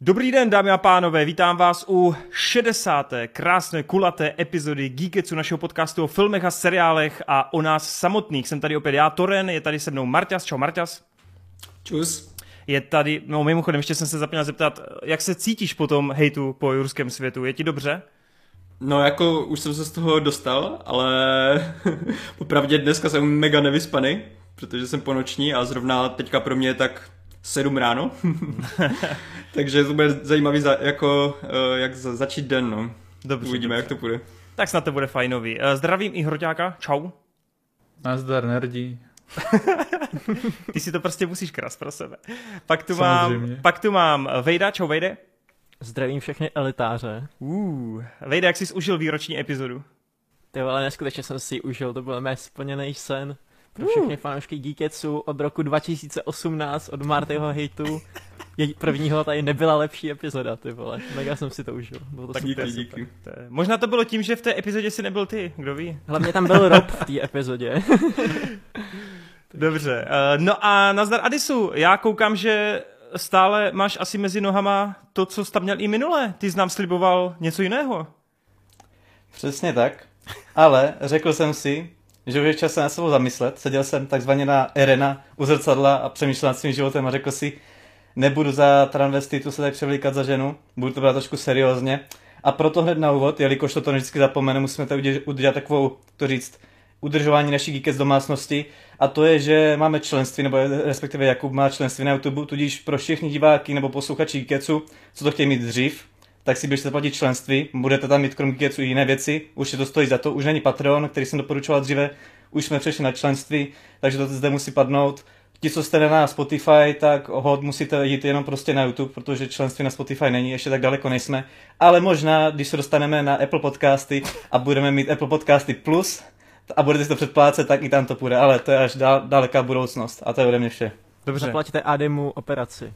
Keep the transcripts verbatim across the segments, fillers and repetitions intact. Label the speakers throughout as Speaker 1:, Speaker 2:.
Speaker 1: Dobrý den, dámy a pánové, vítám vás u šedesáté krásné kulaté epizody Geeketsu, našeho podcastu o filmech a seriálech a o nás samotných. Jsem tady opět já, Toren, je tady se mnou Marťas. Čau Marťas.
Speaker 2: Čus.
Speaker 1: Je tady, no mimochodem, ještě jsem se zapomněl zeptat, jak se cítíš po tom hejtu po jurském světu, je ti dobře?
Speaker 2: No jako už jsem se z toho dostal, ale popravdě dneska jsem mega nevyspaný, protože jsem ponoční a zrovna teďka pro mě je tak sedm ráno. Takže to bude zajímavý, za, jako, jak za, začít den, no.
Speaker 1: Dobře,
Speaker 2: uvidíme,
Speaker 1: dobře.
Speaker 2: Jak to bude.
Speaker 1: Tak snad to bude fajnový. Zdravím i Hroťáka, čau.
Speaker 3: Nazdar, nerdi.
Speaker 1: Ty si to prostě musíš krást pro sebe. Pak tu mám, pak tu mám Vejda, čau Vejde.
Speaker 4: Zdravím všechny elitáře.
Speaker 1: Uh, Vejde, jak jsi užil výroční epizodu?
Speaker 4: Ty vole, neskutečně jsem si ji užil, to byl mé splněný sen. Pro všechny uh. fanoušky Geeketsu od roku dva tisíce osmnáct, od Martyho hejtu. Její prvního tady nebyla lepší epizoda, ty vole. Mega jsem si to užil. Bylo to
Speaker 1: tak
Speaker 4: super,
Speaker 1: díky,
Speaker 4: super.
Speaker 1: díky. Možná to bylo tím, že v té epizodě si nebyl ty, kdo ví.
Speaker 4: Hlavně tam byl Rob v té epizodě.
Speaker 1: Dobře, no a nazdar Adisu, já koukám, že stále máš asi mezi nohama to, co jsi tam měl i minule. Ty jsi nám sliboval něco jiného.
Speaker 5: Přesně tak, ale řekl jsem si, že už je čas se na sebou zamyslet. Seděl jsem takzvaně na Erena u zrcadla a přemýšlel nad svým životem a řekl si, nebudu za transvestitu se tak převlíkat za ženu, budu to brát trošku seriózně. A proto hned na úvod, jelikož to vždycky zapomene, musíme tady udělat takovou, to říct, udržování naší Geekets domácnosti, a to je, že máme členství, nebo respektive Jakub má členství na YouTube, tudíž pro všechny diváky nebo posluchači Geeketsu, co to chtějí mít dřív, tak si běžte zaplatit členství, budete tam mít krom Geeketsu i jiné věci, už je to stojí za to, už není Patreon, který jsem doporučoval dříve, už jsme přešli na členství, takže to zde musí padnout. Ti, co jste na Spotify, tak hod musíte jít jenom prostě na YouTube, protože členství na Spotify není, ještě tak daleko nejsme, ale možná, když se dostaneme na Apple Podcasty a budeme mít Apple Podcasty Plus, a budete si to předplácet, tak i tam to půjde, ale to je až dal, daleká budoucnost. A to je ode mě vše.
Speaker 1: Dobře.
Speaker 4: Zaplatíte Ademu operaci.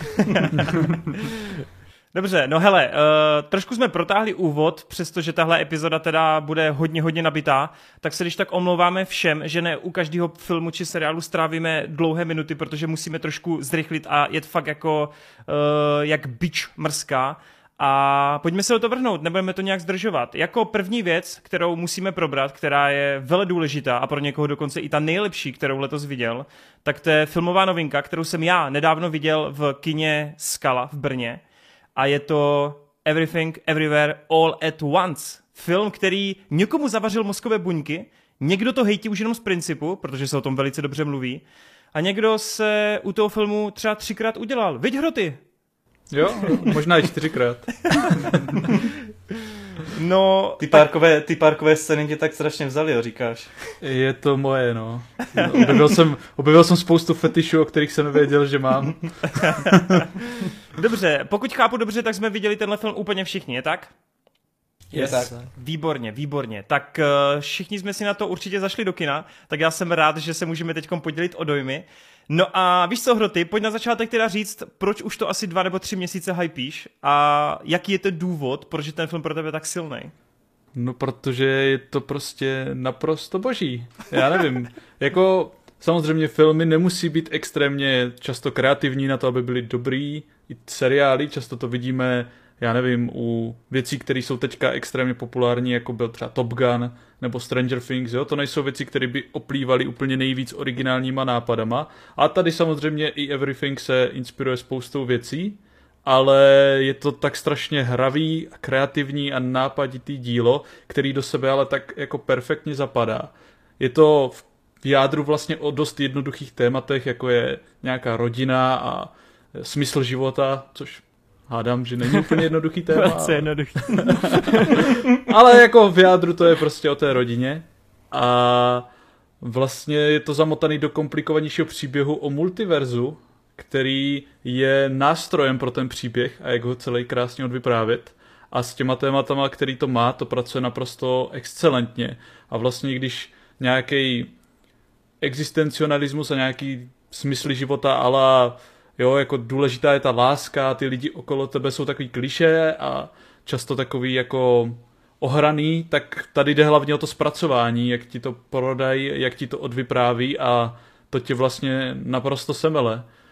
Speaker 1: Dobře, no hele, uh, trošku jsme protáhli úvod, přestože tahle epizoda teda bude hodně, hodně nabitá, tak se když tak omlouváme všem, že ne u každého filmu či seriálu strávíme dlouhé minuty, protože musíme trošku zrychlit a jet fakt jako uh, jak bič mrská. A pojďme se do toho vrhnout, nebudeme to nějak zdržovat. Jako první věc, kterou musíme probrat, která je vele důležitá a pro někoho dokonce i ta nejlepší, kterou letos viděl, tak to je filmová novinka, kterou jsem já nedávno viděl v kině Skala v Brně. A je to Everything, Everywhere, All at Once. Film, který někomu zavařil mozkové buňky, někdo to hejtí už jenom z principu, protože se o tom velice dobře mluví, a někdo se u toho filmu třeba třikrát udělal. Viď Hroty?
Speaker 3: Jo, možná i čtyřikrát.
Speaker 1: No,
Speaker 5: ty párkové, ty párkové scény tě tak strašně vzali, jo, říkáš.
Speaker 3: Je to moje, no. Objevil jsem, objevil jsem spoustu fetišů, o kterých jsem nevěděl, že mám.
Speaker 1: Dobře, pokud chápu dobře, tak jsme viděli tenhle film úplně všichni, je tak?
Speaker 5: Yes. Je tak.
Speaker 1: Výborně, výborně. Tak uh, všichni jsme si na to určitě zašli do kina, tak já jsem rád, že se můžeme teď podělit o dojmy. No a víš co, Hroty, pojď na začátek teda říct, proč už to asi dva nebo tři měsíce hypíš a jaký je ten důvod, proč je ten film pro tebe tak silný?
Speaker 3: No, protože je to prostě naprosto boží. Já nevím. Jako samozřejmě filmy nemusí být extrémně často kreativní na to, aby byly dobrý. I seriály, často to vidíme, já nevím, u věcí, které jsou teďka extrémně populární, jako byl třeba Top Gun nebo Stranger Things, jo? To nejsou věci, které by oplývaly úplně nejvíc originálníma nápadama. A tady samozřejmě i Everything se inspiruje spoustou věcí, ale je to tak strašně hravý, kreativní a nápaditý dílo, který do sebe ale tak jako perfektně zapadá. Je to v jádru vlastně o dost jednoduchých tématech, jako je nějaká rodina a smysl života, což hádám, že není úplně jednoduchý téma.
Speaker 4: Velice jednoduchý.
Speaker 3: Ale jako v jádru to je prostě o té rodině. A vlastně je to zamotaný do komplikovanějšího příběhu o multiverzu, který je nástrojem pro ten příběh a jak ho celý krásně odvyprávět. A s těma tématama, který to má, to pracuje naprosto excelentně. A vlastně když nějaký existencionalismus a nějaký smysl života ala jo, jako důležitá je ta láska, ty lidi okolo tebe jsou takový klišé a často takový jako ohraný, tak tady jde hlavně o to zpracování, jak ti to prodají, jak ti to odvypráví a to tě vlastně naprosto semele.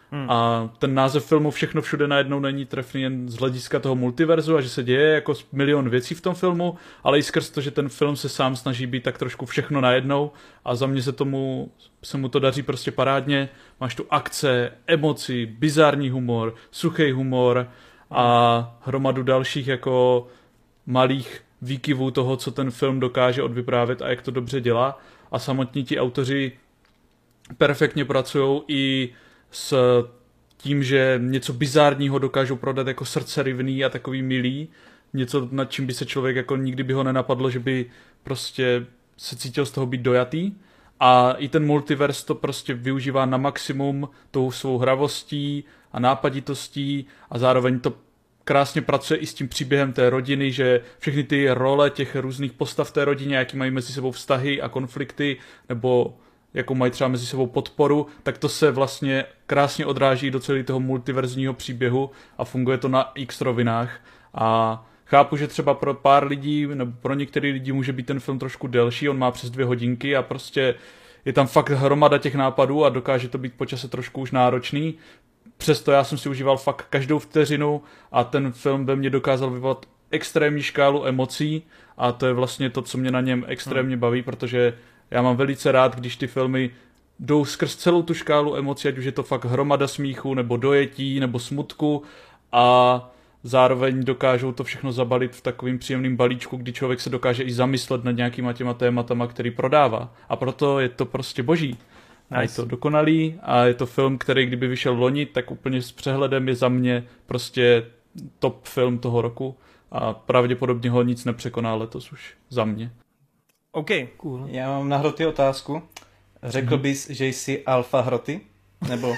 Speaker 3: Hmm. A ten název filmu Všechno všude najednou není trefný jen z hlediska toho multiverzu a že se děje jako milion věcí v tom filmu, ale i skrz to, že ten film se sám snaží být tak trošku všechno najednou a za mě se tomu se mu to daří prostě parádně. Máš tu akce, emoci, bizární humor, suchý humor a hromadu dalších jako malých výkyvů toho, co ten film dokáže odvyprávět a jak to dobře dělá. A samotní ti autoři perfektně pracují i s tím, že něco bizárního dokážou prodat jako srdcerivný a takový milý. Něco, nad čím by se člověk jako nikdy by ho nenapadlo, že by prostě se cítil z toho být dojatý. A i ten multiverse to prostě využívá na maximum tou svou hravostí a nápaditostí a zároveň to krásně pracuje i s tím příběhem té rodiny, že všechny ty role těch různých postav té rodině, jaký mají mezi sebou vztahy a konflikty, nebo jakou mají třeba mezi sebou podporu, tak to se vlastně krásně odráží do celého toho multiverzního příběhu a funguje to na x rovinách. A chápu, že třeba pro pár lidí, nebo pro některé lidi může být ten film trošku delší, on má přes dvě hodinky a prostě je tam fakt hromada těch nápadů a dokáže to být po čase trošku už náročný. Přesto já jsem si užíval fakt každou vteřinu a ten film ve mně dokázal vyvolat extrémní škálu emocí a to je vlastně to, co mě na něm extrémně baví, protože já mám velice rád, když ty filmy jdou skrz celou tu škálu emocí, ať už je to fakt hromada smíchu, nebo dojetí, nebo smutku a zároveň dokážou to všechno zabalit v takovým příjemným balíčku, kdy člověk se dokáže i zamyslet nad nějakýma těma tématama, který prodává. A proto je to prostě boží. Nice. A je to dokonalý a je to film, který kdyby vyšel loni, tak úplně s přehledem je za mě prostě top film toho roku a pravděpodobně ho nic nepřekoná letos už za mě.
Speaker 1: OK.
Speaker 5: Cool. Já mám na Hroty otázku. Řekl mm-hmm. bys, že jsi alfa Hroty? Nebo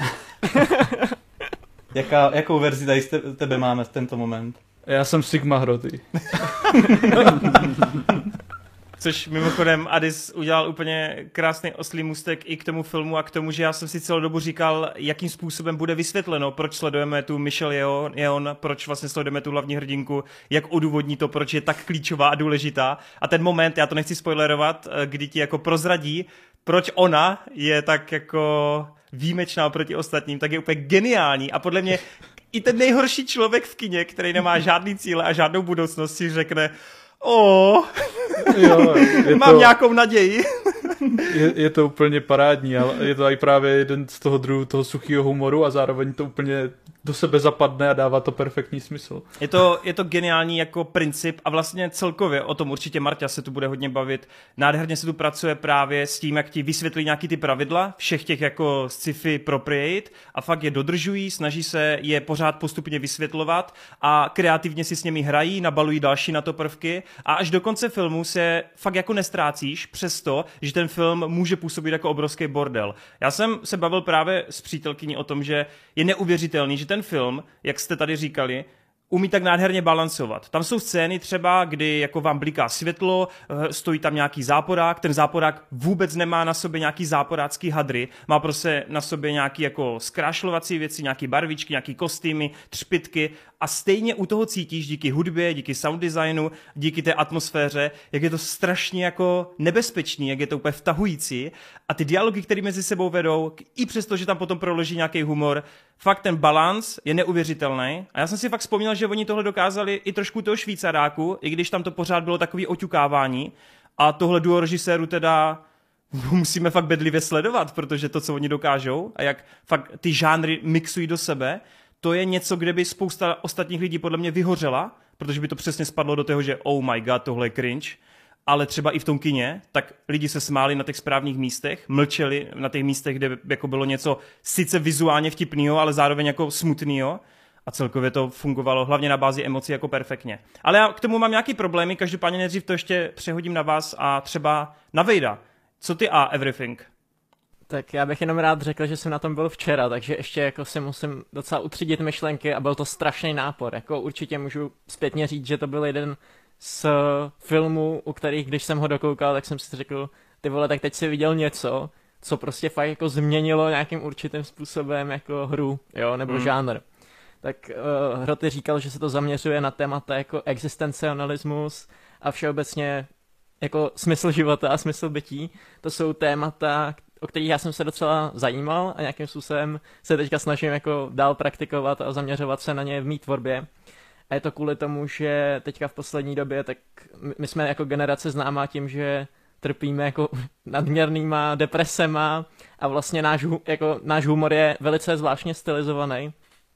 Speaker 5: Jaká, jakou verzi tady z tebe máme v tento moment?
Speaker 3: Já jsem Sigma Hroty.
Speaker 1: Což mimochodem Adis udělal úplně krásný oslý můstek i k tomu filmu a k tomu, že já jsem si celou dobu říkal, jakým způsobem bude vysvětleno, proč sledujeme tu Michelle Yeoh, Yeoh, proč vlastně sledujeme tu hlavní hrdinku, jak odůvodní to, proč je tak klíčová a důležitá. A ten moment, já to nechci spoilerovat, kdy ti jako prozradí, proč ona je tak jako výjimečná proti ostatním, tak je úplně geniální a podle mě i ten nejhorší člověk v kině, který nemá žádný cíle a žádnou budoucnost, si řekne o,
Speaker 3: jo,
Speaker 1: mám
Speaker 3: to,
Speaker 1: nějakou naději.
Speaker 3: je, je to úplně parádní, ale je to i právě jeden z toho druhu toho suchého humoru a zároveň to úplně do sebe zapadne a dává to perfektní smysl.
Speaker 1: Je to, je to geniální jako princip a vlastně celkově o tom určitě Marta se tu bude hodně bavit. Nádherně se tu pracuje právě s tím, jak ti vysvětlí nějaký ty pravidla, všech těch jako sci-fi propriate a fakt je dodržují, snaží se je pořád postupně vysvětlovat a kreativně si s nimi hrají, nabalují další na to prvky a až do konce filmu se fakt jako nestrácíš přesto, že ten film může působit jako obrovský bordel. Já jsem se bavil právě s přítelkyní o tom, že je neuvěřitelný, že ten film, jak jste tady říkali, umí tak nádherně balancovat. Tam jsou scény třeba, kdy jako vám bliká světlo, stojí tam nějaký záporák, ten záporák vůbec nemá na sobě nějaký záporácký hadry, má prostě na sobě nějaký jako zkrášlovací věci, nějaký barvičky, nějaký kostýmy, třpytky a stejně u toho cítíš díky hudbě, díky sound designu, díky té atmosféře, jak je to strašně jako nebezpečný, jak je to úplně vtahující a ty dialogy, které mezi sebou vedou, i přesto, že tam potom proloží nějaký humor, fakt ten balans je neuvěřitelný. A já jsem si fakt vzpomněl, že oni tohle dokázali i trošku toho Švýcaráku, i když tam to pořád bylo takový oťukávání. A tohle duo režisérů teda musíme fakt bedlivě sledovat, protože to, co oni dokážou a jak fakt ty žánry mixují do sebe, to je něco, kde by spousta ostatních lidí podle mě vyhořela, protože by to přesně spadlo do toho, že oh my god, tohle je cringe. Ale třeba i v tom kině, tak lidi se smáli na těch správných místech, mlčeli na těch místech, kde jako bylo něco sice vizuálně vtipného, ale zároveň jako smutného. A celkově to fungovalo hlavně na bázi emocí jako perfektně. Ale já k tomu mám nějaký problémy, každopádně nejdřív to ještě přehodím na vás a třeba na Vejda. Co ty a Everything?
Speaker 4: Tak já bych jenom rád řekl, že jsem na tom byl včera, takže ještě jako si musím docela utřídit myšlenky a byl to strašný nápor. Jako určitě můžu zpětně říct, že to byl jeden z filmů, u kterých, když jsem ho dokoukal, tak jsem si řekl, ty vole, tak teď si viděl něco, co prostě fakt jako změnilo nějakým určitým způsobem jako hru, jo, nebo mm. žánr. Tak uh, Hroty říkal, že se to zaměřuje na témata jako existencialismus a všeobecně jako smysl života a smysl bytí. To jsou témata, o kterých já jsem se docela zajímal a nějakým způsobem se teďka snažím jako dál praktikovat a zaměřovat se na ně v mý tvorbě. A je to kvůli tomu, že teďka v poslední době, tak my jsme jako generace známá tím, že trpíme jako nadměrnýma depresema a vlastně náš, jako, náš humor je velice zvláštně stylizovaný.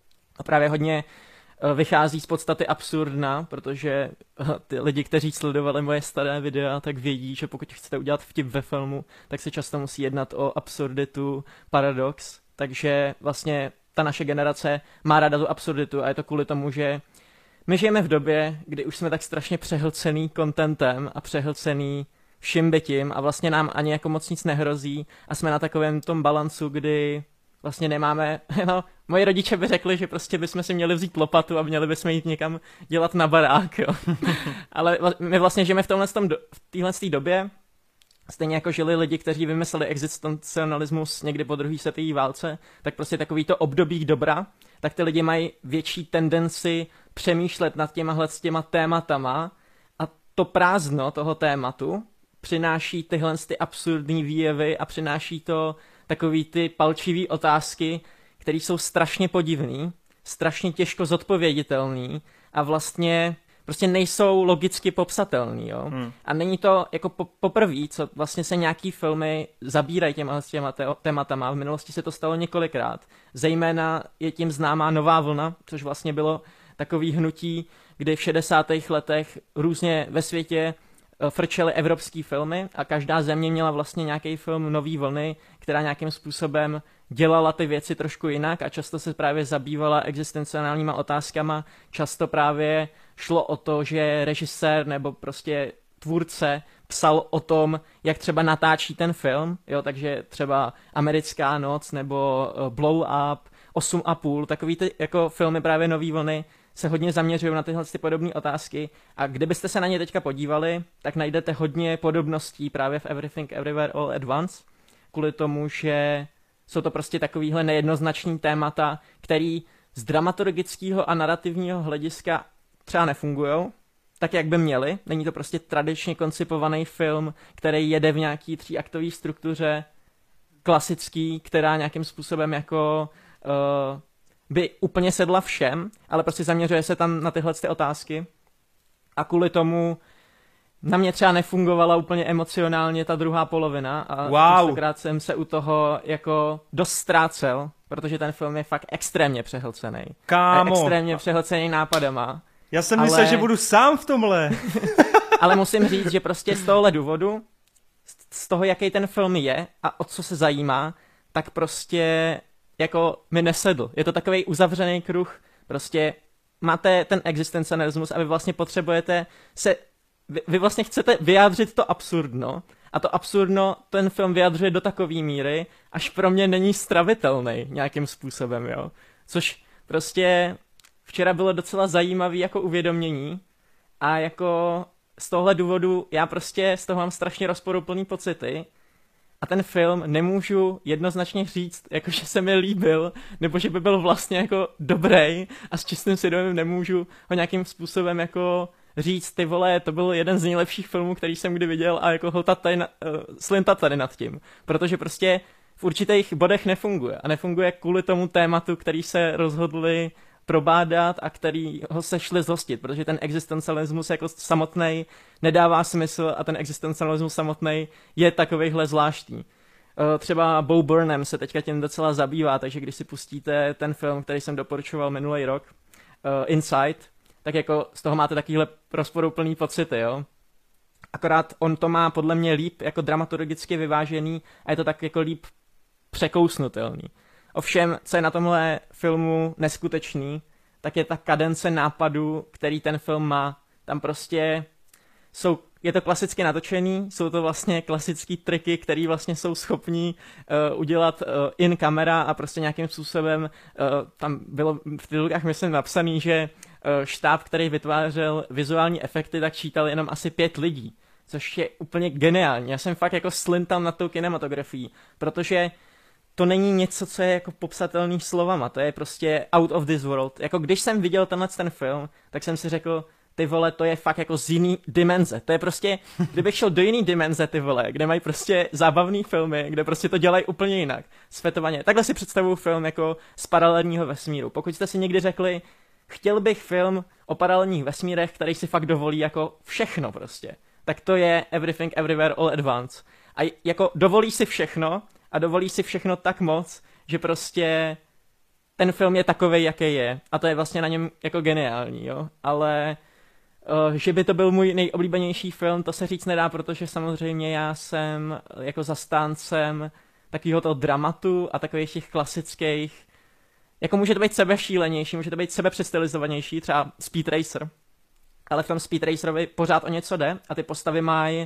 Speaker 4: A právě hodně vychází z podstaty absurdna, protože ty lidi, kteří sledovali moje staré videa, tak vědí, že pokud chcete udělat vtip ve filmu, tak se často musí jednat o absurditu, paradox, takže vlastně ta naše generace má ráda tu absurditu a je to kvůli tomu, že my žijeme v době, kdy už jsme tak strašně přehlcený contentem a přehlcený vším bytím a vlastně nám ani jako moc nic nehrozí a jsme na takovém tom balancu, kdy vlastně nemáme, no, moji rodiče by řekli, že prostě bychom si měli vzít lopatu a měli bychom jít někam dělat na barák, jo. Ale my vlastně žijeme v tomhle tom do, v téhle době, stejně jako žili lidi, kteří vymysleli existencionalismus někdy po druhé světové válce, tak prostě takovýto období dobra, tak ty lidi mají větší tendenci přemýšlet nad těmahle s těma tématama a to prázdno toho tématu přináší tyhle ty absurdní výjevy a přináší to takový ty palčivý otázky, které jsou strašně podivný, strašně těžko zodpověditelný a vlastně prostě nejsou logicky popsatelný, jo. Hmm. A není to jako po, poprvé, co vlastně se nějaký filmy zabírají těma, těma tématama. V minulosti se to stalo několikrát. Zejména je tím známá Nová vlna, což vlastně bylo takový hnutí, kdy v šedesátých letech různě ve světě frčely evropský filmy a každá země měla vlastně nějaký film Nový vlny, která nějakým způsobem dělala ty věci trošku jinak a často se právě zabývala existenciálníma otázkama. Často právě šlo o to, že režisér nebo prostě tvůrce psal o tom, jak třeba natáčí ten film, jo, takže třeba Americká noc nebo Blow Up, osm a půl, takový ty jako filmy právě Nový vlny se hodně zaměřují na tyhle ty podobné otázky a kdybyste se na ně teďka podívali, tak najdete hodně podobností právě v Everything Everywhere All at Once, kvůli tomu, že jsou to prostě takovýhle nejednoznačný témata, který z dramaturgického a narrativního hlediska třeba nefungujou, tak jak by měli. Není to prostě tradičně koncipovaný film, který jede v nějaký tříaktové struktuře klasický, která nějakým způsobem jako uh, by úplně sedla všem, ale prostě zaměřuje se tam na tyhle ty otázky a kvůli tomu na mě třeba nefungovala úplně emocionálně ta druhá polovina a
Speaker 1: wow.
Speaker 4: častokrát jsem se u toho jako dost ztrácel, protože ten film je fakt extrémně přehlcený.
Speaker 1: Kámo.
Speaker 4: Extrémně přehlcený nápadama.
Speaker 1: Já jsem
Speaker 4: ale...
Speaker 1: myslel, že budu sám v tomhle.
Speaker 4: Ale musím říct, že prostě z tohohle důvodu, z toho, jaký ten film je a o co se zajímá, tak prostě jako mi nesedl. Je to takovej uzavřený kruh. Prostě máte ten existencialismus a vy vlastně potřebujete se... Vy, vy vlastně chcete vyjádřit to absurdno a to absurdno ten film vyjadřuje do takové míry, až pro mě není stravitelný nějakým způsobem, jo. Což prostě včera bylo docela zajímavé jako uvědomění a jako z tohle důvodu já prostě z toho mám strašně rozporuplný pocity a ten film nemůžu jednoznačně říct, jako že se mi líbil, nebo že by byl vlastně jako dobrý a s čistým svědomím nemůžu ho nějakým způsobem jako říct, ty vole, to byl jeden z nejlepších filmů, který jsem kdy viděl a jako hltat tady, uh, slintat tady nad tím, protože prostě v určitých bodech nefunguje a nefunguje kvůli tomu tématu, který se rozhodli probádat a který ho se šli zhostit, protože ten existencialismus jako samotný nedává smysl a ten existencialismus samotný je takovejhle zvláštní. Třeba Bo Burnham se teďka tím docela zabývá, takže když si pustíte ten film, který jsem doporučoval minulý rok, Inside, tak jako z toho máte takovýhle rozporuplný pocity, jo. Akorát on to má podle mě líp jako dramaturgicky vyvážený a je to tak jako líp překousnutelný. Ovšem, co je na tomhle filmu neskutečný, tak je ta kadence nápadu, který ten film má. Tam prostě jsou, je to klasicky natočený, jsou to vlastně klasický triky, které vlastně jsou schopní uh, udělat uh, in kamera a prostě nějakým způsobem, uh, tam bylo v titulkách myslím napsaný, že uh, štáb, který vytvářel vizuální efekty, tak čítal jenom asi pět lidí, což je úplně geniální. Já jsem fakt jako slintal nad tou kinematografií, protože to není něco, co je jako popsatelný slovama, to je prostě out of this world. Jako když jsem viděl tenhle ten film, tak jsem si řekl, ty vole, to je fakt jako z jiný dimenze. To je prostě, kdybych šel do jiný dimenze, ty vole, kde mají prostě zábavný filmy, kde prostě to dělají úplně jinak. Světovaně. Takhle si představuju film jako z paralelního vesmíru. Pokud jste si někdy řekli, chtěl bych film o paralelních vesmírech, který si fakt dovolí jako všechno prostě, tak to je Everything Everywhere All at Once. A jako dovolí si všechno a dovolí si všechno tak moc, že prostě ten film je takovej, jaký je. A to je vlastně na něm jako geniální, jo. Ale uh, že by to byl můj nejoblíbenější film, to se říct nedá, protože samozřejmě já jsem jako zastáncem takového toho dramatu a takových těch klasických, jako může to být sebešílenější, může to být sebepřestylizovanější, třeba Speed Racer. Ale v tom Speed Racerovi pořád o něco jde a ty postavy mají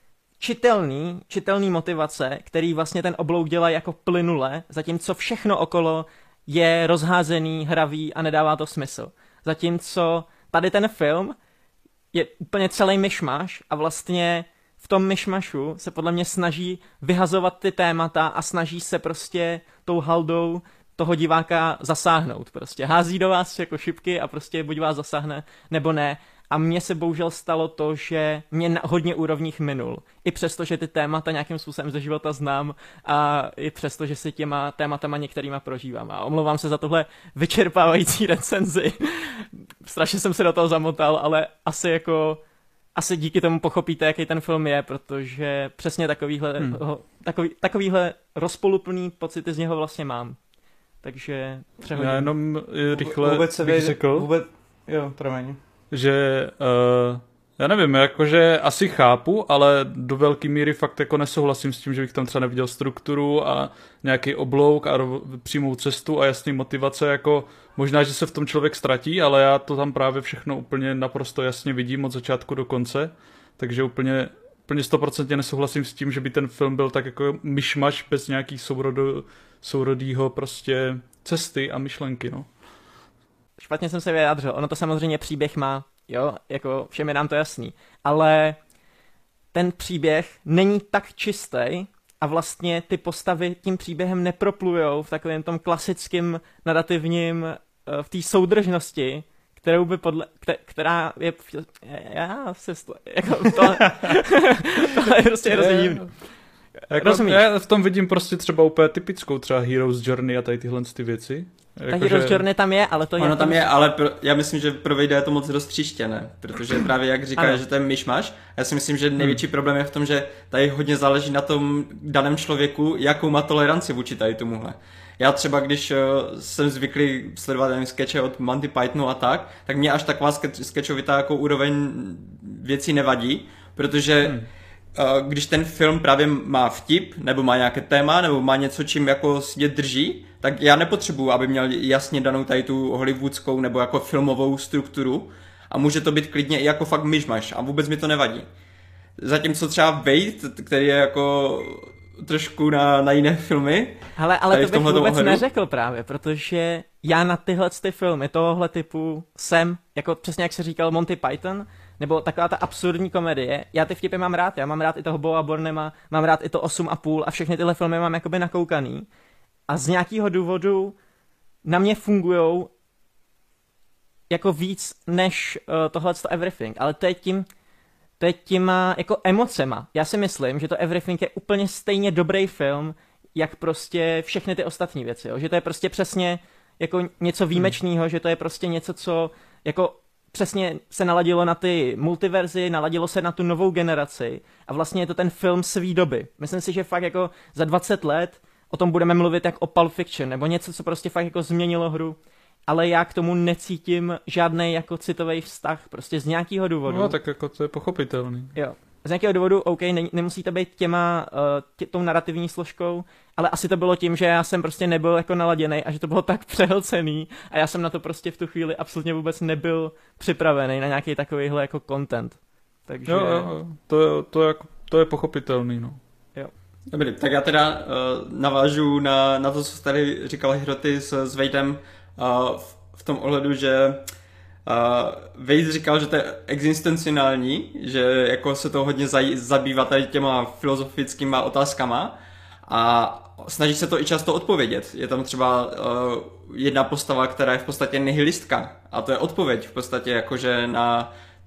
Speaker 4: čitelný, čitelný motivace, který vlastně ten oblouk dělá jako plynule, zatímco všechno okolo je rozházený, hravý a nedává to smysl. Zatímco tady ten film je úplně celý myšmaš a vlastně v tom myšmašu se podle mě snaží vyhazovat ty témata a snaží se prostě tou haldou toho diváka zasáhnout. Prostě hází do vás jako šipky a prostě buď vás zasáhne, nebo ne. A mně se bohužel stalo to, že mě na hodně úrovních minul. I přesto, že ty témata nějakým způsobem ze života znám a i přesto, že si těma tématama některýma prožívám. A omlouvám se za tohle vyčerpávající recenzi. Strašně jsem se do toho zamotal, ale asi jako asi díky tomu pochopíte, jaký ten film je, protože přesně takovýhle, hmm. ho, takový, takovýhle rozpoluplný pocity z něho vlastně mám. Takže přehodím.
Speaker 3: Já jenom rychle
Speaker 5: vůbec se
Speaker 3: bych
Speaker 5: vejde,
Speaker 3: řekl,
Speaker 5: vůbec, jo, promiň.
Speaker 3: že uh, já nevím, jakože asi chápu, ale do velké míry fakt jako nesouhlasím s tím, že bych tam třeba neviděl strukturu a nějaký oblouk a přímou cestu a jasný motivace, jako možná, že se v tom člověk ztratí, ale já to tam právě všechno úplně naprosto jasně vidím od začátku do konce, takže úplně úplně stoprocentně nesouhlasím s tím, že by ten film byl tak jako myšmaš bez nějaký sourodo, sourodýho prostě cesty a myšlenky, no.
Speaker 4: Špatně jsem se vyjádřil, ono to samozřejmě příběh má, jo, jako všem je nám to jasný, ale ten příběh není tak čistý a vlastně ty postavy tím příběhem neproplujou v takovém tom klasickém narrativním, v té soudržnosti, kterou by podle, která je, já se, jako to, tohle je prostě hrozně divný.
Speaker 3: Jako, já v tom vidím prostě třeba úplně typickou třeba Hero's Journey a tady tyhle ty věci.
Speaker 4: Ta
Speaker 3: jako
Speaker 4: Hero's
Speaker 3: že...
Speaker 4: Journey tam je, ale to je...
Speaker 2: Ono tam je, ale pro, já myslím, že pro Vejda je to moc roztříštěné, protože právě jak říká, že to je myšmaš, já si myslím, že největší hmm. problém je v tom, že tady hodně záleží na tom daném člověku, jakou má toleranci vůči tady tomuhle. Já třeba, když uh, jsem zvyklý sledovat nevím, skeče od Monty Pythonu a tak, tak mě až taková ske- skečovitá jako úroveň věcí nevadí, protože hmm. uh, když ten film právě má vtip, nebo má nějaké téma, nebo má něco, čím jako mě drží, tak já nepotřebuji, aby měl jasně danou tady tu hollywoodskou nebo jako filmovou strukturu a může to být klidně i jako fakt myšmaš a vůbec mi to nevadí. Zatímco třeba Wade, který je jako trošku na, na jiné filmy.
Speaker 4: Hele, ale to bych vůbec
Speaker 2: ohledu.
Speaker 4: neřekl právě, protože já na tyhle ty filmy tohohle typu jsem, jako přesně jak se říkal Monty Python, nebo taková ta absurdní komedie, já ty vtipy mám rád, já mám rád i toho Boa Burnhama, mám rád i to osm a půl a všechny tyhle filmy mám jakoby nakoukaný a z nějakého důvodu na mě fungujou jako víc než uh, tohleto Everything, ale to je tím, to je těma jako emocema. Já si myslím, že to Everything je úplně stejně dobrý film, jak prostě všechny ty ostatní věci, jo? Že to je prostě přesně jako něco výjimečného, hmm. že to je prostě něco, co jako přesně se naladilo na ty multiverzy, naladilo se na tu novou generaci a vlastně je to ten film svý doby. Myslím si, že fakt jako za dvacet let o tom budeme mluvit jak o Pulp Fiction, nebo něco, co prostě fakt jako změnilo hru, ale já k tomu necítím žádný jako citový vztah, prostě z nějakého důvodu.
Speaker 3: No tak jako to je pochopitelný.
Speaker 4: Jo. Z nějakého důvodu, OK, ne, nemusí to být těma, tě, tou narrativní složkou, ale asi to bylo tím, že já jsem prostě nebyl jako naladěnej a že to bylo tak přehlcený a já jsem na to prostě v tu chvíli absolutně vůbec nebyl připravený na nějaký takovýhle jako content. Takže...
Speaker 3: Jo, jo, to, je, to, je, to je pochopitelný, no.
Speaker 4: Jo.
Speaker 2: Dobrý, tak já teda uh, navážu na, na to, co tady říkal Hroty s, s Wadeem uh, v, v tom ohledu, že Uh, Wade říkal, že to je existenciální, že jako se to hodně zaj- zabývá tady těma filozofickýma otázkama a snaží se to i často odpovědět. Je tam třeba uh, jedna postava, která je v podstatě nihilistka a to je odpověď v podstatě jakože na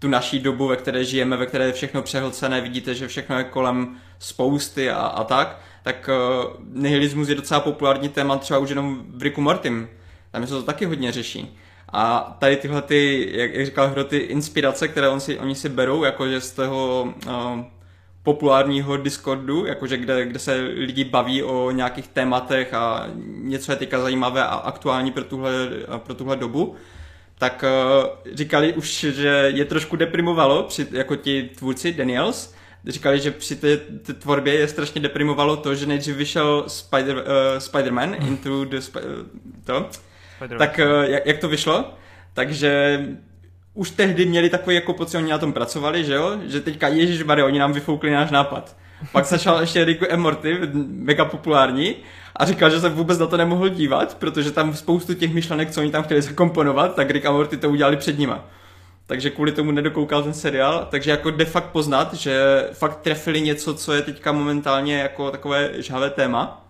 Speaker 2: tu naší dobu, ve které žijeme, ve které je všechno přehlcené, vidíte, že všechno je kolem spousty a, a tak, tak uh, nihilismus je docela populární téma třeba už jenom v Ricku Mortim. Tam se to taky hodně řeší. A tady tyhle ty, jak, jak říkal Hro, ty inspirace, které on si, oni si berou, jakože z toho uh, populárního Discordu, jakože kde, kde se lidi baví o nějakých tématech a něco je teďka zajímavé a aktuální pro tuhle, pro tuhle dobu, tak uh, říkali už, že je trošku deprimovalo, při, jako ti tvůrci Daniels, říkali, že při té, té tvorbě je strašně deprimovalo to, že nejdřív vyšel Spider, uh, Spider-Man Into the Sp- to, tak uh, jak, jak to vyšlo, takže už tehdy měli takový jako pocit, oni na tom pracovali, že jo, že teďka ježišmarja, oni nám vyfoukli náš nápad. Pak začal ještě Rick and Morty, mega populární, a říkal, že se vůbec na to nemohl dívat, protože tam spoustu těch myšlenek, co oni tam chtěli zakomponovat, tak Rick a Morty to udělali před nima. Takže kvůli tomu nedokoukal ten seriál, takže jako de fakt poznat, že fakt trefili něco, co je teďka momentálně jako takové žhavé téma.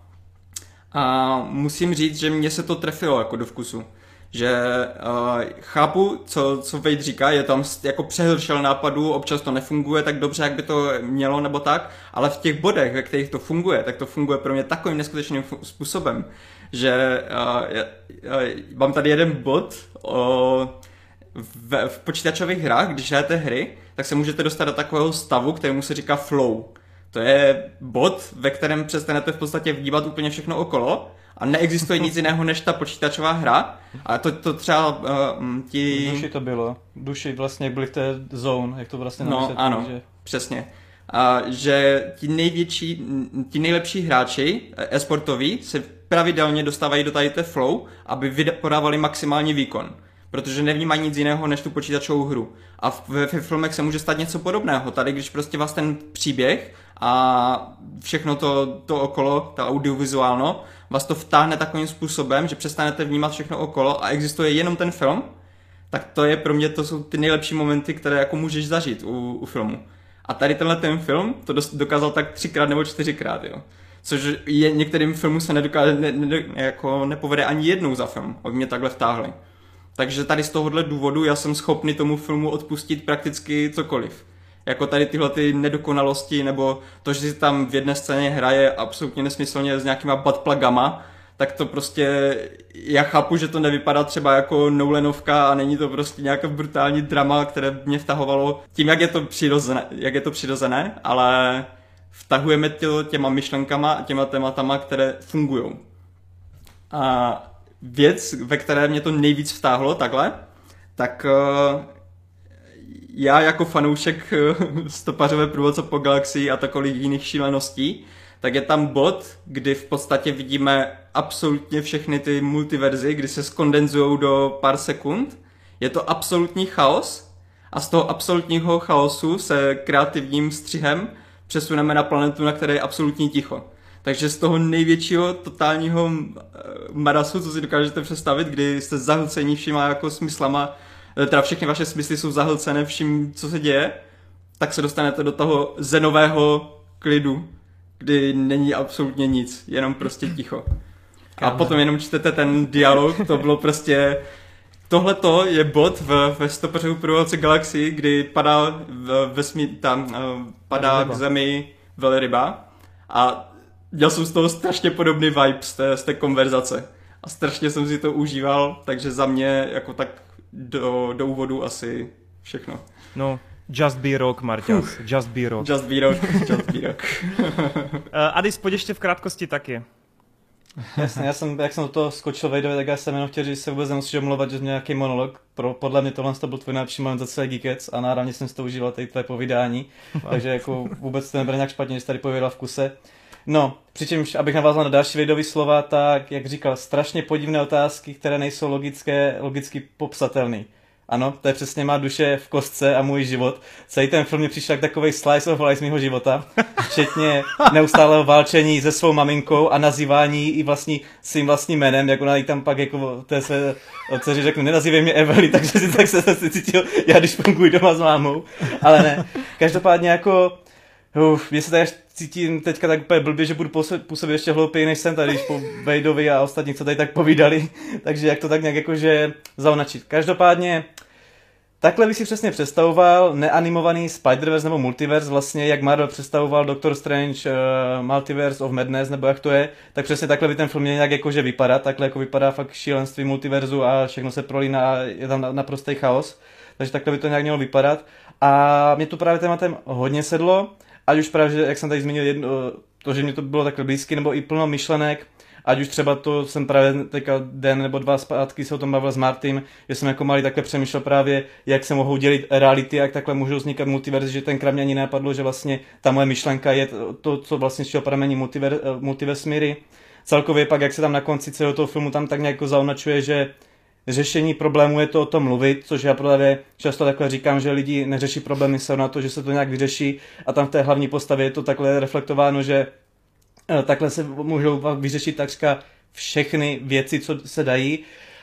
Speaker 2: A musím říct, že mně se to trefilo jako do vkusu. Že uh, chápu, co, co Wade říká, je tam jako přehršel nápadů, občas to nefunguje tak dobře, jak by to mělo nebo tak, ale v těch bodech, ve kterých to funguje, tak to funguje pro mě takovým neskutečným způsobem, že uh, uh, mám tady jeden bod o, v, v počítačových hrách, když hrajete hry, tak se můžete dostat do takového stavu, kterému se říká flow. To je bod, ve kterém přestanete v podstatě vnímat úplně všechno okolo a neexistuje nic jiného než ta počítačová hra. A to, to třeba uh, ti...
Speaker 5: Duši to bylo. Duši vlastně, jak byli v té zone, jak to vlastně
Speaker 2: No
Speaker 5: namyslet,
Speaker 2: ano, že... přesně. A že ti největší, ti nejlepší hráči e-sportoví se pravidelně dostávají do tady té flow, aby podávali maximální výkon. Protože nevnímají nic jiného než tu počítačovou hru. A ve filmech se může stát něco podobného. Tady, když prostě vás ten příběh a všechno to, to okolo, ta audiovizuálno, vás to vtáhne takovým způsobem, že přestanete vnímat všechno okolo a existuje jenom ten film, tak to je pro mě, to jsou ty nejlepší momenty, které jako můžeš zažít u, u filmu. A tady tenhle ten film to dokázal tak třikrát nebo čtyřikrát, jo. Což je, některým filmům se nedokáže, ne, ne, jako nepovede ani jednou za film, aby mě takhle vtáhli. Takže tady z tohohle důvodu já jsem schopný tomu filmu odpustit prakticky cokoliv. Jako tady tyhle ty nedokonalosti, nebo to, že si tam v jedné scéně hraje absolutně nesmyslně s nějakýma buttplugama, tak to prostě, já chápu, že to nevypadá třeba jako Nolanovka a není to prostě nějaké brutální drama, které mě vtahovalo tím, jak je to přirozené, jak je to přirozené, ale vtahujeme to těma myšlenkama a těma tématama, které fungujou. A věc, ve které mě to nejvíc vtáhlo takhle, tak uh, já jako fanoušek uh, stopařové průvodce po galaxii a takových jiných šíleností, tak je tam bod, kdy v podstatě vidíme absolutně všechny ty multiverzy, kdy se skondenzujou do pár sekund. Je to absolutní chaos a z toho absolutního chaosu se kreativním střihem přesuneme na planetu, na které je absolutní ticho. Takže z toho největšího totálního marasu, co si dokážete představit, kdy jste zahlcení všima jako smyslama, teda všechny vaše smysly jsou zahlcené vším, co se děje, tak se dostanete do toho zenového klidu, kdy není absolutně nic, jenom prostě ticho. A potom jenom čtete ten dialog, to bylo prostě... Tohleto je bod v, ve stopařovu průvodce galaxii, kdy padá v, vesmí, tam uh, padá k zemi velryba a měl jsem z toho strašně podobný vibe z té, z té konverzace. A strašně jsem si to užíval, takže za mě jako tak do, do úvodu asi všechno.
Speaker 1: No, just be rock, Marťas. Just be rock.
Speaker 2: Just be rock, just be rock.
Speaker 1: uh, Adis, pojď ještě v krátkosti taky.
Speaker 5: Jasně, já jsem, jak jsem do toho skočil Vejdovi, tak já jsem jenom chtěl, že se vůbec nemusíš omlouvat, že jsi měl nějaký monolog. Pro, podle mě tohle to byl tvůj nejlepší moment za celý Geekec a náravně jsem si to užíval tady tvé povídání. Takže jako vůbec to nebude nějak špatně, že jsi tady pověděl v kuse. No, přičemž, abych navázal na další Vejdovi slova, tak, jak říkal, strašně podivné otázky, které nejsou logické, logicky popsatelné. Ano, to je přesně má duše v kostce a můj život. Celý ten film mi přišel jak takovej slice of life z mýho života, včetně neustálého válčení se svou maminkou a nazývání i vlastní, svým vlastním jménem, jak ona jí tam pak jako té své dceři řeknu, nenazývej mě Evely, takže si tak se zase cítil, já když funguji doma s mámou, ale ne. Každopádně jako, uf, mě se tady cítím teďka tak úplně blbě, že budu působit ještě hloupěji, než jsem tady, když po Vejdovi a ostatních, co tady tak povídali, takže jak to tak nějak jakože zaonačit. Každopádně takhle bych si přesně představoval neanimovaný Spider-Verse nebo Multiverse, vlastně jak Marvel představoval Doctor Strange uh, Multiverse of Madness, nebo jak to je, tak přesně takhle by ten film měl nějak jakože vypadat, takhle jako vypadá fakt šílenství multiverzu a všechno se prolíná a je tam naprostý chaos, takže takhle by to nějak mělo vypadat. A mě to právě tématem hodně sedlo, ať už právě, jak jsem tady zmínil, jedno, to, že mě to bylo takhle blízky, nebo i plno myšlenek, ať už třeba to jsem právě teďka den nebo dva zpátky se o tom bavil s Martym, že jsem jako malý takhle přemýšlel právě, jak se mohou dělit reality, jak takhle můžou vznikat multiverzy, že tenkrát mě ani napadlo, že vlastně ta moje myšlenka je to, co vlastně z čeho pramení multiver, multivesmíry. Celkově pak, jak se tam na konci celého toho filmu tam tak nějak zaoznačuje, že řešení problému je to o tom mluvit, což já právě často takhle říkám, že lidi neřeší problémy se na to, že se to nějak vyřeší a tam v té hlavní postavě je to takhle reflektováno, že takhle se můžou vyřešit takřka všechny věci, co se dají,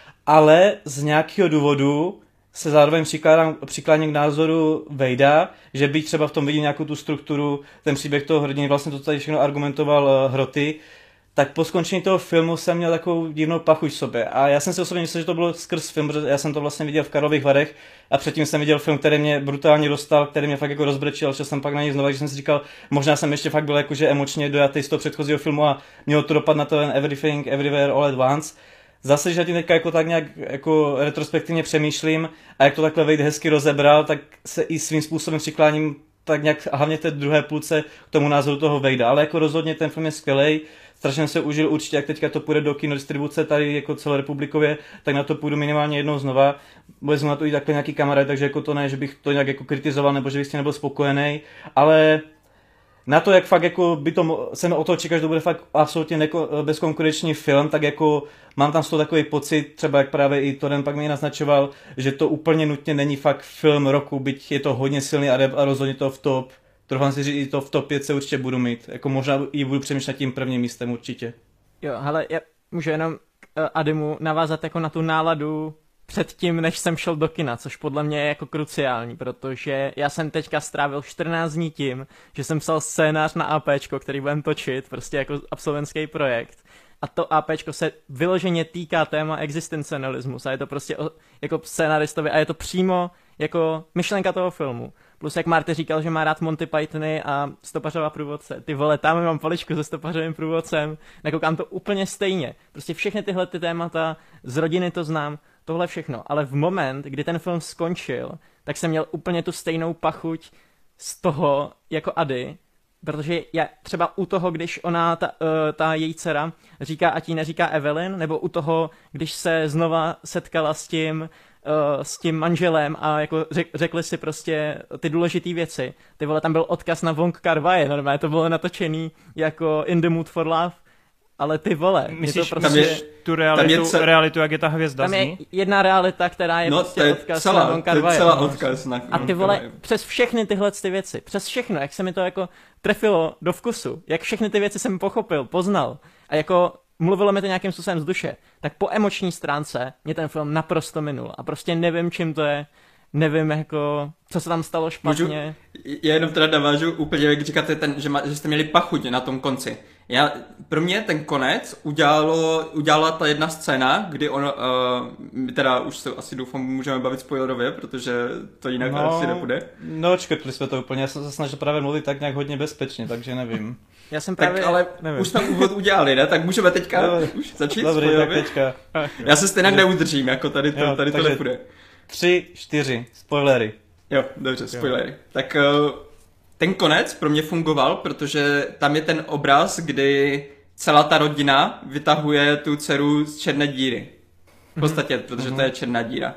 Speaker 5: ale z nějakého důvodu se zároveň přikláním k názoru Vejda, že byť třeba v tom vidí nějakou tu strukturu, ten příběh toho hrdiny, vlastně to tady všechno argumentoval Hroty, tak po skončení toho filmu jsem měl takovou divnou pachuť v sobě. A já jsem si osobně myslel, že to bylo skrz film, protože já jsem to vlastně viděl v Karlových Varech a předtím jsem viděl film, který mě brutálně dostal, který mě fakt jako rozbrečil, šel jsem pak na něj znovu, že jsem si říkal, možná jsem ještě fakt byl jakože emočně dojatý z toho předchozího filmu a mělo to dopad na to jen Everything, Everywhere, All at Once. Zase, že tím teďka jako tak nějak jako retrospektivně přemýšlím a jak to takhle Wade hezky rozebral, tak se i svým způsobem přikláním tak nějak hlavně té druhé půlce k tomu názoru toho Vejda, ale jako rozhodně ten film je skvělej. Strašně se užil určitě, jak teďka to půjde do kinodistribuce tady jako celorepublikově, tak na to půjdu minimálně jednou znova. Vezmu na to i takhle nějaký kamarád, takže jako to ne, že bych to nějak jako kritizoval nebo že bych s tím nebyl spokojený, ale na to, jak fakt jako by to, jsem o toho čekal, že to bude fakt absolutně neko, bezkonkurenční film, tak jako mám tam z toho takový pocit, třeba jak právě i Toren pak mi naznačoval, že to úplně nutně není fakt film roku, byť je to hodně silný a, a rozhodně to v top. Troufám si říct, i to v top pět se určitě budu mít. Jako možná i budu přemýšlet tím prvním místem určitě.
Speaker 4: Jo, hele, já můžu jenom uh, Adimu navázat jako na tu náladu předtím, než jsem šel do kina, což podle mě je jako kruciální, protože já jsem teďka strávil čtrnáct dní tím, že jsem psal scénář na APčko, který budem točit, prostě jako absolventský projekt. A to APčko se vyloženě týká téma existencialismus a je to prostě o, jako scénaristovi a je to přímo jako myšlenka toho filmu. Plus jak Marty říkal, že má rád Monty Pythony a Stopařova průvodce. Ty vole, tam mám paličku se Stopařovým průvodcem, nakoukám to úplně stejně. Prostě všechny tyhle ty témata, z rodiny to znám, tohle všechno. Ale v moment, kdy ten film skončil, tak jsem měl úplně tu stejnou pachuť z toho jako Ady, protože já třeba u toho, když ona, ta, uh, ta její dcera, říká, ať jí neříká Evelyn, nebo u toho, když se znova setkala s tím, uh, s tím manželem a jako řek, řekli si prostě ty důležité věci. Ty vole, tam byl odkaz na Wong Kar-wai, normálně to bylo natočený jako In the Mood for Love, ale ty vole,
Speaker 1: myslíš,
Speaker 4: to prostě...
Speaker 1: je, tu realitu,
Speaker 2: ce...
Speaker 1: realitu, jak je ta hvězda
Speaker 4: tam
Speaker 1: zní?
Speaker 4: je jedna realita, která je
Speaker 2: no,
Speaker 4: prostě
Speaker 2: je
Speaker 4: odkaz
Speaker 2: celá,
Speaker 4: na Wong
Speaker 2: Kar-wai. To je celá odkaz na
Speaker 4: A ty vole, přes všechny tyhle ty věci, přes všechno, jak se mi to jako trefilo do vkusu, jak všechny ty věci jsem pochopil, poznal a jako mluvilo mi to nějakým způsobem z duše, tak po emoční stránce mě ten film naprosto minul a prostě nevím, čím to je, nevím, jako, co se tam stalo špatně.
Speaker 2: Můžu, já jenom teda navážu úplně, jak říkáte, ten, že, má, že jste měli pachuť na tom konci. Já, pro mě ten konec udělalo, udělala ta jedna scéna, kdy on, uh, my teda už se asi doufám můžeme bavit spoilerově, protože to jinak
Speaker 5: no,
Speaker 2: asi nepůjde.
Speaker 5: No, čkrtli jsme to úplně, já jsem se snažil právě mluvit tak nějak hodně bezpečně, takže nevím.
Speaker 4: Já jsem právě...
Speaker 2: Tak ale nevím. Už jsme úvod udělali, ne? Tak můžeme teďka no, už začít
Speaker 5: dobrý,
Speaker 2: spoilerově.
Speaker 5: teďka.
Speaker 2: Já se stejně neudržím, jako tady to, jo, tady to nepůjde.
Speaker 5: Tři, čtyři, spoilery.
Speaker 2: Jo, dobře, spoilery. Jo. Tak uh, ten konec pro mě fungoval, protože tam je ten obraz, kdy celá ta rodina vytahuje tu dceru z černé díry. V podstatě, mm-hmm. protože to je černá díra.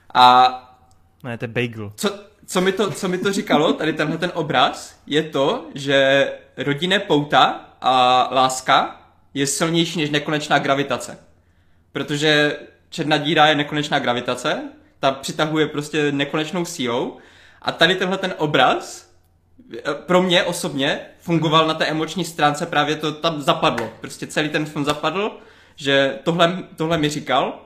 Speaker 2: A
Speaker 1: ne, to je bagel.
Speaker 2: Co, co, mi to, co mi to říkalo, tady tenhle ten obraz, je to, že rodinné pouta a láska je silnější než nekonečná gravitace. Protože černá díra je nekonečná gravitace, ta přitahuje prostě nekonečnou sílou a tady tenhle ten obraz pro mě osobně fungoval na té emoční stránce, právě to tam zapadlo. Prostě celý ten film zapadl, že tohle, tohle mi říkal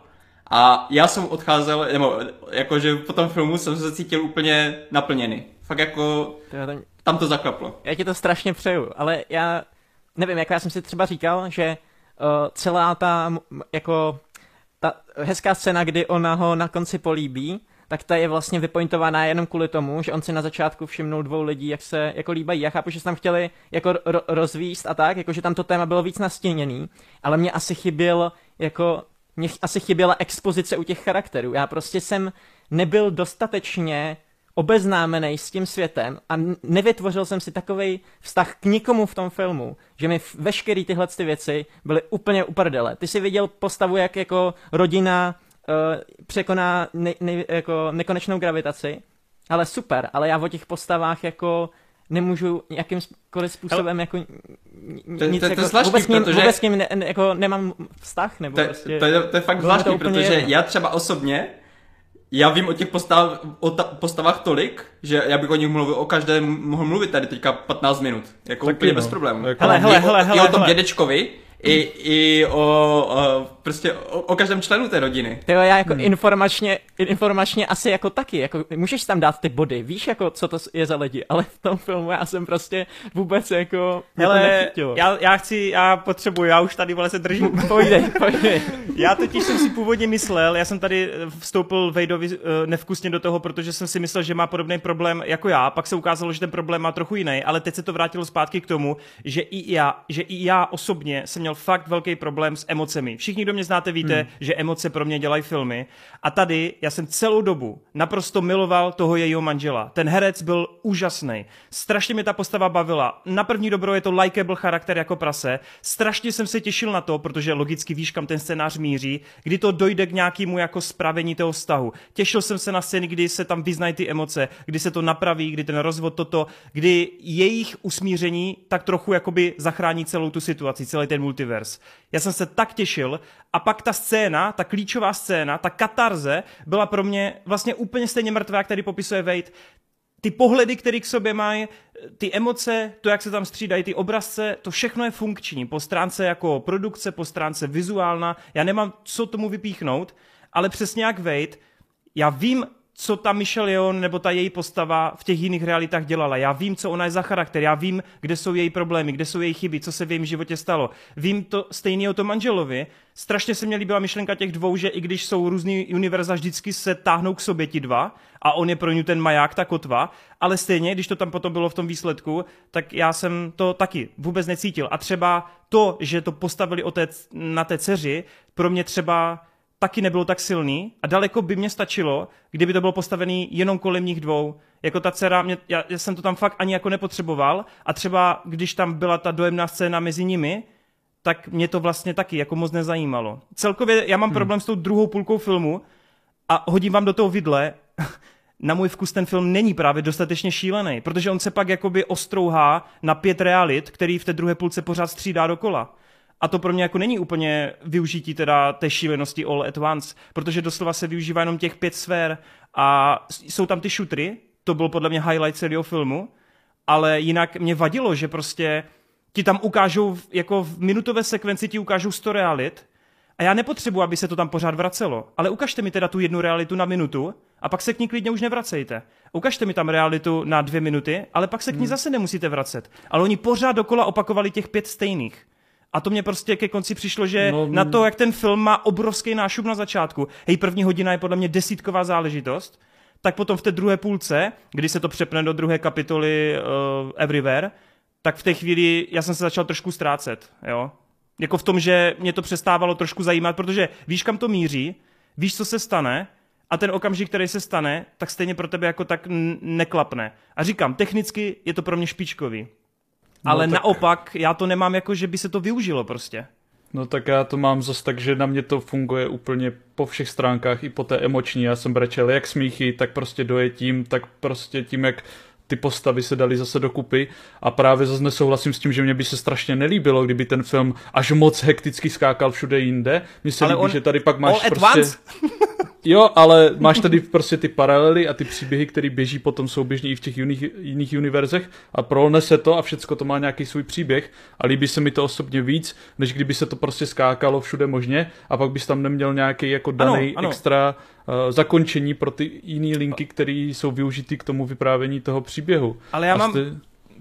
Speaker 2: a já jsem odcházel, nebo jakože po tom filmu jsem se cítil úplně naplněný. Fakt jako tam to zaklaplo.
Speaker 4: Já ti to strašně přeju, ale já nevím, jako já jsem si třeba říkal, že uh, celá ta jako ta hezká scéna, kdy ona ho na konci políbí, tak ta je vlastně vypointovaná jenom kvůli tomu, že on si na začátku všimnul dvou lidí, jak se jako líbají. Já chápu, že se tam chtěli jako ro- rozvíst a tak, jako že tam to téma bylo víc nastíněný, ale mě asi chyběl jako mě asi chyběla expozice u těch charakterů. Já prostě jsem nebyl dostatečně obeznámený s tím světem a nevytvořil jsem si takovej vztah k nikomu v tom filmu, že mi veškerý tyhle ty věci byly úplně uprdele. Ty jsi viděl postavu, jak jako rodina uh, překoná ne, ne, jako nekonečnou gravitaci, ale super, ale já o těch postavách jako nemůžu jakýmkoliv způsobem
Speaker 2: Hele,
Speaker 4: jako
Speaker 2: to,
Speaker 4: nic
Speaker 2: to, to,
Speaker 4: jako,
Speaker 2: to zvláštní,
Speaker 4: vůbec s ním,
Speaker 2: protože...
Speaker 4: vůbec s ním ne, ne, jako nemám vztah, nebo
Speaker 2: to,
Speaker 4: prostě...
Speaker 2: To, to, to je fakt zvláštní, protože jedno. Já třeba osobně já vím o těch postav, o ta, postavách tolik, že já bych o nich mluvil, o každém mohl mluvit tady teďka patnáct minut. Jako
Speaker 3: taky
Speaker 2: úplně
Speaker 3: no.
Speaker 2: bez problémů.
Speaker 3: Jako
Speaker 1: hele, hele,
Speaker 2: I,
Speaker 1: hele,
Speaker 2: o,
Speaker 1: hele,
Speaker 2: I o tom
Speaker 1: hele.
Speaker 2: dědečkovi, i, i o, o prostě o, o každém členu té rodiny.
Speaker 4: Tyjo, já jako hmm. informačně, informačně asi jako taky, jako můžeš tam dát ty body, víš jako co to je za lidi, ale v tom filmu já jsem prostě vůbec jako
Speaker 1: hele, já, já chci, já potřebuji, já už tady vole se držím.
Speaker 4: Pojdej, pojdej.
Speaker 1: Já totiž jsem si původně myslel, já jsem tady vstoupil Vejdovi nevkusně do toho, protože jsem si myslel, že má podobný problém jako já, pak se ukázalo, že ten problém má trochu jiný, ale teď se to vrátilo zpátky k tomu, že i já, že i já osobně jsem měl fakt velký problém s emocemi. Všichni, kdo mě znáte, víte, hmm. že emoce pro mě dělají filmy. A tady já jsem celou dobu naprosto miloval toho jejího manžela. Ten herec byl úžasný. Strašně mě ta postava bavila. Na první dobro je to likeable charakter jako prase. Strašně jsem se těšil na to, protože logicky víš, kam ten scénář míří, kdy to dojde k nějakému jako spravení toho vztahu. Těšil jsem se na scény, kdy se tam vyznají ty emoce, kdy se to napraví, kdy ten rozvod toto, kdy jejich usmíření tak trochu jakoby zachrání celou tu situaci, celý ten multivers. Já jsem se tak těšil a pak ta scéna, ta klíčová scéna, ta katarze byla pro mě vlastně úplně stejně mrtvá, jak tady popisuje Wade. Ty pohledy, které k sobě mají, ty emoce, to, jak se tam střídají, ty obrazce, to všechno je funkční. Po stránce jako produkce, po stránce vizuálna. Já nemám co tomu vypíchnout, ale přesně jak Wade, já vím, co ta Michelle Yeoh nebo ta její postava v těch jiných realitách dělala. Já vím, co ona je za charakter, já vím, kde jsou její problémy, kde jsou její chyby, co se v jejím životě stalo. Vím to stejně o tom manželovi. Strašně se mi líbila myšlenka těch dvou, že i když jsou různý univerza, vždycky se táhnou k sobě ti dva a on je pro ně ten maják, ta kotva, ale stejně, když to tam potom bylo v tom výsledku, tak já jsem to taky vůbec necítil. A třeba to, že to postavili otec na té dceři, pro mě třeba taky nebylo tak silný a daleko by mě stačilo, kdyby to bylo postavený jenom kolem nich dvou. Jako ta dcera, mě, já, já jsem to tam fakt ani jako nepotřeboval a třeba když tam byla ta dojemná scéna mezi nimi, tak mě to vlastně taky jako moc nezajímalo. Celkově já mám hmm. problém s tou druhou půlkou filmu a hodím vám do toho vidle, na můj vkus ten film není právě dostatečně šílený, protože on se pak jakoby ostrouhá na pět realit, který v té druhé půlce pořád střídá dokola. A to pro mě jako není úplně využití teda té šílenosti all at once, protože doslova se využívá jenom těch pět sfér a jsou tam ty šutry, to byl podle mě highlight celého filmu, ale jinak mě vadilo, že prostě ti tam ukážou, jako v minutové sekvenci ti ukážou sto realit a já nepotřebuji, aby se to tam pořád vracelo, ale ukažte mi teda tu jednu realitu na minutu a pak se k ní klidně už nevracejte. Ukažte mi tam realitu na dvě minuty, ale pak se k ní hmm. zase nemusíte vracet. Ale oni pořád dokola opakovali těch pět stejných. A to mě prostě ke konci přišlo, že no, na to, jak ten film má obrovský nášup na začátku, hej, první hodina je podle mě desítková záležitost, tak potom v té druhé půlce, kdy se to přepne do druhé kapitoly uh, Everywhere, tak v té chvíli já jsem se začal trošku ztrácet, jo. Jako v tom, že mě to přestávalo trošku zajímat, protože víš, kam to míří, víš, co se stane a ten okamžik, který se stane, tak stejně pro tebe jako tak n- neklapne. A říkám, technicky je to pro mě špičkový. No, ale tak... naopak, já to nemám jako, že by se to využilo prostě.
Speaker 3: No tak já to mám zase tak, že na mě to funguje úplně po všech stránkách, i po té emoční. Já jsem brečel jak smíchy, tak prostě dojetím, tak prostě tím, jak ty postavy se daly zase dokupy. A právě zase nesouhlasím s tím, že mě by se strašně nelíbilo, kdyby ten film až moc hekticky skákal všude jinde. Mně se ale líbí, on... že tady pak máš prostě... Jo, ale máš tady prostě ty paralely a ty příběhy, které běží potom souběžně i v těch jiných, jiných univerzech a prolne se to a všecko to má nějaký svůj příběh a líbí se mi to osobně víc, než kdyby se to prostě skákalo všude možně a pak bys tam neměl nějaký jako daný ano, ano. extra uh, zakončení pro ty jiné linky, které jsou využity k tomu vyprávění toho příběhu.
Speaker 1: Ale já
Speaker 3: a
Speaker 1: mám...
Speaker 3: Jste...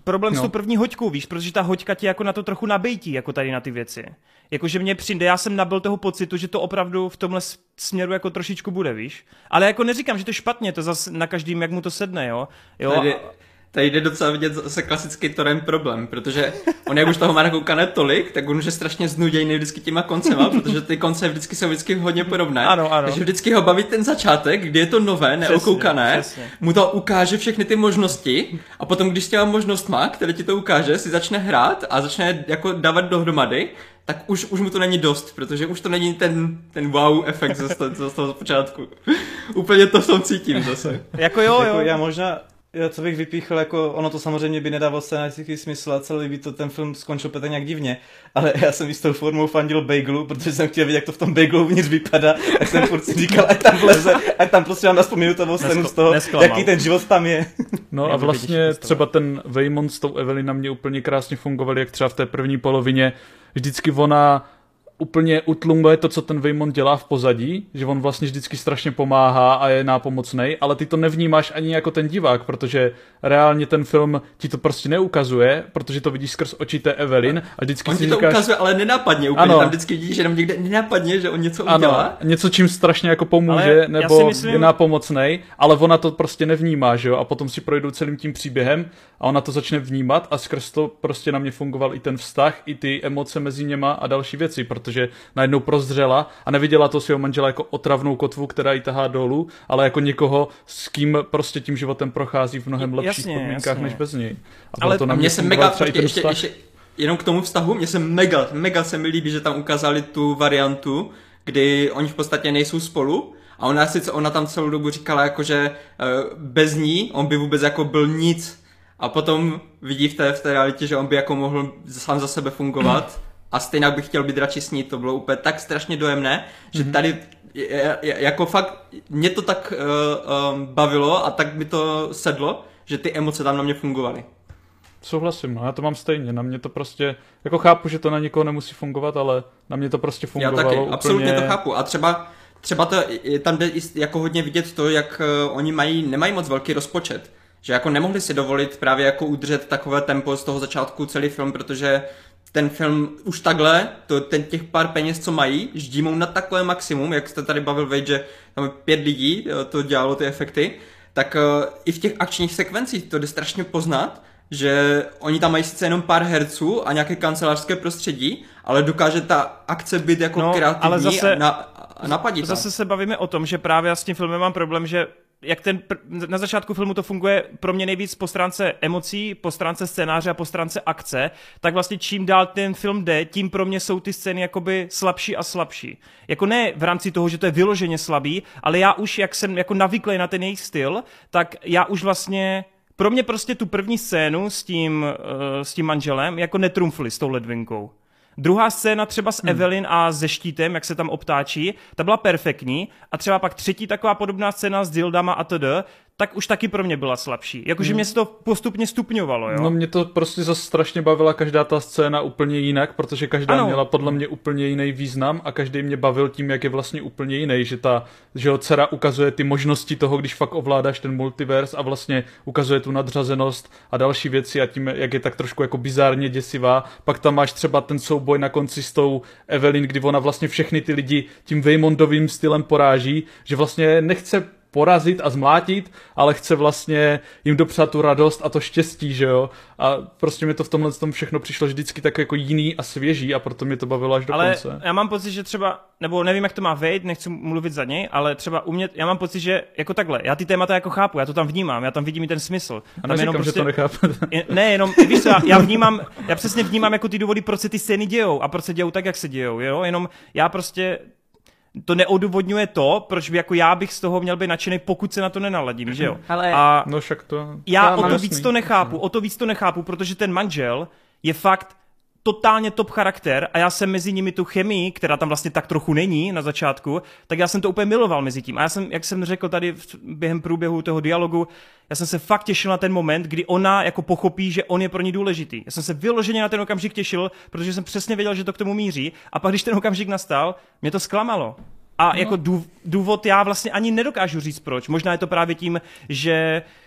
Speaker 1: problém
Speaker 3: No.
Speaker 1: s tou první hoďkou, víš, protože ta hoďka ti jako na to trochu nabejtí, jako tady na ty věci. Jakože mě přijde, já jsem nabyl toho pocitu, že to opravdu v tomhle směru jako trošičku bude, víš. Ale jako neříkám, že to je špatně, to zase na každým, jak mu to sedne, jo. jo
Speaker 2: Tady,
Speaker 1: a...
Speaker 2: tady jde docela vidět zase klasický Torem problém, protože on jak už toho má nakoukané tolik, tak on už je strašně znudějný vždycky těma koncema, protože ty konce vždycky jsou vždycky hodně podobné.
Speaker 1: Ano, ano.
Speaker 2: Takže vždycky ho baví ten začátek, kdy je to nové, neokoukané,
Speaker 1: přesně.
Speaker 2: mu to ukáže všechny ty možnosti a potom, když s těma možnostma, které ti to ukáže, si začne hrát a začne jako dávat dohromady, tak už, už mu to není dost, protože už to není ten, ten wow efekt z toho, z toho počátku. Úplně to v tom cítím zase.
Speaker 1: Jako jo,
Speaker 5: Jako
Speaker 1: jo.
Speaker 5: já možná, já co bych vypíchl, jako ono to samozřejmě by nedávalo scénaristický smysl a celý by to ten film skončil pět nějak divně, ale já jsem jistou formou fandil bagelu, protože jsem chtěl vidět, jak to v tom bagelu vnitř vypadá, tak jsem furt si říkal, ať tam vleze, ať tam prostě mám aspoň minutovou scénu z toho,
Speaker 1: nesklamal.
Speaker 5: jaký ten život tam je.
Speaker 3: No a
Speaker 1: Nebudu
Speaker 3: vlastně
Speaker 1: vidíš
Speaker 3: třeba ten Waymond s tou Evelyn na mě úplně krásně fungoval, jak třeba v té první polovině vždycky ona úplně utlumuje to, co ten Waymond dělá v pozadí, že on vlastně vždycky strašně pomáhá a je nápomocnej, ale ty to nevnímáš ani jako ten divák, protože reálně ten film ti to prostě neukazuje, protože to vidíš skrz oči té Evelyn a vždycky
Speaker 2: On
Speaker 3: si
Speaker 2: ti to
Speaker 3: říkáš,
Speaker 2: ukazuje, ale nenápadně úplně,
Speaker 3: Ano.
Speaker 2: tam vždycky vidíš jenom někde nenápadně, že on něco
Speaker 3: ano,
Speaker 2: udělá.
Speaker 3: něco čím strašně jako pomůže,
Speaker 1: Ale já si
Speaker 3: nebo
Speaker 1: myslím-
Speaker 3: je nápomocnej, ale ona to prostě nevnímá, že jo, a potom si projdou celým tím příběhem a ona to začne vnímat a skrz to prostě na mě fungoval i ten vztah, i ty emoce mezi něma a další věci, protože najednou prozřela a neviděla to svého manžela jako otravnou kotvu, která ji tahá dolů, ale jako někoho, s kým prostě tím životem prochází v mnohem lepších
Speaker 1: Jasně,
Speaker 3: podmínkách
Speaker 1: jasně.
Speaker 3: než bez něj. A
Speaker 1: Ale
Speaker 3: ale to na
Speaker 2: A
Speaker 3: mě
Speaker 2: mně se
Speaker 3: fungoval
Speaker 2: mega,
Speaker 3: třeba i
Speaker 2: počkej,
Speaker 3: ten
Speaker 2: ještě,
Speaker 3: vztah.
Speaker 2: ještě, jenom k tomu vztahu, mně se mega, mega se mi líbí, že tam ukázali tu variantu, kdy oni v podstatě nejsou spolu a ona sice, ona tam celou dobu říkala jako, že uh, bez ní on by vůbec jako byl nic a potom vidí v té, v té realitě, že on by jako mohl sám za sebe fungovat a stejně by chtěl být radši s ní, to bylo úplně tak strašně dojemné, že tady je, je, jako fakt mě to tak uh, um, bavilo a tak mi to sedlo, že ty emoce tam na mě fungovaly.
Speaker 3: Souhlasím, no, já to mám stejně, na mě to prostě, jako chápu, že to na někoho nemusí fungovat, ale na mě to prostě
Speaker 2: Já
Speaker 3: fungovalo
Speaker 2: taky,
Speaker 3: úplně...
Speaker 2: absolutně to chápu. A třeba, třeba to, je tam jde i jako hodně vidět to, jak uh, oni mají, nemají moc velký rozpočet. Že jako nemohli si dovolit právě jako udržet takové tempo z toho začátku celý film, protože ten film už takhle, to, ten těch pár peněz, co mají, ždímou na takové maximum, jak jste tady bavil, Vejt, že tam je pět lidí, jo, to dělalo ty efekty, tak uh, i v těch akčních sekvencích to jde strašně poznat, že oni tam mají sice jenom pár herců a nějaké kancelářské prostředí, ale dokáže ta akce být jako
Speaker 1: No,
Speaker 2: kreativní
Speaker 1: ale zase-
Speaker 2: a, na, a napaditá.
Speaker 1: Zase se bavíme o tom, že právě já s tím filmem mám problém, že jak ten pr- na začátku filmu to funguje pro mě nejvíc po stránce emocí, po stránce scénáře a po stránce akce, tak vlastně čím dál ten film jde, tím pro mě jsou ty scény jakoby slabší a slabší. Jako ne v rámci toho, že to je vyloženě slabý, ale já už, jak jsem jako navyklý na ten jejich styl, tak já už vlastně pro mě prostě tu první scénu s tím, uh, s tím manželem jako netrumfli s tou ledvinkou. Druhá scéna třeba s Evelyn a se štítem, jak se tam obtáčí, ta byla perfektní. A třeba pak třetí taková podobná scéna s dildama a td., tak už taky pro mě byla slabší. Jakože mě se to postupně stupňovalo, jo?
Speaker 3: No mě to prostě zase strašně bavila každá ta scéna úplně jinak, protože každá
Speaker 1: Ano.
Speaker 3: měla podle mě úplně jiný význam a každý mě bavil tím, jak je vlastně úplně jiný, že ta, že jo, dcera ukazuje ty možnosti toho, když fakt ovládáš ten multivers a vlastně ukazuje tu nadřazenost a další věci a tím, jak je tak trošku jako bizárně děsivá. Pak tam máš třeba ten souboj na konci s tou Evelyn, kdy ona vlastně všechny ty lidi tím Waymondovým stylem poráží, že vlastně nechce porazit a zmlátit, ale chce vlastně jim dopřát tu radost a to štěstí, že jo. A prostě mi to v tomhle tom všechno přišlo vždycky tak jako jiný a svěží a proto mě to bavilo až do
Speaker 1: ale
Speaker 3: konce.
Speaker 1: já mám pocit, že třeba, nebo nevím, jak to má Vejt, nechci mluvit za něj, ale třeba u mě, já mám pocit, že jako takhle, já ty témata jako chápu, já to tam vnímám, já tam vidím i ten smysl.
Speaker 3: A
Speaker 1: Tam
Speaker 3: neříkám,
Speaker 1: jenom
Speaker 3: že to nechápete.
Speaker 1: Je- Ne, jenom, víš co, já, já vnímám, já přesně vnímám jako ty důvody, proč se ty scény dějou a proč se dějou tak, jak se dějou, jo, jenom já prostě to neodůvodňuje to, proč by jako já bych z toho měl být nadšený, pokud se na to nenaladím, že jo.
Speaker 4: Ale-
Speaker 1: A
Speaker 3: No však to...
Speaker 1: já
Speaker 3: mám
Speaker 1: o to
Speaker 3: jasný.
Speaker 1: víc to nechápu, o to víc to nechápu, protože ten manžel je fakt totálně top charakter a já jsem mezi nimi tu chemii, která tam vlastně tak trochu není na začátku, tak já jsem to úplně miloval mezi tím. A já jsem, jak jsem řekl tady v- během průběhu toho dialogu, já jsem se fakt těšil na ten moment, kdy ona jako pochopí, že on je pro ní důležitý. Já jsem se vyloženě na ten okamžik těšil, protože jsem přesně věděl, že to k tomu míří. A pak, když ten okamžik nastal, mě to zklamalo. A no. jako dů, důvod já vlastně ani nedokážu říct proč. Možná je to právě tím, že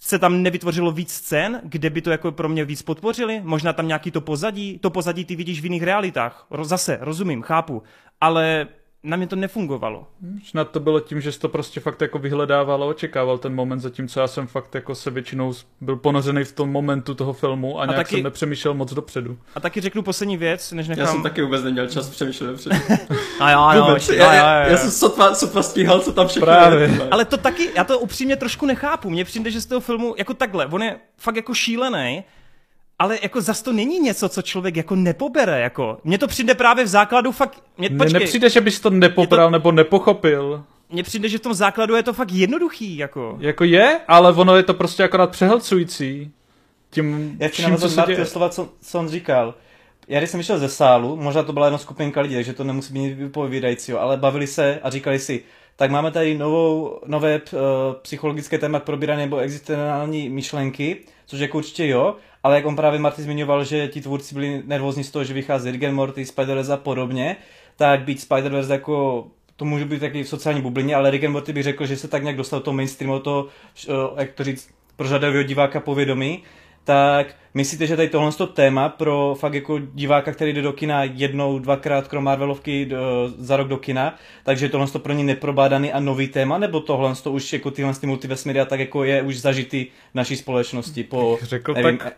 Speaker 1: se tam nevytvořilo víc scén, kde by to jako pro mě víc podpořili? Možná tam nějaký to pozadí? To pozadí ty vidíš v jiných realitách. Zase, rozumím, chápu. Ale na mě to nefungovalo.
Speaker 3: Snad to bylo tím, že jsi to prostě fakt jako vyhledával a očekával ten moment, zatímco já jsem fakt jako se většinou byl ponořený v tom momentu toho filmu a, a nějak taky, jsem nepřemýšlel moc dopředu.
Speaker 1: A taky řeknu poslední věc, než nechám...
Speaker 2: Já jsem taky vůbec neměl čas přemýšlet dopředu.
Speaker 1: A jo, jo,
Speaker 2: vůbec,
Speaker 1: jo,
Speaker 2: já,
Speaker 1: jo, jo,
Speaker 2: já,
Speaker 1: jo.
Speaker 2: já jsem sotva, sotva stíhal, co tam všechno
Speaker 3: Právě.
Speaker 2: je.
Speaker 1: Ale to taky, já to upřímně trošku nechápu. Mně přijde, že z toho filmu, jako takhle, on je fakt jako šílený, ale jako zas to není něco, co člověk jako nepobere, jako. Mně to přijde právě v základu fakt... Mě,
Speaker 3: Ne,
Speaker 1: počkej,
Speaker 3: nepřijde, že bys to nepobral to... nebo nepochopil.
Speaker 1: Mně přijde, že v tom základu je to fakt jednoduchý, jako.
Speaker 3: Jako je, ale ono je to prostě akorát přehlcující. Tím,
Speaker 5: Já chci
Speaker 3: vším, co
Speaker 5: navázat
Speaker 3: se
Speaker 5: na
Speaker 3: děje.
Speaker 5: ty slova, co, co on říkal. Já když jsem vyšel ze sálu, možná to byla jenom skupinka lidí, takže to nemusí být vypovídajícího, ale bavili se a říkali si, tak máme tady novou, nové uh, psychologické téma k probírání nebo existenciální myšlenky, což jako určitě jo, ale jak on právě Marty zmiňoval, že ti tvůrci byli nervózní z toho, že vychází Rick and Morty, Spider-Verse a podobně, tak být Spider-Verse jako, to může být taky v sociální bublině, ale Rick and Morty bych řekl, že se tak nějak dostal do toho mainstreamu, to, uh, jak to říct, pro řadového diváka povědomí. Tak myslíte, že tady tohle téma pro fakt jako diváka, který jde do kina jednou, dvakrát krom Marvelovky do, za rok do kina, takže tohle pro ní neprobádaný a nový téma, nebo tohle už jako tyhle multivesmíry a tak jako je už zažitý v naší společnosti po,
Speaker 3: Řekl
Speaker 5: nevím,
Speaker 3: tak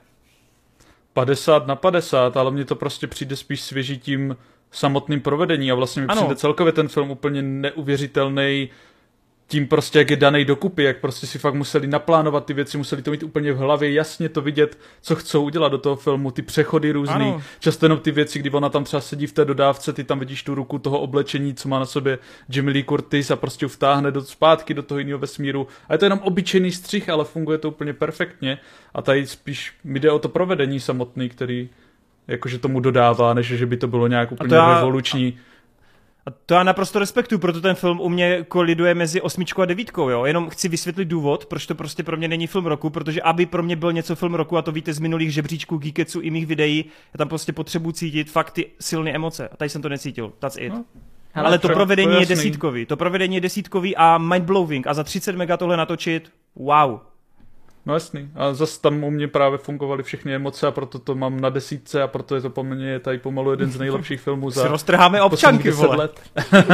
Speaker 3: padesát na padesát, ale mně to prostě přijde spíš svěží tím samotným provedení a vlastně mi
Speaker 1: Ano.
Speaker 3: přijde celkově ten film úplně neuvěřitelný tím prostě, jak je danej dokupy, jak prostě si fakt museli naplánovat ty věci, museli to mít úplně v hlavě, jasně to vidět, co chcou udělat do toho filmu, ty přechody různý,
Speaker 1: Ano.
Speaker 3: často jenom ty věci, kdy ona tam třeba sedí v té dodávce, ty tam vidíš tu ruku toho oblečení, co má na sobě Jamie Lee Curtis a prostě vtáhne do, zpátky do toho jiného vesmíru. A je to jenom obyčejný střih, ale funguje to úplně perfektně a tady spíš mi jde o to provedení samotný, který jakože tomu dodává, než že by to bylo nějak úplně
Speaker 1: já-
Speaker 3: revoluční.
Speaker 1: A to já naprosto respektuju, proto ten film u mě koliduje mezi osmičkou a devítkou, jo. Jenom chci vysvětlit důvod, proč to prostě pro mě není film roku, protože aby pro mě byl něco film roku, a to víte z minulých žebříčků Geeketsu i mých videí, já tam prostě potřebuji cítit fakt ty silné emoce. A tady jsem to necítil, that's it.
Speaker 3: No.
Speaker 1: Ale, Ale to
Speaker 3: to-
Speaker 1: provedení
Speaker 3: to je
Speaker 1: je
Speaker 3: jasný.
Speaker 1: desítkový, to provedení je desítkový a mindblowing a za třicet mega tohle natočit, wow.
Speaker 3: No jasný. A zase tam u mě právě fungovaly všechny emoce a proto to mám na desítce a proto je to po mně tady pomalu jeden z nejlepších filmů
Speaker 1: Si
Speaker 3: za
Speaker 1: roztrháme občanky,
Speaker 3: posledních deset
Speaker 1: vole.
Speaker 3: let.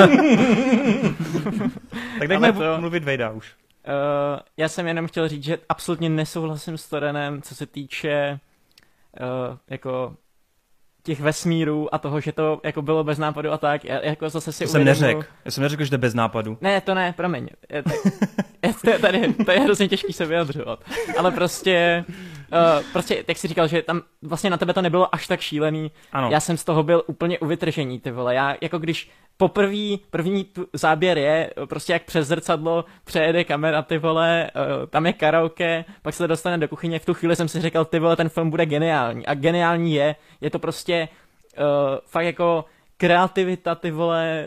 Speaker 1: Tak dejme
Speaker 4: Ale to-
Speaker 1: mluvit Vejda už.
Speaker 4: Uh, já jsem jenom chtěl říct, že absolutně nesouhlasím s Torenem, co se týče uh, jako těch vesmírů a toho, že to jako bylo bez nápadu a tak. Já, jako zase si
Speaker 1: To jsem
Speaker 4: uvědomuji-
Speaker 1: neřekl. Já jsem neřekl, že jde bez nápadu.
Speaker 4: Ne, to ne, promiň. Je, to, je, to, je, tady, to je hrozně těžký se vyjadřovat. Ale prostě, uh, prostě, jak jsi říkal, že tam vlastně na tebe to nebylo až tak šílený.
Speaker 1: Ano.
Speaker 4: Já jsem z toho byl úplně u vytržení, ty vole. Já jako když poprvý, první tu, záběr je prostě jak přes zrcadlo přejede kamera, ty vole, uh, tam je karaoke, pak se dostane do kuchyně, v tu chvíli jsem si říkal, ty vole, ten film bude geniální. A geniální je, je to prostě uh, fakt jako kreativita, ty vole,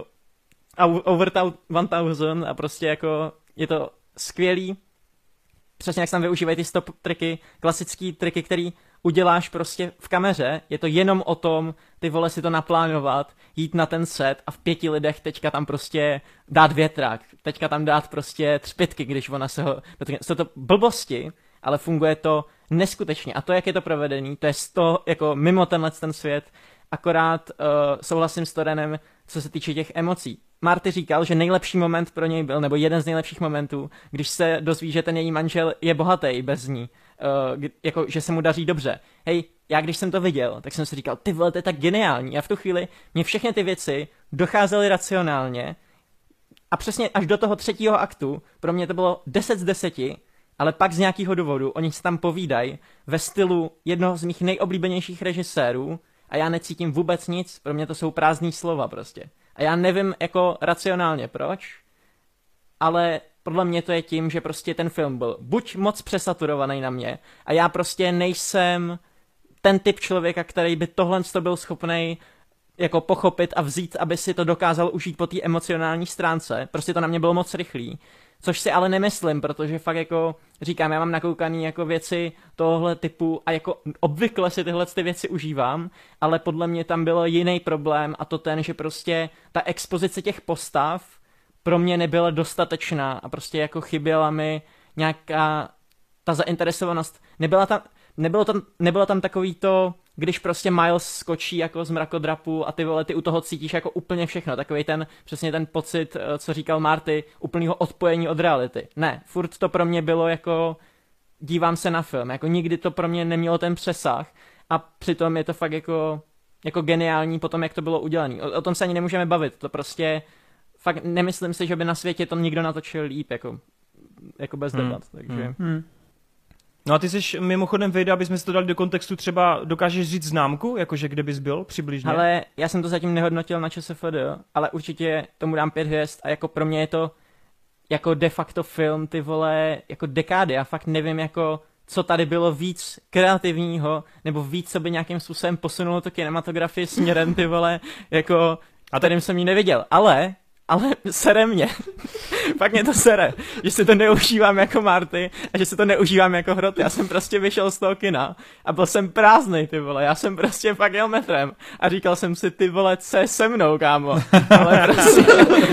Speaker 4: uh, over one thousand a prostě jako je to skvělý. Přesně jak se tam využívají ty stop triky, klasický triky, který uděláš prostě v kameře, je to jenom o tom, ty vole si to naplánovat, jít na ten set a v pěti lidech teďka tam prostě dát větrák, teďka tam dát prostě třpytky, když ona se ho... Jsou to blbosti, ale funguje to neskutečně a to, jak je to provedený, to je z toho, jako mimo tenhle ten svět, akorát uh, souhlasím s Torenem, co se týče těch emocí. Marty říkal, že nejlepší moment pro něj byl, nebo jeden z nejlepších momentů, když se dozví, že ten její manžel je bohatý bez ní, uh, jako, že se mu daří dobře. Hej, já když jsem to viděl, tak jsem si říkal, ty vole, to je tak geniální. A v tu chvíli mě všechny ty věci docházely racionálně a přesně až do toho třetího aktu pro mě to bylo deset z deseti, ale pak z nějakého důvodu oni se tam povídají ve stylu jednoho z mých nejoblíbenějších režisérů a já necítím vůbec nic, pro mě to jsou prázdný slova prostě. A já nevím jako racionálně proč, ale podle mě to je tím, že prostě ten film byl buď moc přesaturovaný na mě a já prostě nejsem ten typ člověka, který by tohle byl schopnej jako pochopit a vzít, aby si to dokázal užít po té emocionální stránce. Prostě to na mě bylo moc rychlý. Což si ale nemyslím, protože fakt jako říkám, já mám nakoukaný jako věci tohle typu a jako obvykle si tyhle ty věci užívám, ale podle mě tam byl jiný problém a to ten, že prostě ta expozice těch postav pro mě nebyla dostatečná a prostě jako chyběla mi nějaká ta zainteresovanost, nebyla tam, nebylo tam, nebylo tam takový to, když prostě Miles skočí jako z mrakodrapu a ty vole, ty u toho cítíš jako úplně všechno, takový ten, přesně ten pocit, co říkal Marty, úplného odpojení od reality. Ne, furt to pro mě bylo jako, dívám se na film, jako nikdy to pro mě nemělo ten přesah a přitom je to fakt jako, jako geniální potom, jak to bylo udělané. O, o tom se ani nemůžeme bavit, to prostě, fakt nemyslím si, že by na světě to nikdo natočil líp, jako, jako bez
Speaker 1: Hmm.
Speaker 4: debat, takže...
Speaker 1: Hmm. No a ty jsi mimochodem, Vejda, abychom si to dali do kontextu, třeba dokážeš říct známku, jakože kde bys byl přibližně?
Speaker 4: Ale já jsem to zatím nehodnotil na ČSFD, ale určitě tomu dám pět hvězd a jako pro mě je to jako de facto film, ty vole, jako dekády. Já fakt nevím, jako co tady bylo víc kreativního, nebo víc, co by nějakým způsobem posunulo to kinematografii směrem, ty vole, jako, a kterým jsem ji neviděl. Ale, ale sere mě. Fakt mě to sere, že si to neužívám jako Marty a že si to neužívám jako Hrot. Já jsem prostě vyšel z toho kina a byl jsem prázdnej, ty vole. Já jsem prostě fakt jel metrem a říkal jsem si, ty vole, co je se mnou, kámo. Ale prostě...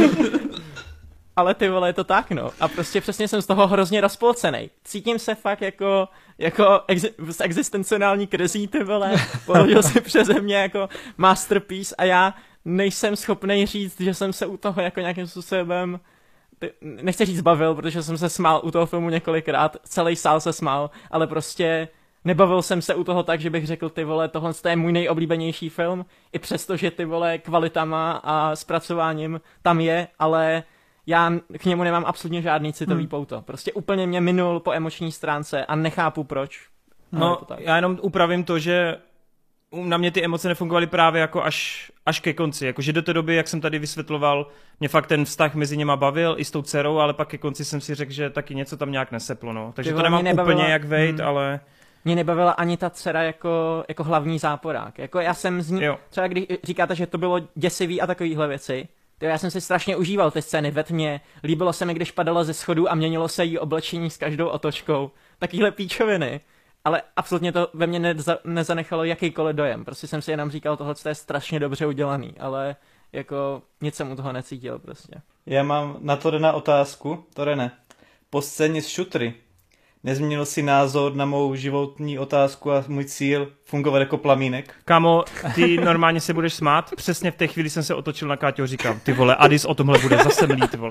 Speaker 4: Ale ty vole, je to tak, no. A prostě přesně jsem z toho hrozně rozpolcenej. Cítím se fakt jako, jako exi- z existenciální krizí, ty vole. Položil si přeze mě jako masterpiece a já nejsem schopnej říct, že jsem se u toho jako nějakým způsobem, ty, nechci říct bavil, protože jsem se smál u toho filmu několikrát, celý sál se smál, ale prostě nebavil jsem se u toho tak, že bych řekl, ty vole, tohle je můj nejoblíbenější film, i přesto, že ty vole kvalitama a zpracováním tam je, ale já k němu nemám absolutně žádný citový hmm. pouto. Prostě úplně mě minul po emoční stránce a nechápu proč.
Speaker 1: No, já jenom upravím to, že na mě ty emoce nefungovaly právě jako až, až ke konci. Jakože do té doby, jak jsem tady vysvětloval, mě fakt ten vztah mezi něma bavil i s tou dcerou, ale pak ke konci jsem si řekl, že taky něco tam nějak neseplo. No. Takže to nemám nebavila, úplně jak Wade, hmm. ale...
Speaker 4: Mě nebavila ani ta dcera jako, jako hlavní záporák. Jako já jsem z ní... Jo. Třeba když říkáte, že to bylo děsivý a takovýhle věci, to já jsem si strašně užíval ty scény ve tmě. Líbilo se mi, když padala ze schodů a měnilo se jí oblečení s každou otočkou. Takýhle píčoviny. Ale absolutně to ve mně neza, nezanechalo jakýkoliv dojem. Prostě jsem si jenom říkal, tohle je strašně dobře udělaný, ale jako nic jsem u toho necítil prostě.
Speaker 5: Já mám na to na otázku, to ne. Po scéně s šutry nezměnil si názor na mou životní otázku a můj cíl fungovat jako plamínek?
Speaker 1: Kámo, ty normálně se budeš smát. Přesně v té chvíli jsem se otočil na Káťu a říkám, ty vole, Adis o tomhle bude zase mlít, vole.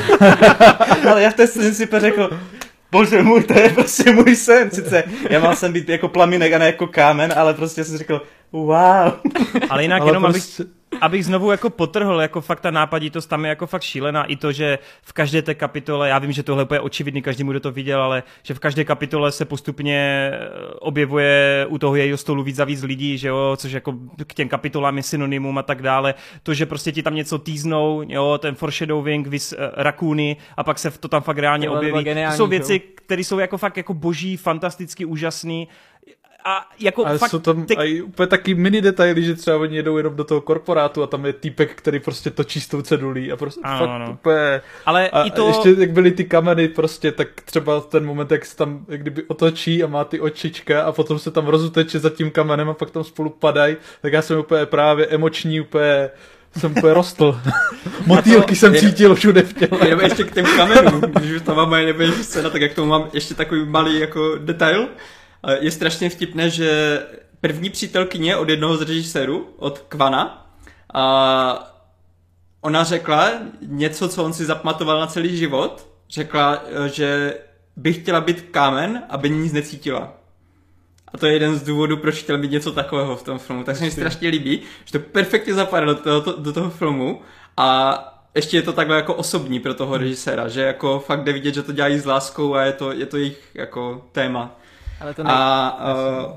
Speaker 5: Ale já v té scéně si řekl, bože můj, to je prostě můj sen. Sice já mám sem být jako plamínek a ne jako kámen, ale prostě jsem řekl, wow.
Speaker 1: Ale jinak ale jenom, prostě... abych, abych znovu jako potrhl, jako fakt ta nápaditost tam je jako fakt šílená. I to, že v každé té kapitole, já vím, že tohle je očividný, každému, kdo to viděl, ale že v každé kapitole se postupně objevuje u toho jejího stolu víc a víc lidí, že jo, což jako k těm kapitolám je synonymum a tak dále. To, že prostě ti tam něco týznou, jo, ten foreshadowing, vis uh, rakůny a pak se to tam fakt reálně to objeví. To jsou věci, které jsou jako fakt jako boží, fantasticky úžasný. A jako
Speaker 3: ale
Speaker 1: fakt...
Speaker 3: jsou tam
Speaker 1: ty...
Speaker 3: aj úplně taky mini detaily, že třeba oni jedou jenom do toho korporátu a tam je týpek, který prostě točí s tou cedulí a prostě ano, fakt ano. úplně...
Speaker 1: Ale
Speaker 3: a
Speaker 1: i to...
Speaker 3: ještě jak byly ty kameny prostě, tak třeba ten moment, jak se tam jak kdyby otočí a má ty očička a potom se tam rozuteče za tím kamenem a pak tam spolu padají, tak já jsem úplně právě emoční, úplně... jsem úplně rostl. Motýlky jsem je, cítil všude v těle.
Speaker 2: Jdeme ještě k těm kamenům, když už tam mám moje nebejší scéna, tak jak tomu mám ještě takový malý jako detail. Je strašně vtipné, že první přítelkyně od jednoho z režisérů, od Kwana, a ona řekla něco, co on si zapamatoval na celý život. Řekla, že by chtěla být kámen, aby nic necítila. A to je jeden z důvodů, proč chtěl být něco takového v tom filmu. Tak se mi strašně líbí, že to perfektně zapadá do toho, do toho filmu a ještě je to takhle jako osobní pro toho režiséra, že jako fakt jde vidět, že to dělají s láskou a je to, je to jejich jako téma.
Speaker 4: Ale to ne...
Speaker 2: A, a,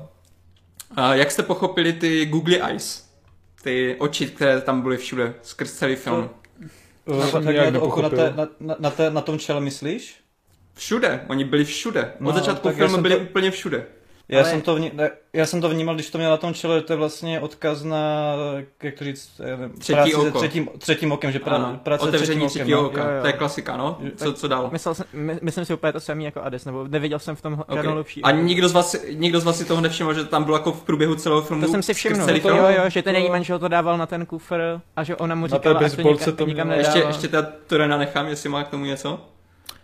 Speaker 2: a jak jste pochopili ty googly eyes? Ty oči, které tam byly všude, skrz celý film.
Speaker 5: To, no, tak na, oko na, té, na, na, na, té, na tom čele myslíš?
Speaker 2: Všude, oni byli všude. Od
Speaker 5: no,
Speaker 2: začátku filmu byli
Speaker 5: to...
Speaker 2: úplně všude.
Speaker 5: Já, ale... jsem to vní... já jsem to vnímal, když to měl na tom čele, že to je vlastně odkaz na, jak to říct,
Speaker 2: třetí
Speaker 5: práci
Speaker 2: oko.
Speaker 5: se třetím, třetím okem, že pra... práce
Speaker 2: otevření třetího
Speaker 5: okem,
Speaker 2: oka, no. To je klasika, no. Co, co dál?
Speaker 4: Myslel jsem, my, myslím si úplně to samý jako Adis, nebo neviděl jsem v tom
Speaker 2: okay.
Speaker 4: lepší.
Speaker 2: A nikdo z, vás, nikdo z vás si toho nevšiml, že to tam bylo jako v průběhu celého filmu?
Speaker 4: To jsem si všiml, to, jo, jo, že ten její manžel to dával na ten kufr a že ona mu říkala,
Speaker 3: ať to nikam,
Speaker 2: nikam nedává. Ještě, ještě ta Torena nechám, jestli má k tomu něco.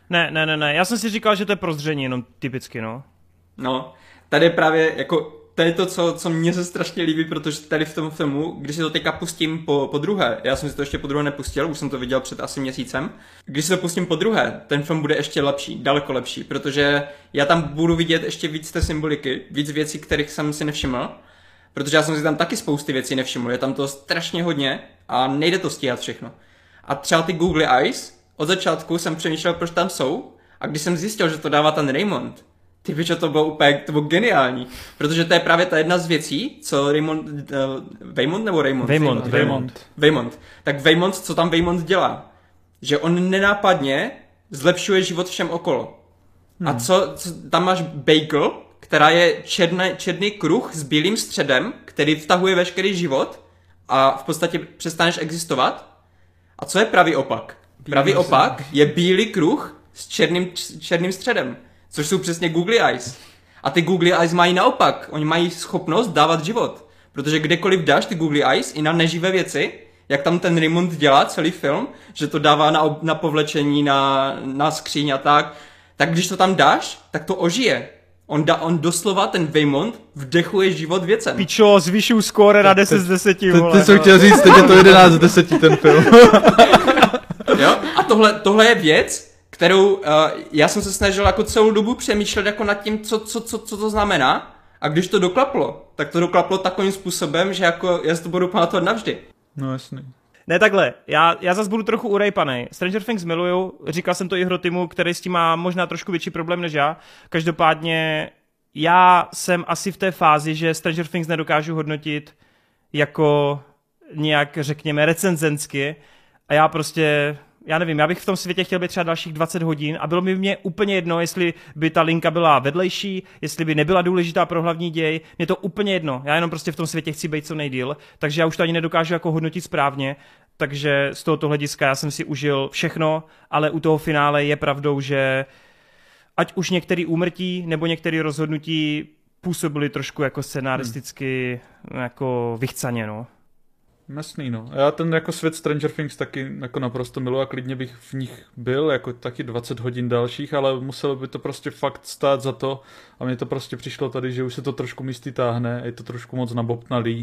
Speaker 1: Ne, ne, ne, ne, já jsem si říkal, že to je prozření, jenom typicky, no.
Speaker 2: No, tady je právě jako, to je to, co, co mně se strašně líbí, protože tady v tom filmu, když si to teďka pustím po, po druhé, já jsem si to ještě po druhé nepustil, už jsem to viděl před asi měsícem, když si to pustím po druhé, ten film bude ještě lepší, daleko lepší, protože já tam budu vidět ještě víc té symboliky, víc věcí, kterých jsem si nevšiml, protože já jsem si tam taky spousty věcí nevšiml, je tam to strašně hodně a nejde to stíhat všechno. A třeba ty Googly Eyes, od začátku jsem přemýšlel, proč tam jsou, a když jsem zjistil, že to dává ten Raymond, ty víš, to bylo úplně, to bylo geniální, protože to je právě ta jedna z věcí, co Raymond, uh, Waymond nebo Raymond?
Speaker 1: Waymond,
Speaker 3: Waymond.
Speaker 2: Waymond. Tak Waymond, co tam Waymond dělá? Že on nenápadně zlepšuje život všem okolo. Hmm. A co, co, tam máš bagel, která je černý, černý kruh s bílým středem, který vtahuje veškerý život a v podstatě přestaneš existovat. A co je pravý opak? Pravý opak je bílý kruh s černým, černým středem. Což jsou přesně Googly Eyes. A ty Googly Eyes mají naopak. Oni mají schopnost dávat život. Protože kdekoliv dáš ty Googly Eyes i na neživé věci, jak tam ten Raymond dělá celý film, že to dává na, na povlečení, na, na skříň a tak, tak když to tam dáš, tak to ožije. On, da, on doslova, ten Waymond, vdechuje život věcem.
Speaker 1: Pičo, zvýšuju skóre na deset z deseti, vole.
Speaker 3: Ty jsem chtěl říct, teď je to jedenáct z deseti ten film.
Speaker 2: Jo? A tohle, tohle je věc, kterou uh, já jsem se snažil jako celou dobu přemýšlet jako nad tím, co, co, co, co to znamená. A když to doklaplo, tak to doklaplo takovým způsobem, že jako já si to budu pamatovat navždy.
Speaker 3: No jasný.
Speaker 1: Ne takhle, já, já zase budu trochu urejpanej. Stranger Things miluju, říkal jsem to i Hrotimu, který s tím má možná trošku větší problém než já. Každopádně já jsem asi v té fázi, že Stranger Things nedokážu hodnotit jako nějak, řekněme, recenzensky. A já prostě, já nevím, já bych v tom světě chtěl být třeba dalších dvacet hodin a bylo by mě úplně jedno, jestli by ta linka byla vedlejší, jestli by nebyla důležitá pro hlavní děj, mě to úplně jedno, já jenom prostě v tom světě chci být co nejdýl, takže já už to ani nedokážu jako hodnotit správně, takže z tohoto hlediska já jsem si užil všechno, ale u toho finále je pravdou, že ať už některý úmrtí nebo některé rozhodnutí působily trošku jako scenaristicky hmm. jako vychcaně, no.
Speaker 3: Jasný, no. Já ten jako svět Stranger Things taky jako naprosto miluji a klidně bych v nich byl, jako taky dvacet hodin dalších, ale muselo by to prostě fakt stát za to a mně to prostě přišlo tady, že už se to trošku místy táhne, je to trošku moc nabobtnalý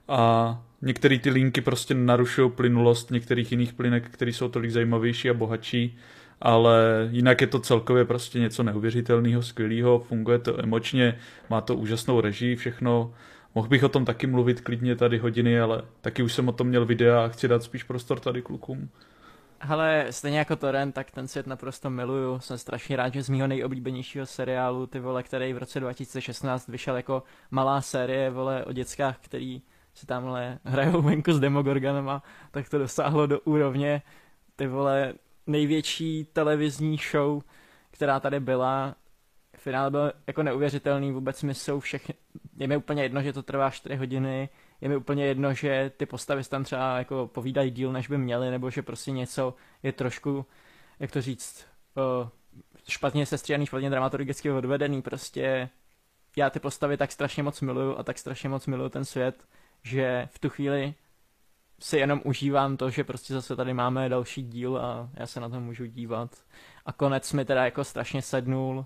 Speaker 3: a některé ty linky prostě narušují plynulost některých jiných plynek, které jsou tolik zajímavější a bohatší, ale jinak je to celkově prostě něco neuvěřitelného, skvělého, funguje to emočně, má to úžasnou režii, všechno. Mohl bych o tom taky mluvit klidně tady hodiny, ale taky už jsem o tom měl videa a chci dát spíš prostor tady klukům.
Speaker 4: Hele, stejně jako Torrent, tak ten svět naprosto miluju. Jsem strašně rád, že z mýho nejoblíbenějšího seriálu, ty vole, který v roce dva tisíce šestnáct vyšel jako malá série, vole, o dětskách, který si tamhle hrajou venku s Demogorgonama, tak to dosáhlo do úrovně, ty vole, největší televizní show, která tady byla. Finál byl jako neuvěřitelný, vůbec mi jsou všechny, je mi úplně jedno, že to trvá čtyři hodiny, je mi úplně jedno, že ty postavy tam třeba jako povídají díl, než by měly, nebo že prostě něco je trošku, jak to říct, uh, špatně sestříhaný, špatně dramaturgicky odvedený, prostě já ty postavy tak strašně moc miluju a tak strašně moc miluju ten svět, že v tu chvíli si jenom užívám to, že prostě zase tady máme další díl a já se na to můžu dívat. A konec mi teda jako strašně sednul.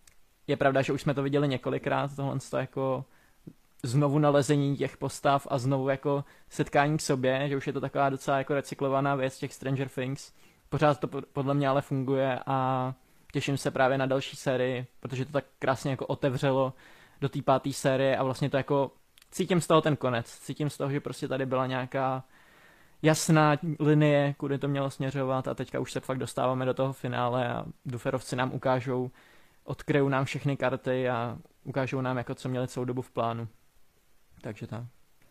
Speaker 4: Je pravda, že už jsme to viděli několikrát, tohle to jako znovu nalezení těch postav a znovu jako setkání k sobě, že už je to taková docela jako recyklovaná věc těch Stranger Things. Pořád to podle mě ale funguje a těším se právě na další sérii, protože to tak krásně jako otevřelo do té páté série a vlastně to jako cítím z toho ten konec. Cítím z toho, že prostě tady byla nějaká jasná linie, kudy to mělo směřovat a teďka už se fakt dostáváme do toho finále a Duferovci nám ukážou, odkryjou nám všechny karty a ukážou nám, jako co měli celou dobu v plánu. Takže tak.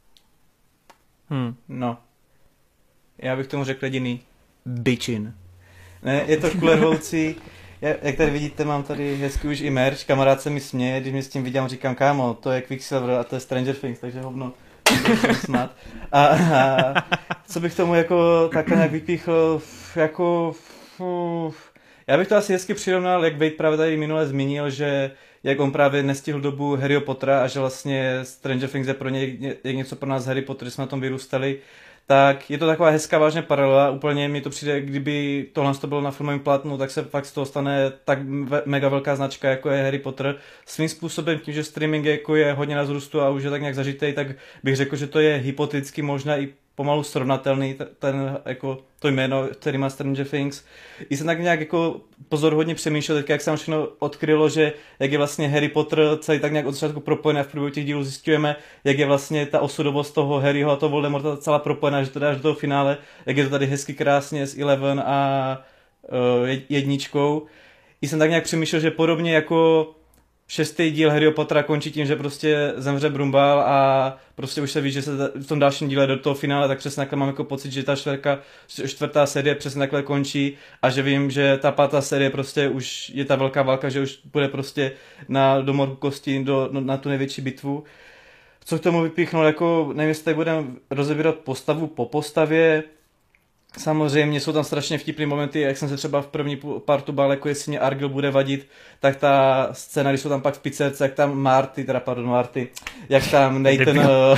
Speaker 5: Hmm, no. Já bych tomu řekl jediný. Bitchin. Ne, je to kulervoucí. Jak tady vidíte, mám tady hezky už i merch. Kamarád se mi směje, když mě s tím vidím, říkám, kámo, to je Quicksilver a to je Stranger Things, takže hovno. Snad. A, a co bych tomu jako takhle nějak vypíchl, jako... Uf, já bych to asi hezky přirovnal, jak Wade právě tady minule zmínil, že jak on právě nestihl dobu Harryho Pottera a že vlastně Stranger Things je pro něj je něco pro nás Harry Potter, že jsme na tom vyrůstali, tak je to taková hezká vážně paralela, úplně mi to přijde, kdyby tohle to bylo na filmovém plátnu, tak se fakt z toho stane tak mega velká značka, jako je Harry Potter. Svým způsobem tím, že streaming jako je hodně na zrůstu a už je tak nějak zažitej, tak bych řekl, že to je hypoteticky možná i pomalu srovnatelný, ten, jako to jméno, který má Stranger Things. I jsem tak nějak jako pozoruhodně přemýšlel, teďka jak se všechno odkrylo, že jak je vlastně Harry Potter celý tak nějak od začátku propojený a v průběhu těch dílů zjistujeme, jak je vlastně ta osudovost toho Harryho a toho Voldemorta celá propojená, že to dáš do toho finále, jak je to tady hezky krásně s Eleven a uh, jedničkou. I jsem tak nějak přemýšlel, že podobně jako šestý díl Harryho Pottera končí tím, že prostě zemře Brumbál a prostě už se ví, že se v tom dalším díle do toho finále, tak přesně takhle mám jako pocit, že ta čtvrka, čtvrtá série přesně takhle končí a že vím, že ta pátá série prostě už je ta velká válka, že už bude prostě na domorku kostí do, no, na tu největší bitvu. Co k tomu vypíchnout, jako nevím, jestli tady budeme rozebírat postavu po postavě. Samozřejmě jsou tam strašně vtipný momenty, jak jsem se třeba v první partu bál, jako jestli mě Argyll bude vadit, tak ta scéna, když jsou tam pak v pizzerce, jak tam Marty, teda pardon Marty, jak tam Nathan uh,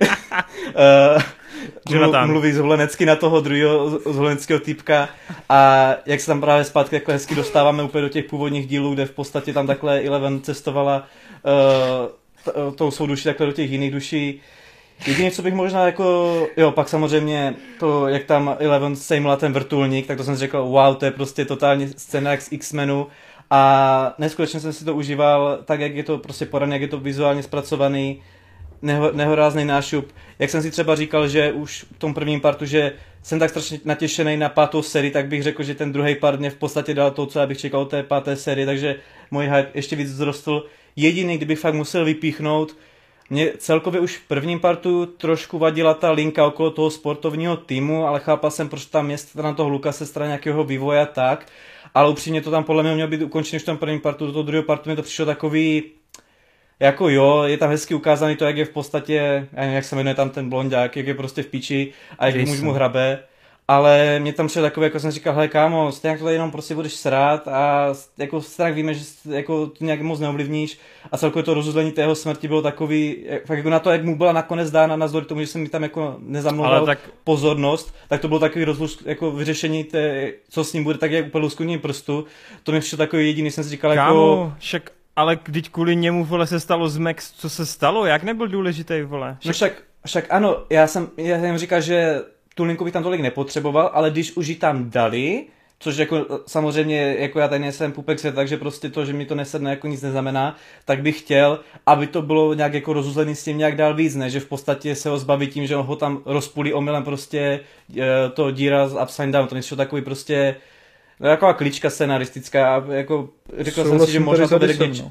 Speaker 5: uh, mluví zvolenecky na toho druhého zvoleneckého typka a jak se tam právě zpátky jako hezky dostáváme úplně do těch původních dílů, kde v podstatě tam takhle Eleven cestovala uh, tou svou duši takhle do těch jiných duší. Jediné, co bych možná jako, jo, pak samozřejmě to, jak tam Eleven sejmula ten vrtulník, tak to jsem si řekl, wow, to je prostě totální scéna jak z X-Menu a neskutečně jsem si to užíval, tak jak je to prostě podané, jak je to vizuálně zpracovaný, neho, nehorázný nášup. Jak jsem si třeba říkal, že už v tom prvním partu, že jsem tak strašně natěšený na pátou sérii, tak bych řekl, že ten druhý part mě v podstatě dal to, co já bych čekal od té páté série, takže můj hype ještě víc vzrostl. Jediný, kdybych fakt musel vypíchnout, mě celkově už v prvním partu trošku vadila ta linka okolo toho sportovního týmu, ale chápal jsem, proč tam je strana toho Lucase, strana nějakého vývoje tak, ale upřímně to tam podle mě mělo být ukončené už v tom prvním partu, do toho druhého partu mi to přišlo takový, jako jo, je tam hezky ukázaný to, jak je v podstatě, já nevím, jak se jmenuje tam ten blondák, jak je prostě v piči a jak muž mu hrabe. Ale mě tam přišlo takové, jako jsem říkal, hele kámo, stejně to jenom prostě budeš srát a jako stejně víme, že jako to nějak moc neovlivníš a celkově to rozuzlení té jeho smrti bylo takový, fakt jako na to, jak mu byla nakonec dána navzdory tomu, že jsem mi tam jako nezamlouval tak... pozornost, tak to bylo takový rozlusk, jako vyřešení té, co s ním bude, tak jak úplně lusknutím prstu, to mi přišlo takový jediný, jsem si říkal
Speaker 1: kámo,
Speaker 5: jako...
Speaker 1: však, ale když kvůli němu, vole, se stalo z Max, co se stalo, jak nebyl důležitý, vole?
Speaker 5: Však... No však, však ano, já jsem, já jsem říkal, že tu linku bych tam tolik nepotřeboval, ale když už ji tam dali, což jako samozřejmě, jako já tady nejsem pupek svět, takže prostě to, že mi to nesedne, jako nic neznamená, tak bych chtěl, aby to bylo nějak jako rozuzlený s tím nějak dál víc, ne, že v podstatě se ho zbaví tím, že ho tam rozpulí omylem prostě to díra z Upside Down, to něco takový prostě, no, taková klička scenaristická, a jako řekl jsem si, že možná to bude k něčemu.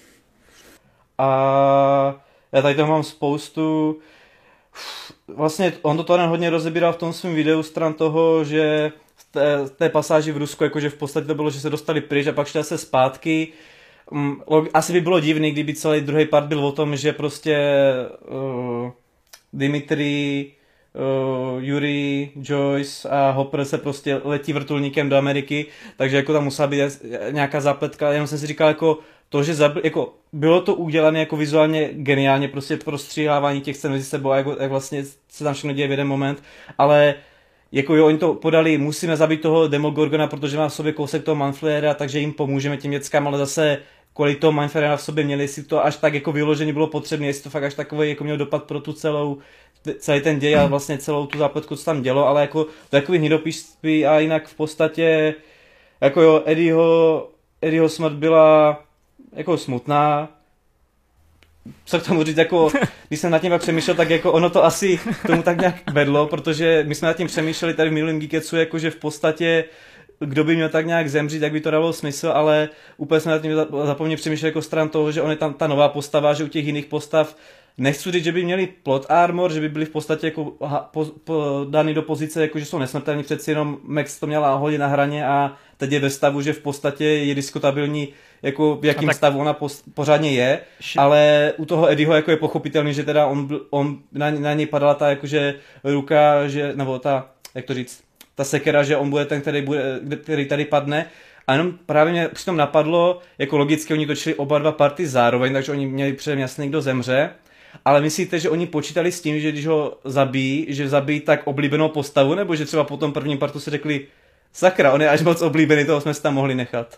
Speaker 5: A já tady toho mám spoustu. Vlastně on to tady hodně rozebíral v tom svém videu stran toho, že v té, té pasáži v Rusku, jakože v podstatě to bylo, že se dostali pryč a pak šli se zpátky. Asi by bylo divný, kdyby celý druhý part byl o tom, že prostě uh, Dimitri, uh, Yuri, Joyce a Hopper se prostě letí vrtulníkem do Ameriky, takže jako tam musela být nějaká zápletka, jenom jsem si říkal jako to, že zabil, jako bylo to udělané jako vizuálně geniálně, prostě prostříhávání těch scén mezi sebou a jak, jak vlastně se tam všechno děje v jeden moment, ale jako jo, oni to podali, musíme zabít toho Demogorgona, protože má v sobě kousek toho Mindflayera, takže jim pomůžeme těm dětskám, ale zase kvůli toho Mindflayera v sobě měli, jestli to až tak jako vyloženě bylo potřebné, jestli to fakt až takový jako měl dopad pro tu celou, celý ten děj a vlastně celou tu zápletku, co tam dělo, ale jako takový hnidopišství a jinak v podstatě jako jo, Eddieho, Eddieho smrt byla jako smutná. Co k tomu říct, jako, když jsem nad tím přemýšlel, tak jako ono to asi tomu tak nějak vedlo, protože my jsme nad tím přemýšleli tady v minulém Geeketsu, jakože v podstatě kdo by měl tak nějak zemřít, jak by to dalo smysl, ale úplně jsme nad tím zapomněli přemýšlet jako stran toho, že on je tam ta nová postava, že u těch jiných postav nechci říct, že by měli plot armor, že by byli v podstatě jako po, po, daný do pozice, jako že jsou nesmrtelní, přeci jenom Max to měla hodně na hraně a teď je ve stavu, že v podstatě je diskutabilní, jako v jakém tak... stavu ona po, pořádně je, Ši... ale u toho Eddieho jako je pochopitelný, že teda on, on na, na něj padala ta jakože ruka, že, nebo ta, jak to říct, ta sekera, že on bude ten, který, bude, který tady padne. A jenom právě mě přitom napadlo, jako logicky oni točili oba dva party zároveň, takže oni měli předem jasný, kdo zemře. ale myslíte, že oni počítali s tím, že když ho zabijí, že zabijí tak oblíbenou postavu, nebo že třeba po tom prvním partu si řekli, sakra, on je až moc oblíbený, toho jsme si tam mohli nechat?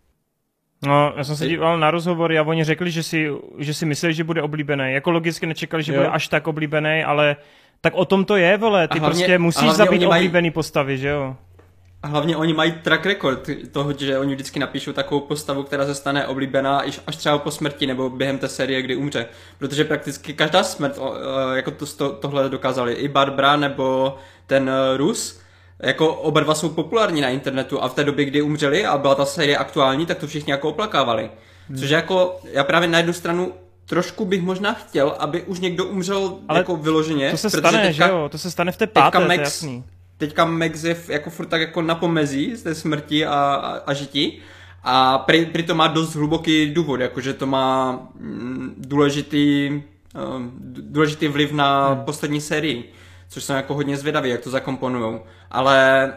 Speaker 1: No, já jsem se díval na rozhovory a oni řekli, že si, že si mysleli, že bude oblíbený. Jako logicky nečekali, že jo. bude až tak oblíbený, ale tak o tom to je, vole. Ty hlavně, prostě musíš zabít oblíbený mají... postavy, že jo?
Speaker 2: A hlavně oni mají track record toho, že oni vždycky napíšou takovou postavu, která se stane oblíbená až třeba po smrti nebo během té série, kdy umře. Protože prakticky každá smrt, jako to, tohle dokázali, i Barbara nebo ten Rus, jako oba dva jsou populární na internetu a v té době, kdy umřeli a byla ta série aktuální, tak to všichni jako oplakávali. Hmm. Což jako, já právě na jednu stranu trošku bych možná chtěl, aby už někdo umřel ale jako vyloženě.
Speaker 1: To se stane, teďka, že jo, to se stane v té páté, Max, to je jasný.
Speaker 2: Teďka Max je jako furt tak jako na pomezí z té smrti a, a, a žití a pri, pri to má dost hluboký důvod, jakože to má mm, důležitý, um, důležitý vliv na hmm. poslední sérii, což jsem jako hodně zvědavý, jak to zakomponujou. Ale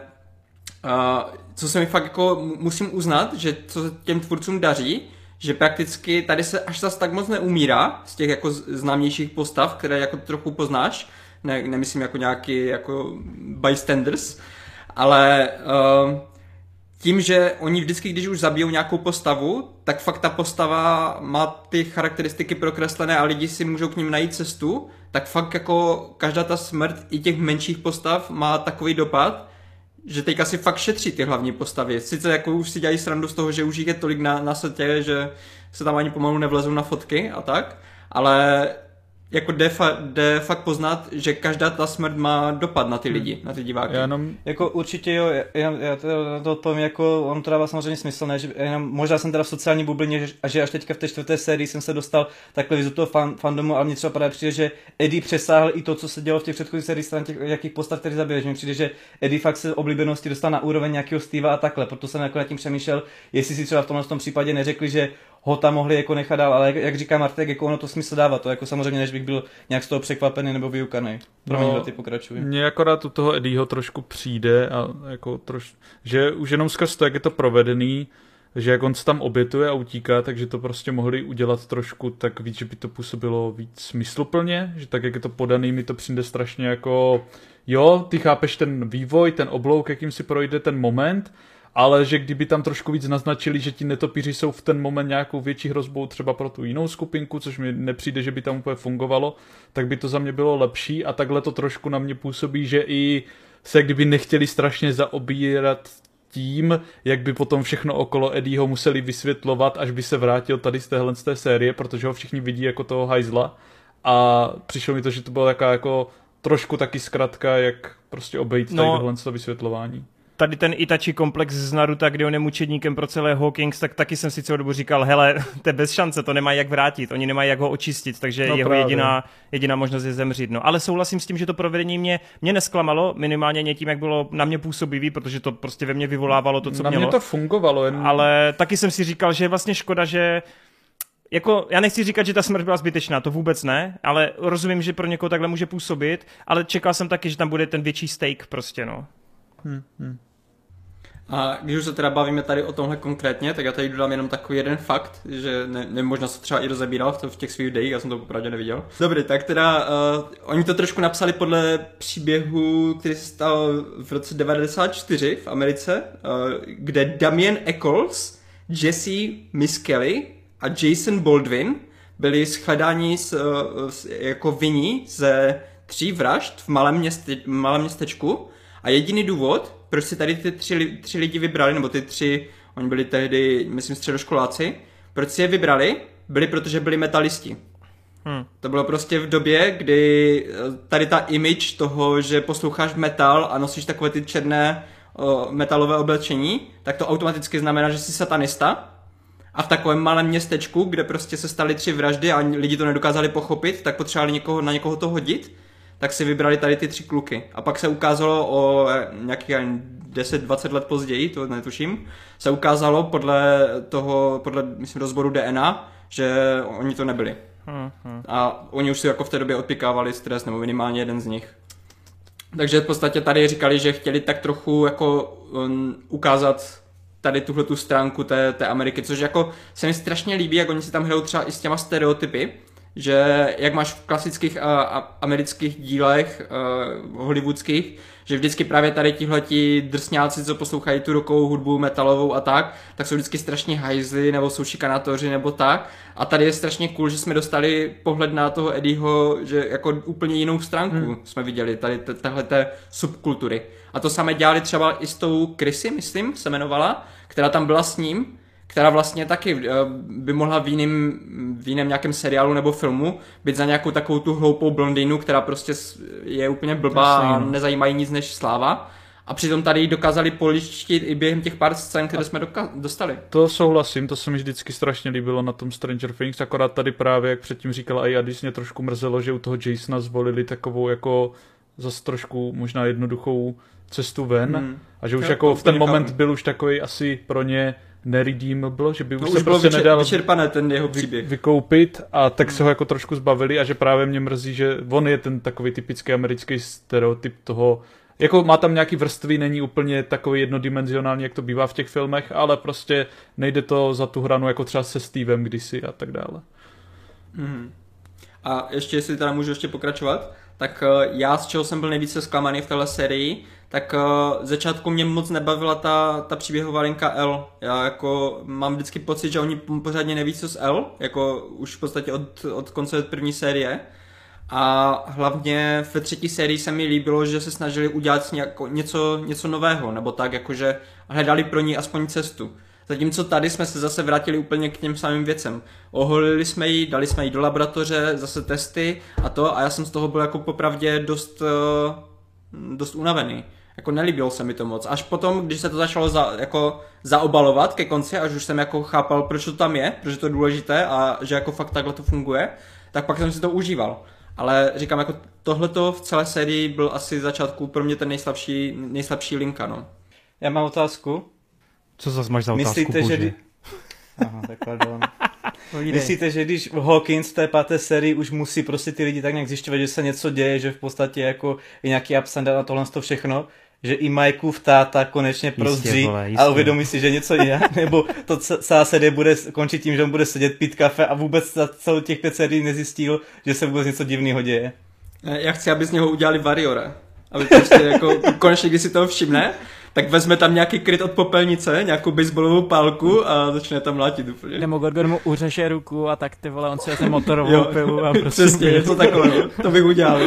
Speaker 2: uh, co se mi fakt jako musím uznat, že co se těm tvůrcům daří, že prakticky tady se až zas tak moc neumírá z těch jako známějších postav, které jako trochu poznáš, ne, nemyslím jako nějaký jako bystanders, ale uh, tím, že oni vždycky, když už zabijou nějakou postavu, tak fakt ta postava má ty charakteristiky prokreslené a lidi si můžou k ním najít cestu, tak fakt jako každá ta smrt i těch menších postav má takový dopad, že teďka si fakt šetří ty hlavní postavy. Sice jako už si dělají srandu z toho, že už jich je tolik na, na setě, že se tam ani pomalu nevlezou na fotky a tak, ale jako jde, fa- jde fakt poznat, že každá ta smrt má dopad na ty lidi, hmm. na ty diváky.
Speaker 5: Já jenom... Jako určitě jo, já, já to, to odpovím, jako on to dává samozřejmě smysl, ne, že jenom, možná jsem teda v sociální bublině, že, a že až teďka v té čtvrté sérii jsem se dostal takhle do toho fan, fandomu, ale mně třeba právě přijde, že Eddie přesáhl i to, co se dělo v těch předchozích sériích stran těch, jakých postav, který zabiješ. Mně přijde, že Eddie fakt se oblíbenosti dostal na úroveň nějakého Steva a takhle, proto jsem jako nad tím přemýšlel, jestli si třeba v tomhle tom případě neřekli, že ho tam mohli jako nechat dál, ale jak, jak říká Martek, jako ono to smysl dává, to jako samozřejmě, než bych byl nějak z toho překvapený nebo vyukaný. Promiň, no, ty pokračuj.
Speaker 3: Mně akorát u toho Eddieho trošku přijde, a jako troš, že už jenom skrz to, jak je to provedený, že jak on se tam obětuje a utíká, takže to prostě mohli udělat trošku tak víc, že by to působilo víc smysluplně, že tak, jak je to podaný, mi to přijde strašně jako, jo, ty chápeš ten vývoj, ten oblouk, jakým si projde ten moment, ale že kdyby tam trošku víc naznačili, že ti netopíři jsou v ten moment nějakou větší hrozbou třeba pro tu jinou skupinku, což mi nepřijde, že by tam úplně fungovalo, tak by to za mě bylo lepší a takhle to trošku na mě působí, že i se kdyby nechtěli strašně zaobírat tím, jak by potom všechno okolo Eddieho museli vysvětlovat, až by se vrátil tady z téhle z té série, protože ho všichni vidí jako toho hajzla a přišlo mi to, že to bylo taková jako trošku taky zkratka, jak prostě obejít tady no. tohle to vysvětlování.
Speaker 1: Tady ten Itachi komplex z Naruta, kdy on je mučedníkem pro celé Hawkins, tak taky jsem si celou dobu říkal, hele, to je bez šance, to nemají jak vrátit, oni nemají jak ho očistit, takže no jeho jediná, jediná možnost je zemřít. No, ale souhlasím s tím, že to provedení mě, mě nesklamalo, minimálně mě tím, jak bylo na mě působivý, protože to prostě ve mně vyvolávalo to, co
Speaker 3: na
Speaker 1: mělo.
Speaker 3: Na mě to fungovalo. Jen...
Speaker 1: Ale taky jsem si říkal, že je vlastně škoda, že jako, já nechci říkat, že ta smrt byla zbytečná, to vůbec ne, ale rozumím, že pro někoho takhle může působit, ale čekal jsem taky, že tam bude ten větší stake prostě, no.
Speaker 3: Hmm, hmm.
Speaker 2: A když už se teda bavíme tady o tomhle konkrétně, tak já tady dodám jenom takový jeden fakt, že ne, ne možná se třeba i rozebíral v, v těch svých videích, já jsem to popravdě neviděl. Dobrý, tak teda uh, oni to trošku napsali podle příběhu, který se stal v roce devadesát čtyři v Americe, uh, kde Damien Eccles, Jesse Miss Kelly a Jason Baldwin byli shledáni s, uh, s, jako vinní ze tří vražd v malém, měste, malém městečku a jediný důvod, proč si tady ty tři, tři lidi vybrali, nebo ty tři, oni byli tehdy, myslím, středoškoláci, proč si je vybrali, byli, protože byli metalisti. Hmm. To bylo prostě v době, kdy tady ta image toho, že posloucháš metal a nosíš takové ty černé o, metalové oblečení, tak to automaticky znamená, že jsi satanista. A v takovém malém městečku, kde prostě se staly tři vraždy a lidi to nedokázali pochopit, tak potřebovali někoho, na někoho to hodit, tak si vybrali tady ty tři kluky. A pak se ukázalo o nějakých deset dvacet let později, to netuším, se ukázalo podle toho, podle, myslím, rozboru D N A, že oni to nebyli. Hmm, hmm. A oni už si jako v té době odpikávali stres, nebo minimálně jeden z nich. Takže v podstatě tady říkali, že chtěli tak trochu jako um, ukázat tady tuhletu stránku té, té Ameriky, což jako se mi strašně líbí, jak oni si tam hrajou třeba i s těma stereotypy, že jak máš v klasických a, a, amerických dílech uh, hollywoodských, že vždycky právě tady tihleti drsňáci, co poslouchají tu rockovou hudbu, metalovou a tak, tak jsou vždycky strašně hajzli, nebo jsou šikanátoři, nebo tak. A tady je strašně cool, že jsme dostali pohled na toho Eddieho, že jako úplně jinou stránku hmm. jsme viděli, tady téhleté subkultury. A to samé dělali třeba i s tou Chrissy, myslím, se jmenovala, která tam byla s ním, která vlastně taky by mohla v jiném, v jiném nějakém seriálu nebo filmu být za nějakou takovou tu hloupou blondýnu, která prostě je úplně blbá a nezajímají nic než sláva. A přitom tady dokázali poličtit i během těch pár scén, které jsme doka- dostali.
Speaker 3: To souhlasím, to se mi vždycky strašně líbilo na tom Stranger Things, akorát tady právě, jak předtím říkala i Adis, mě trošku mrzelo, že u toho Jasona zvolili takovou jako zase trošku možná jednoduchou cestu ven hmm. a že už
Speaker 2: jo,
Speaker 3: jako v ten
Speaker 2: chápu.
Speaker 3: moment byl už takový asi pro ně neredeemable, že by už
Speaker 2: no,
Speaker 3: se
Speaker 2: už
Speaker 3: prostě
Speaker 2: vyčer,
Speaker 3: nedal
Speaker 2: vyčerpané ten jeho příběh.
Speaker 3: Vy, vykoupit a tak hmm. se ho jako trošku zbavili a že právě mě mrzí, že on je ten takový typický americký stereotyp toho, jako má tam nějaký vrstvy, není úplně takový jednodimenzionální, jak to bývá v těch filmech, ale prostě nejde to za tu hranu jako třeba se Stevem kdysi a tak dále.
Speaker 2: Hmm. A ještě, jestli teda můžu ještě pokračovat, tak já, z čeho jsem byl nejvíce zklamaný v téhle sérii, tak uh, začátku mě moc nebavila ta, ta příběhová linka L. Já jako mám vždycky pocit, že oni pořádně neví, co s L, jako už v podstatě od, od konce první série. A hlavně ve třetí sérii se mi líbilo, že se snažili udělat nějako, něco, něco nového, nebo tak, jakože hledali pro ní aspoň cestu. Zatímco tady jsme se zase vrátili úplně k těm samým věcem. Oholili jsme ji, dali jsme ji do laboratoře, zase testy a to, a já jsem z toho byl jako popravdě dost, dost unavený. Jako nelíbilo se mi to moc. Až potom, když se to začalo za, jako zaobalovat ke konci, až už jsem jako chápal, proč to tam je, proč je to důležité a že jako fakt takhle to funguje, tak pak jsem si to užíval. Ale říkám, jako tohleto v celé sérii byl asi začátku pro mě ten nejslabší, nejslabší linka, no.
Speaker 5: Já mám otázku.
Speaker 1: Co zase máš za otázku,
Speaker 5: Myslíte,
Speaker 1: bože?
Speaker 5: že... Kdy... Aha, tak pardon. Myslíte, že když Hawkins v té páté sérii už musí prostě ty lidi tak nějak zjišťovat, že se něco děje, že v podstatě jako je nějaký ups and down a tohle to všechno, že i Mikeův táta konečně prozří a uvědomí si, že něco je, nebo to celá série bude končit tím, že on bude sedět, pít kafe a vůbec za celou těch pět sérií nezjistil, že se vůbec něco divného děje.
Speaker 2: Já chci, aby z něho udělali Warriora. Aby prostě jako konečně, když si toho všimne, tak vezme tam nějaký kryt od popelnice, nějakou baseballovou pálku a začne tam mlátit úplně.
Speaker 4: Demogorgon mu uřeže ruku a tak ty vole, on si vezme motorovou pilu a prostě...
Speaker 2: Přesně, něco takového, to bych udělal.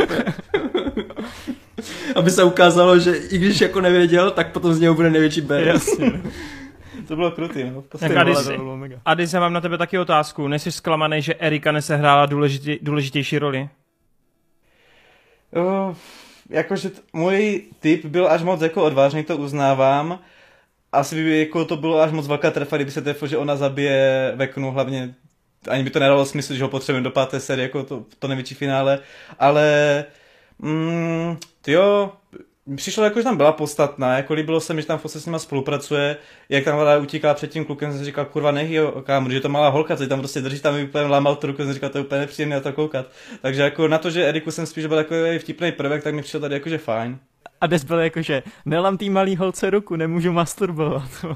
Speaker 2: Aby se ukázalo, že i když jako nevěděl, tak potom z něho bude největší bé.
Speaker 4: Jasně.
Speaker 5: To bylo krutý, no.
Speaker 1: Adis, já mám na tebe taky otázku. Nejsi zklamaný, že Erika nesehrála důležitě, důležitější roli?
Speaker 5: Uh, jakože t- můj tip byl až moc jako odvážný, to uznávám. Asi by jako to bylo až moc velká trefa, kdyby se trefil, že ona zabije Veknu, hlavně ani by to nedalo smysl, že ho potřebujeme do páté série, jako to, to největší finále, ale mm, tyjo, přišlo jako, že tam byla podstatná, jako líbilo se mi, že tam s nima spolupracuje, jak tam vláda utíkala před tím klukem, jsem říkal, kurva nech jo, kámo, že to malá holka, co tam prostě drží, tam mi úplně lámal tu ruku, jsem říkal, to je úplně nepříjemné na to koukat. Takže jako na to, že Eriku jsem spíš byl takový vtipný prvek, tak mi přišel tady jakože fajn.
Speaker 4: A des byl jakože, nelam tý malý holce ruku, nemůžu masturbovat.
Speaker 1: uh,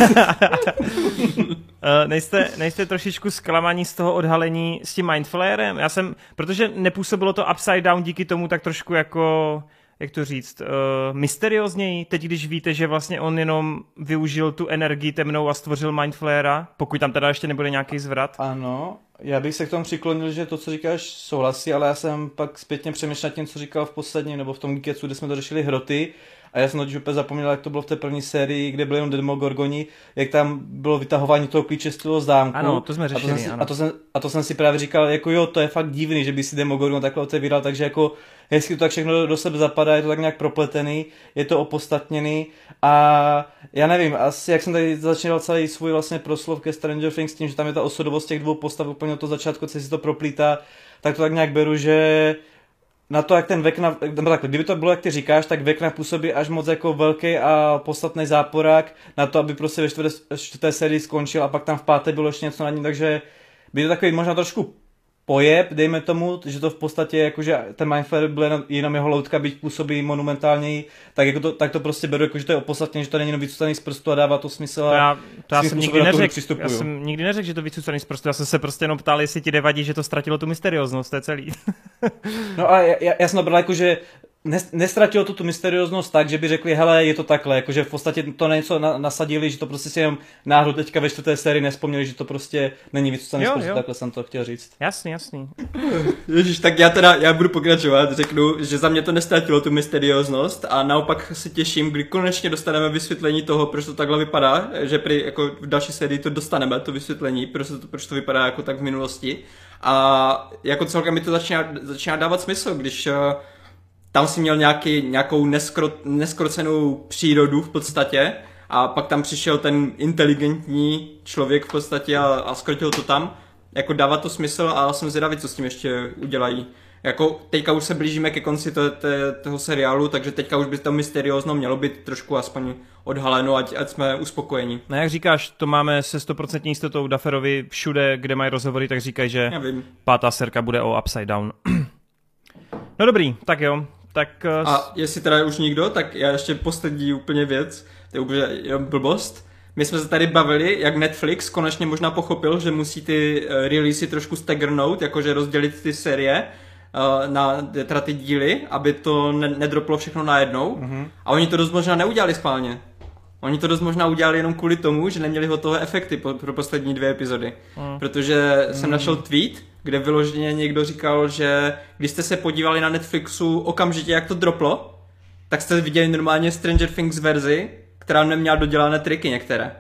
Speaker 1: nejste, nejste trošičku zklamaní z toho odhalení s tím Mindflayerem? Já jsem, protože nepůsobilo to upside down díky tomu tak trošku jako, jak to říct, uh, mysteriózněji, teď když víte, že vlastně on jenom využil tu energii temnou a stvořil Mindflayera, pokud tam teda ještě nebude nějaký zvrat.
Speaker 5: Ano, já bych se k tomu přiklonil, že to, co říkáš, souhlasí, ale já jsem pak zpětně přemýšlel nad tím, co říkal v posledním, nebo v tom Geeketsu, kde jsme to řešili hroty, a já jsem totiž úplně zapomněl, jak to bylo v té první sérii, kde byly jenom Demogorgoni, jak tam bylo vytahování toho klíče z toho zámku.
Speaker 1: Ano, to jsme řešili,
Speaker 5: a to jsem si,
Speaker 1: ano.
Speaker 5: A to, jsem, a to jsem si právě říkal, jako jo, to je fakt divný, že by si Demogorgon takhle otevíral, takže jako hezky to tak všechno do, do sebe zapadá, je to tak nějak propletený, je to opodstatněný a já nevím, asi jak jsem tady začínal celý svůj vlastně proslov ke Stranger Things tím, že tam je ta osudovost těch dvou postav úplně od toho začátku, co si to proplítá, tak to tak nějak beru, že na to, jak ten Vekna, takhle, kdyby to bylo, jak ty říkáš, tak Vekna působí až moc jako velký a podstatný záporák na to, aby prostě ve čtvrté, čtvrté sérii skončil a pak tam v páté bylo ještě něco na ní, takže by to takový možná trošku pojeb, dejme tomu, že to v podstatě jakože ten Mindflayer byl jenom, jenom jeho loutka, byť působí monumentálněji, tak, jako to, tak to prostě beru, jako, že to je opodstatněné, že to není jenom vycucaný z prstu a dává to smysl.
Speaker 1: To já, to já jsem nikdy neřekl, já
Speaker 5: jsem
Speaker 1: jsem nikdy neřekl, že to vycucaný z prstu, já jsem se prostě jenom ptal, jestli ti nevadí, že to ztratilo tu mysterióznost, to je celý.
Speaker 5: No a já, já, já jsem to bral jako, že nestratilo to tu mysterióznost tak, že by řekli, hele, je to takhle, jakože v podstatě to na něco na, nasadili, že to prostě si jenom náhodou teďka ve čtvrté sérii nespomněli, že to prostě není vycucaný z prstu, takhle jsem to chtěl říct.
Speaker 1: Jasný, jasný.
Speaker 2: Ježiš, tak já teda, já budu pokračovat, řeknu, že za mě to nestratilo tu mysterióznost a naopak se těším, kdy konečně dostaneme vysvětlení toho, proč to takhle vypadá, že prý, jako v další sérii to dostaneme, to vysvětlení, proč to, proč to vypadá jako tak v minulosti. A jako celkem mi to začíná, začíná dávat smysl, když tam si měl nějaký, nějakou neskro, neskrocenou přírodu v podstatě a pak tam přišel ten inteligentní člověk v podstatě a, a skrotil to tam. Jako dává to smysl a jsem zvědavý, co s tím ještě udělají. Jako teďka už se blížíme ke konci to, to, toho seriálu, takže teďka už by to mysteriózno mělo být trošku aspoň odhaleno, ať, ať jsme uspokojeni.
Speaker 1: No jak říkáš, to máme se stoprocentní jistotou Dufferovi všude, kde mají rozhovory, tak říkají, že pátá serka bude o Upside Down. No dobrý, tak jo. Tak, uh...
Speaker 2: A jestli teda už nikdo, tak já ještě poslední úplně věc, to je úplně blbost. My jsme se tady bavili, jak Netflix konečně možná pochopil, že musí ty releasy trošku stagrnout, jakože rozdělit ty série uh, na teda ty díly, aby to ne- nedroplo všechno najednou. Mm-hmm. A oni to dost možná neudělali schválně. Oni to dost možná udělali jenom kvůli tomu, že neměli hotové efekty pro, pro poslední dvě epizody. Mm. Protože jsem mm. našel tweet, kde vyloženě někdo říkal, že když jste se podívali na Netflixu okamžitě, jak to droplo, tak jste viděli normálně Stranger Things verzi, která neměla dodělané triky některé.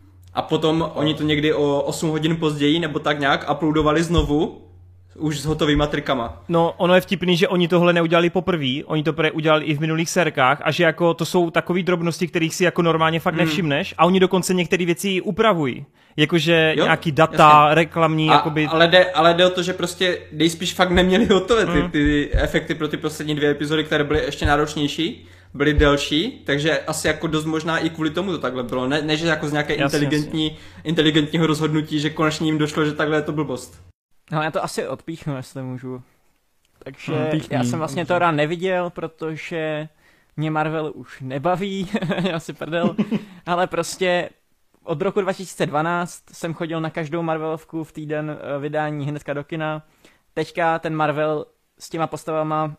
Speaker 2: A potom oni to někdy o osm hodin později, nebo tak nějak, uploadovali znovu, už s hotovýma trikama.
Speaker 1: No, ono je vtipný, že oni tohle neudělali poprvé, oni to udělali i v minulých serkách a že jako to jsou takové drobnosti, kterých si jako normálně fakt nevšimneš a oni dokonce některé věci upravují. Jakože jo, nějaký data, jasně. reklamní,
Speaker 2: a,
Speaker 1: jakoby...
Speaker 2: Ale jde, ale jde o to, že prostě nejspíš fakt neměli hotové ty, mm. ty efekty pro ty poslední dvě epizody, které byly ještě náročnější, byly delší, takže asi jako dost možná i kvůli tomu to takhle bylo. Ne, ne že jako z nějaké jasně, inteligentní, jasně. inteligentního rozhodnutí, že konečně jim došlo, že takhle je to blbost.
Speaker 4: No já to asi odpíchnu, jestli můžu. Takže no, já jsem vlastně to rád neviděl, protože mě Marvel už nebaví, asi prdel, ale prostě od roku dva tisíce dvanáct jsem chodil na každou Marvelovku v týden vydání hnedka do kina. Teďka ten Marvel s těma postavama,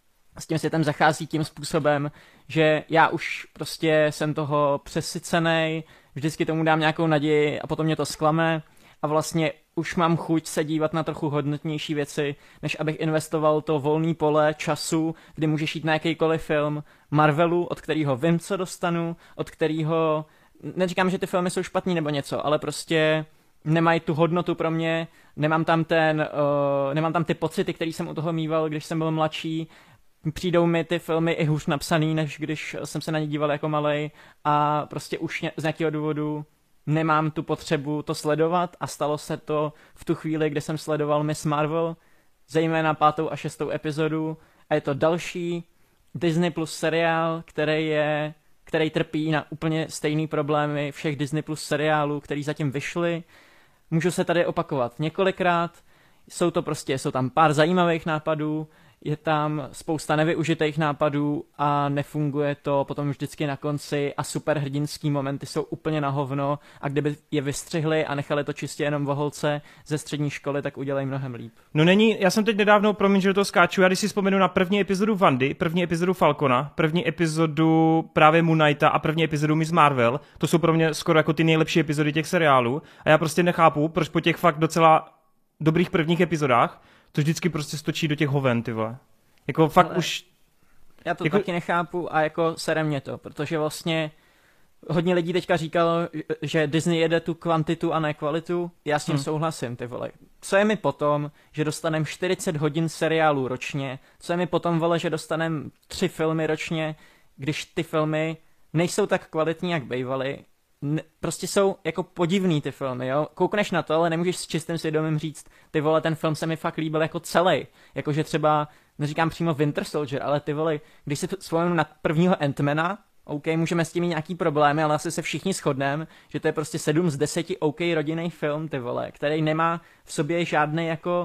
Speaker 4: s tím světem zachází tím způsobem, že já už prostě jsem toho přesycenej, vždycky tomu dám nějakou naději a potom mě to zklame a vlastně už mám chuť se dívat na trochu hodnotnější věci, než abych investoval to volný pole času, kdy můžeš jít na jakýkoliv film Marvelu, od kterého vím, co dostanu, od kterého, neříkám, že ty filmy jsou špatný nebo něco, ale prostě nemají tu hodnotu pro mě, nemám tam ten, uh, nemám tam ty pocity, které jsem u toho mýval, když jsem byl mladší, přijdou mi ty filmy i hůř napsaný, než když jsem se na ně díval jako malej a prostě už ně, z nějakého důvodu nemám tu potřebu to sledovat a stalo se to v tu chvíli, kdy jsem sledoval Miss Marvel, zejména pátou a šestou epizodu a je to další Disney Plus seriál, který je, který trpí na úplně stejný problémy všech Disney Plus seriálů, který zatím vyšly. Můžu se tady opakovat několikrát, jsou to prostě, jsou tam pár zajímavých nápadů, je tam spousta nevyužitých nápadů a nefunguje to potom vždycky na konci a superhrdinský momenty jsou úplně na hovno a kdyby je vystřihli a nechali to čistě jenom v holce ze střední školy, tak udělají mnohem líp.
Speaker 1: No není, já jsem teď nedávno, promiň, že do toho skáču, já když si vzpomenu na první epizodu Wandy, první epizodu Falcona, první epizodu právě Moon Knighta a první epizodu Miss Marvel, to jsou pro mě skoro jako ty nejlepší epizody těch seriálů a já prostě nechápu, proč po těch fakt docela dobrých prvních epizodách to vždycky prostě stočí do těch hoven, ty vole. Jako fakt ale už...
Speaker 4: Já to
Speaker 1: jako...
Speaker 4: taky nechápu a jako sere mě to, protože vlastně hodně lidí teďka říkalo, že Disney jede tu kvantitu a ne kvalitu. Já s tím hmm. souhlasím, ty vole. Co je mi potom, že dostanem čtyřicet hodin seriálů ročně? Co je mi potom, vole, že dostanem tři filmy ročně, když ty filmy nejsou tak kvalitní, jak bejvaly? Prostě jsou jako podivný ty filmy, jo. Koukneš na to, ale nemůžeš s čistým svědomím říct, ty vole, ten film se mi fakt líbil jako celý. Jakože třeba, neříkám přímo Winter Soldier, ale ty vole, když si vzpomenu na prvního Ant-Mana, OK, můžeme s tím mít nějaký problémy, ale asi se všichni shodneme, že to je prostě sedm z deseti OK rodinný film, ty vole, který nemá v sobě žádný jako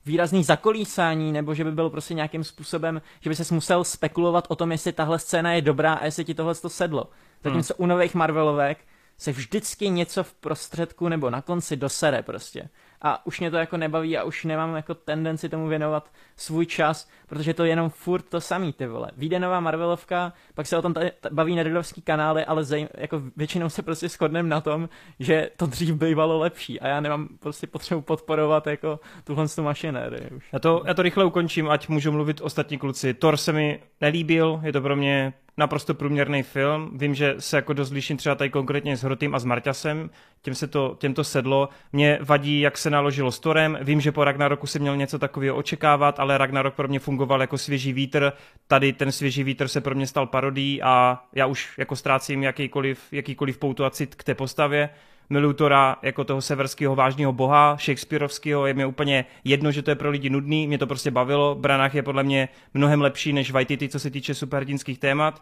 Speaker 4: výrazný zakolísání, nebo že by bylo prostě nějakým způsobem, že by ses musel spekulovat o tom, jestli tahle scéna je dobrá a jestli ti tohle to sedlo. Zatímco hmm. u nových Marvelovek se vždycky něco v prostředku nebo na konci dosere prostě. A už mě to jako nebaví a už nemám jako tendenci tomu věnovat svůj čas, protože to je jenom furt to samý, ty vole. Vyjde nová Marvelovka, pak se o tom tady baví nerdovský kanály, ale zajím, jako většinou se prostě shodneme na tom, že to dřív bývalo lepší a já nemám prostě potřebu podporovat jako tuhle tu mašinérii už.
Speaker 1: Já to, já to rychle ukončím, ať můžu mluvit ostatní kluci. Thor se mi nelíbil, je to pro mě naprosto průměrný film. Vím, že se jako dost liším třeba tady konkrétně s Hrotým a s Marťasem, těm se to, těm to sedlo. Mě vadí, jak se naložilo s Thorem. Vím, že po Ragnaroku se měl něco takového očekávat, ale Ragnarok pro mě fungoval jako svěží vítr. Tady ten svěží vítr se pro mě stal parodií a já už jako ztrácím jakýkoliv, jakýkoliv pouto a cit k té postavě. Miluju Thora jako toho severského vážného boha, Shakespeareovského, je mi úplně jedno, že to je pro lidi nudný, mě to prostě bavilo. Branagh je podle mě mnohem lepší než Waititi, co se týče superhrdinských témat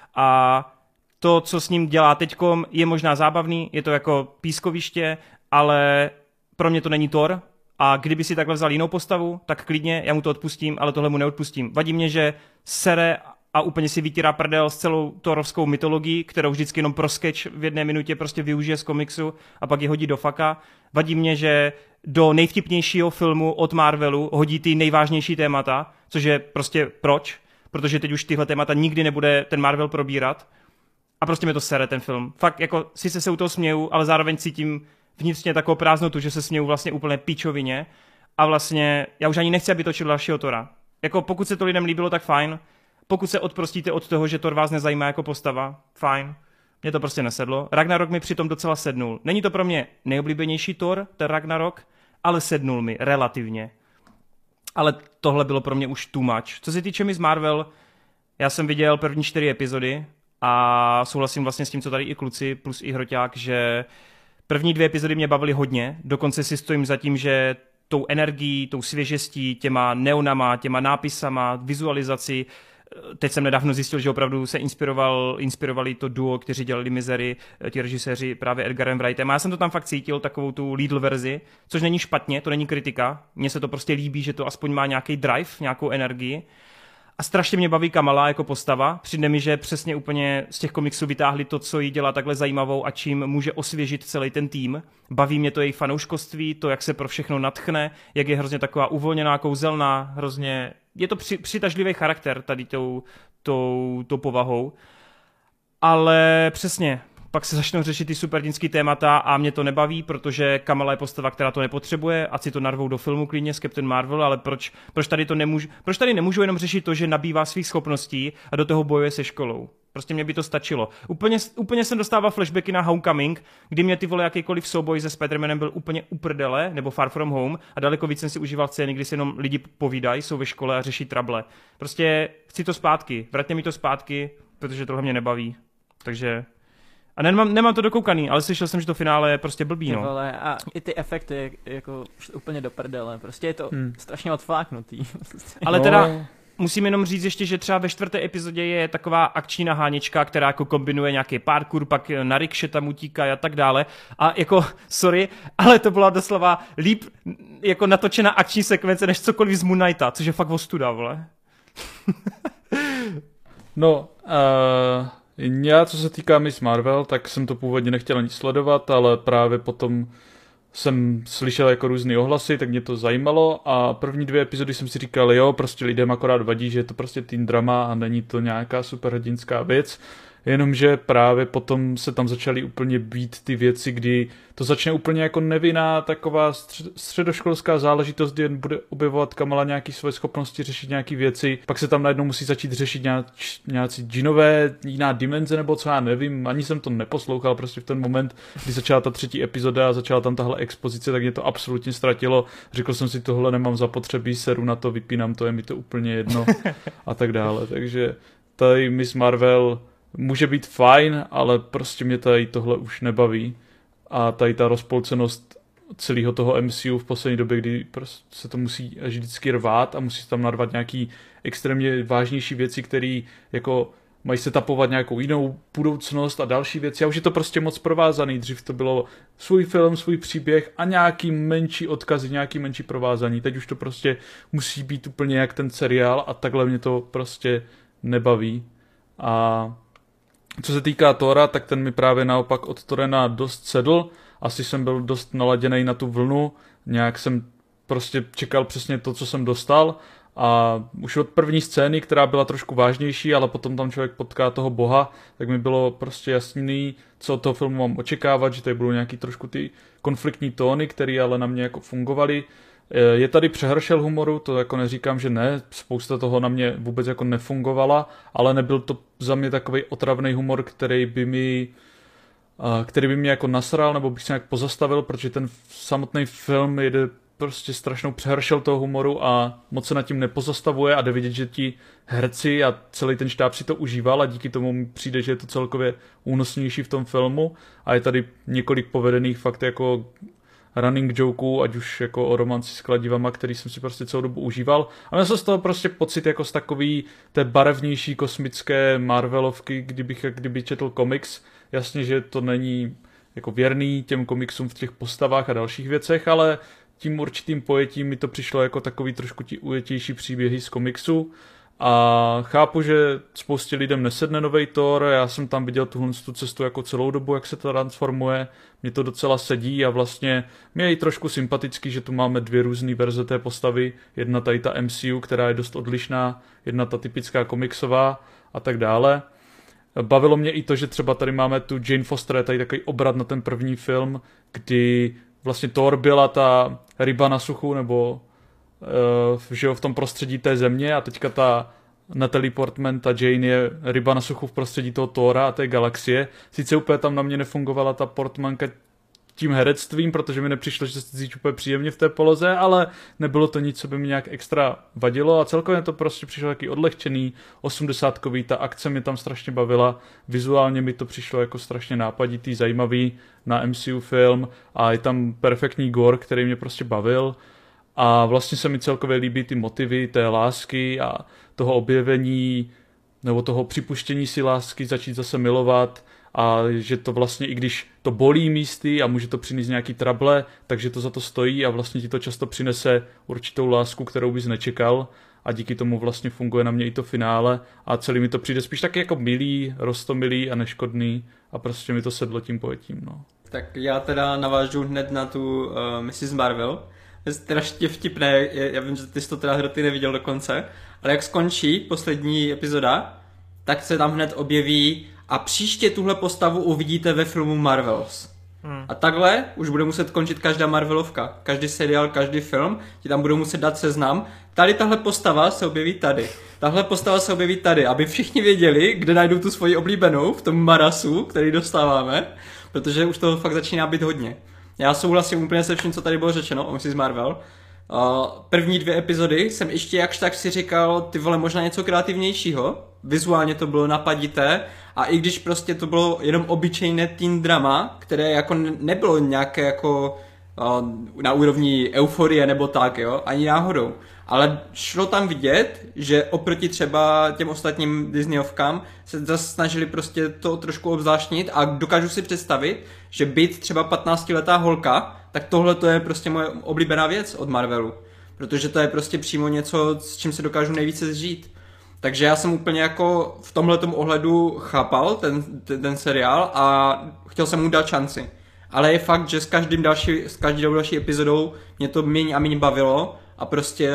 Speaker 1: a to, co s ním dělá teďkom, je možná zábavný, je to jako pískoviště, ale pro mě to není Thor a kdyby si takhle vzal jinou postavu, tak klidně, já mu to odpustím, ale tohle mu neodpustím. Vadí mě, že sere a úplně si vytírá prdel s celou thorovskou mytologií, kterou vždycky jenom pro sketch v jedné minutě prostě využije z komiksu a pak je hodí do faka. Vadí mě, že do nejvtipnějšího filmu od Marvelu hodí ty nejvážnější témata, což je prostě proč? Protože teď už tyhle témata nikdy nebude ten Marvel probírat a prostě mě to sere ten film. Fakt jako sice se u toho směju, ale zároveň cítím vnitřně takovou prázdnotu, že se směju vlastně úplně píčovině a vlastně já už ani nechci, aby točil dalšího Thora. Jako pokud se to lidem líbilo, tak fajn. Pokud se odprostíte od toho, že Thor vás nezajímá jako postava, fajn. Mně to prostě nesedlo. Ragnarok mi přitom docela sednul. Není to pro mě nejoblíbenější Thor, ten Ragnarok, ale sednul mi relativně. Ale tohle bylo pro mě už too much. Co se týče Miss Marvel, já jsem viděl první čtyři epizody a souhlasím vlastně s tím, co tady i kluci, plus i Hroťák, že první dvě epizody mě bavily hodně. Dokonce si stojím za tím, že tou energií, tou svěžestí, těma neonama, těma nápisama, vizualizací. Teď jsem nedávno zjistil, že opravdu se inspiroval, inspirovali to duo, kteří dělali Misery, ti režiséři právě Edgarem Wrightem. A já jsem to tam fakt cítil, takovou tu Lidl verzi, což není špatně, to není kritika. Mně se to prostě líbí, že to aspoň má nějaký drive, nějakou energii. A strašně mě baví Kamala jako postava. Přijde mi, že přesně úplně z těch komiksů vytáhli to, co jí dělá takhle zajímavou a čím může osvěžit celý ten tým. Baví mě to její fanouškovství, to, jak se pro všechno nadchne, jak je hrozně taková uvolněná, kouzelná, hrozně... Je to při, přitažlivý charakter tady tou, tou, tou povahou. Ale přesně, pak se začnou řešit ty superhrdinský témata a mě to nebaví, protože Kamala je postava, která to nepotřebuje, ať si to narvou do filmu klidně s Captain Marvel, ale proč, proč, tady to nemůžu, proč tady nemůžu jenom řešit to, že nabývá svých schopností a do toho bojuje se školou. Prostě mě by to stačilo. Úplně, úplně jsem dostával flashbacky na Homecoming, kdy mě ty vole jakýkoliv souboj se Spider-Manem byl úplně uprdele, nebo Far From Home a daleko víc jsem si užíval scény, kdy si jenom lidi povídají, jsou ve škole a řeší trable. Prostě chci to zpátky, vraťte mi to zpátky, protože tohle mě nebaví. Takže... A nemám, nemám to dokoukaný, ale slyšel jsem, že to finále je prostě blbý, no.
Speaker 4: Vole, a i ty efekty, jako úplně do prdele, prostě je to hmm. strašně odfláknutý.
Speaker 1: Ale teda musím jenom říct ještě, že třeba ve čtvrté epizodě je taková akční naháněčka, která jako kombinuje nějaký parkour, pak na rikše tam utíká a tak dále. A jako, sorry, ale to byla doslova líp jako natočená akční sekvence než cokoliv z Moon Knighta, což je fakt ostuda, vole.
Speaker 3: No, uh... já, co se týká Miss Marvel, tak jsem to původně nechtěl nic sledovat, ale právě potom jsem slyšel jako různý ohlasy, tak mě to zajímalo a první dvě epizody jsem si říkal, jo, prostě lidem akorát vadí, že je to prostě teen drama a není to nějaká superhrdinská věc, jenomže právě potom se tam začaly úplně být ty věci, kdy to začne úplně jako nevinná taková středoškolská záležitost, kdy bude objevovat Kamala nějaké svoje schopnosti, řešit nějaké věci, pak se tam najednou musí začít řešit nějak, nějací džinové, jiná dimenze nebo co, já nevím, ani jsem to neposlouchal, prostě v ten moment, kdy začala ta třetí epizoda a začala tam tahle expozice, tak mě to absolutně ztratilo, řekl jsem si, tohle nemám zapotřebí, seru na to, vypínám to, je mi to úplně jedno a tak dále, takže tady Miss Marvel může být fajn, ale prostě mě tady tohle už nebaví. A tady ta rozpolcenost celého toho M C U v poslední době, kdy prostě se to musí až vždycky rvát a musí se tam narvat nějaký extrémně vážnější věci, které jako mají se tapovat nějakou jinou budoucnost a další věci a už je to prostě moc provázaný. Dřív to bylo svůj film, svůj příběh a nějaký menší odkazy, nějaký menší provázání. Teď už to prostě musí být úplně jak ten seriál a takhle mě to prostě nebaví. A co se týká Thora, tak ten mi právě naopak od Thorena dost sedl. Asi jsem byl dost naladěnej na tu vlnu, nějak jsem prostě čekal přesně to, co jsem dostal a už od první scény, která byla trošku vážnější, ale potom tam člověk potká toho boha, tak mi bylo prostě jasný, co od toho filmu mám očekávat, že tady budou nějaký trošku ty konfliktní tóny, které ale na mě jako fungovaly. Je tady přehršel humoru, to jako neříkám, že ne, spousta toho na mě vůbec jako nefungovala, ale nebyl to za mě takový otravný humor, který by mi který by mě jako nasral, nebo bych se nějak pozastavil, protože ten samotný film jede prostě strašnou přehršel toho humoru a moc se nad tím nepozastavuje a jde vidět, že ti herci a celý ten štáb si to užíval a díky tomu mi přijde, že je to celkově únosnější v tom filmu a je tady několik povedených fakt jako running jokeů, ať už jako o romanci s kladivama, který jsem si prostě celou dobu užíval. A měl jsem z toho prostě pocit jako z takový té barevnější kosmické Marvelovky, kdybych kdyby četl komiks. Jasně, že to není jako věrný těm komiksům v těch postavách a dalších věcech, ale tím určitým pojetím mi to přišlo jako takový trošku ti ujetější příběhy z komiksu. A chápu, že spoustě lidem nesedne novej Thor, já jsem tam viděl tuhle tu cestu jako celou dobu, jak se to transformuje, mě to docela sedí a vlastně mě je i trošku sympatický, že tu máme dvě různé verze té postavy, jedna tady ta M C U, která je dost odlišná, jedna ta typická komiksová a tak dále. Bavilo mě i to, že třeba tady máme tu Jane Foster, tady takový obrat na ten první film, kdy vlastně Thor byla ta ryba na suchu, nebo uh, že jo, v tom prostředí té země a teďka ta Natalie Portman, ta Jane je ryba na suchu v prostředí toho Thora a té galaxie. Sice úplně tam na mě nefungovala ta Portmanka tím herectvím, protože mi nepřišlo, že se cítí úplně příjemně v té poloze, ale nebylo to nic, co by mi nějak extra vadilo a celkově to prostě přišlo taky odlehčený, osmdesátkový, ta akce mě tam strašně bavila, vizuálně mi to přišlo jako strašně nápaditý, zajímavý na M C U film a je tam perfektní gore, který mě prostě bavil a vlastně se mi celkově líbí ty motivy té lásky a toho objevení nebo toho připuštění si lásky, začít zase milovat a že to vlastně, i když to bolí místy a může to přinést nějaký trable, takže to za to stojí a vlastně ti to často přinese určitou lásku, kterou bys nečekal a díky tomu vlastně funguje na mě i to finále a celý mi to přijde spíš taky jako milý, roztomilý a neškodný a prostě mi to sedlo tím pojetím, no.
Speaker 2: Tak já teda navážu hned na tu uh, missus Marvel. Je strašně vtipné, já vím, že ty jsi to teda hroty neviděl dokonce, ale jak skončí poslední epizoda, tak se tam hned objeví a příště tuhle postavu uvidíte ve filmu Marvels. Hmm. A takhle už bude muset končit každá Marvelovka. Každý seriál, každý film, ti tam budou muset dát seznam. Tady tahle postava se objeví tady. Tahle postava se objeví tady, aby všichni věděli, kde najdou tu svoji oblíbenou v tom marasu, který dostáváme, protože už toho fakt začíná být hodně. Já souhlasím úplně se vším, co tady bylo řečeno o missus Marvel. Uh, první dvě epizody jsem ještě jakž tak si říkal, ty vole, možná něco kreativnějšího. Vizuálně to bylo napadité a i když prostě to bylo jenom obyčejné teen drama, které jako nebylo nějaké jako uh, na úrovni euforie nebo tak, jo, ani náhodou. Ale šlo tam vidět, že oproti třeba těm ostatním Disneyovkám se zase snažili prostě to trošku obzvláštnit a dokážu si představit, že být třeba patnáctiletá holka, tak tohle to je prostě moje oblíbená věc od Marvelu. Protože to je prostě přímo něco, s čím se dokážu nejvíce zžít. Takže já jsem úplně jako v tomhletom ohledu chápal ten, ten, ten seriál a chtěl jsem mu dát šanci. Ale je fakt, že s každým další, s každou další epizodou mě to méně a méně bavilo a prostě